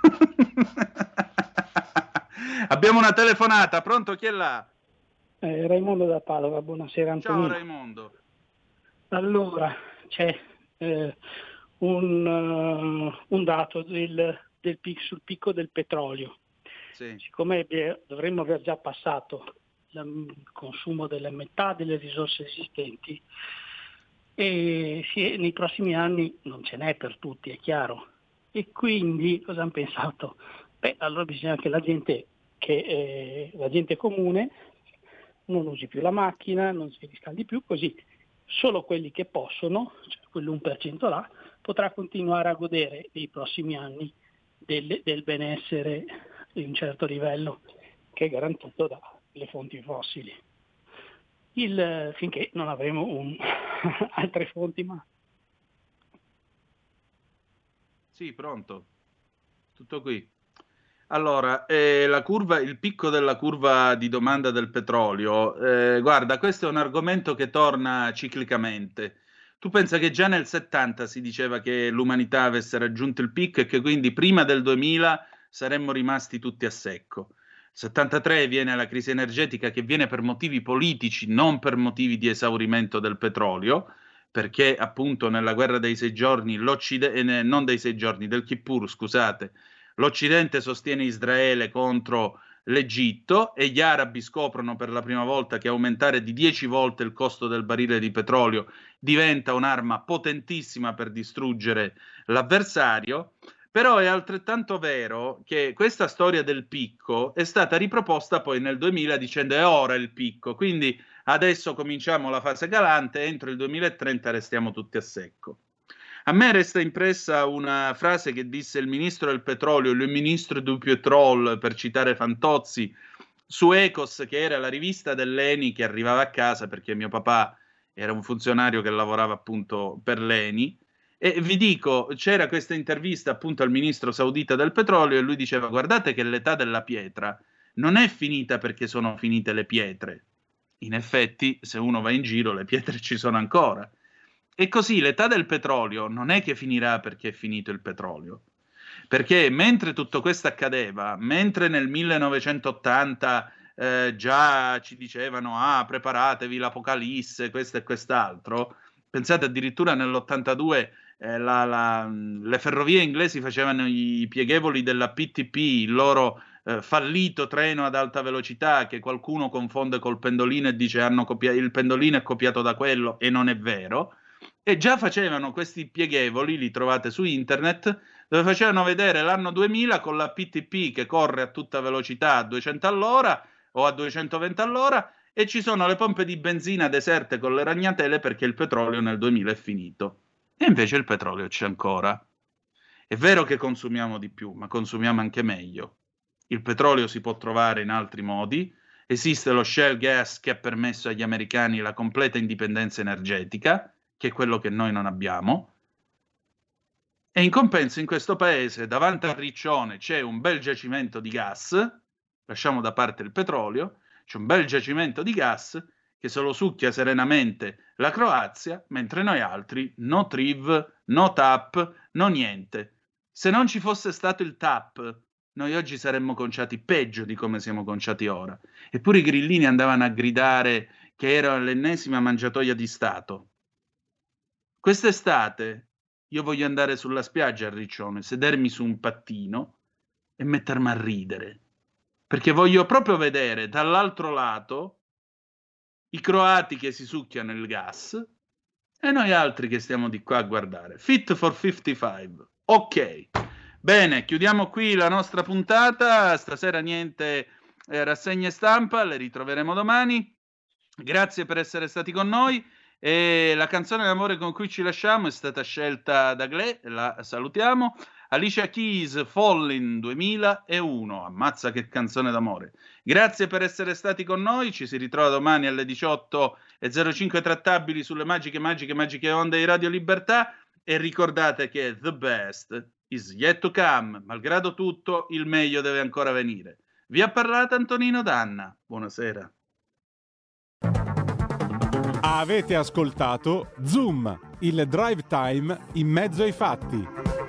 [SPEAKER 3] Abbiamo una telefonata, pronto? Chi è là?
[SPEAKER 16] Eh, Raimondo da Padova, buonasera Antonino.
[SPEAKER 3] Ciao Raimondo.
[SPEAKER 16] Allora, c'è eh, un, uh, un dato del, del pic, sul picco del petrolio.
[SPEAKER 3] Sì.
[SPEAKER 16] Siccome dovremmo aver già passato il consumo della metà delle risorse esistenti, e sì, nei prossimi anni non ce n'è per tutti, è chiaro. E quindi cosa hanno pensato? Beh, allora bisogna che la gente, che, eh, la gente comune non usi più la macchina, non si riscaldi più, così solo quelli che possono, cioè quell'uno per cento là, potrà continuare a godere nei prossimi anni del, del benessere di un certo livello che è garantito dalle fonti fossili. Il, finché non avremo un, altre fonti, ma...
[SPEAKER 3] Sì, pronto. Tutto qui. Allora, eh, la curva, il picco della curva di domanda del petrolio, eh, guarda, questo è un argomento che torna ciclicamente. Tu pensa che già nel settanta si diceva che l'umanità avesse raggiunto il picco e che quindi prima del duemila saremmo rimasti tutti a secco. settantatré viene la crisi energetica, che viene per motivi politici, non per motivi di esaurimento del petrolio, perché appunto nella guerra dei sei giorni, l'Occidente, non dei sei giorni, del Kippur, scusate, l'Occidente sostiene Israele contro l'Egitto e gli arabi scoprono per la prima volta che aumentare di dieci volte il costo del barile di petrolio diventa un'arma potentissima per distruggere l'avversario. Però è altrettanto vero che questa storia del picco è stata riproposta poi nel duemila dicendo è ora il picco, quindi adesso cominciamo la fase galante, entro il duemilatrenta restiamo tutti a secco. A me resta impressa una frase che disse il ministro del petrolio, il ministro du pétrole, per citare Fantozzi, su Ecos, che era la rivista dell'Eni che arrivava a casa, perché mio papà era un funzionario che lavorava appunto per l'Eni. E vi dico, c'era questa intervista appunto al ministro saudita del petrolio e lui diceva: guardate che l'età della pietra non è finita perché sono finite le pietre. In effetti, se uno va in giro, le pietre ci sono ancora. E così l'età del petrolio non è che finirà perché è finito il petrolio. Perché mentre tutto questo accadeva, mentre nel millenovecentottanta eh, già ci dicevano ah, preparatevi l'apocalisse, questo e quest'altro, pensate addirittura nell'ottantadue eh, la, la, le ferrovie inglesi facevano i pieghevoli della P T P, il loro eh, fallito treno ad alta velocità che qualcuno confonde col pendolino e dice hanno copiato, il pendolino è copiato da quello, e non è vero. E già facevano questi pieghevoli, li trovate su internet, dove facevano vedere l'anno duemila con la P T P che corre a tutta velocità a duecento all'ora o a duecentoventi all'ora, e ci sono le pompe di benzina deserte con le ragnatele perché il petrolio nel duemila è finito. E invece il petrolio c'è ancora. È vero che consumiamo di più, ma consumiamo anche meglio. Il petrolio si può trovare in altri modi. Esiste lo shale gas che ha permesso agli americani la completa indipendenza energetica, che è quello che noi non abbiamo, e in compenso in questo paese davanti al Riccione c'è un bel giacimento di gas, lasciamo da parte il petrolio, c'è un bel giacimento di gas che se lo succhia serenamente la Croazia, mentre noi altri no T R I V, no T A P, no niente. Se non ci fosse stato il T A P, noi oggi saremmo conciati peggio di come siamo conciati ora. Eppure i grillini andavano a gridare che era l'ennesima mangiatoia di Stato. Quest'estate io voglio andare sulla spiaggia a Riccione, sedermi su un pattino e mettermi a ridere, perché voglio proprio vedere dall'altro lato i croati che si succhiano il gas e noi altri che stiamo di qua a guardare. Fit for cinquantacinque. Ok, bene, chiudiamo qui la nostra puntata. Stasera niente eh, rassegne stampa, le ritroveremo domani. Grazie per essere stati con noi. E la canzone d'amore con cui ci lasciamo è stata scelta da Gle, la salutiamo. Alicia Keys, Falling duemilauno, ammazza che canzone d'amore. Grazie per essere stati con noi, ci si ritrova domani alle diciotto e zero cinque trattabili sulle magiche, magiche, magiche onde di Radio Libertà. E ricordate che the best is yet to come, malgrado tutto il meglio deve ancora venire. Vi ha parlato Antonino Danna, buonasera.
[SPEAKER 1] Avete ascoltato Zoom, il drive time in mezzo ai fatti.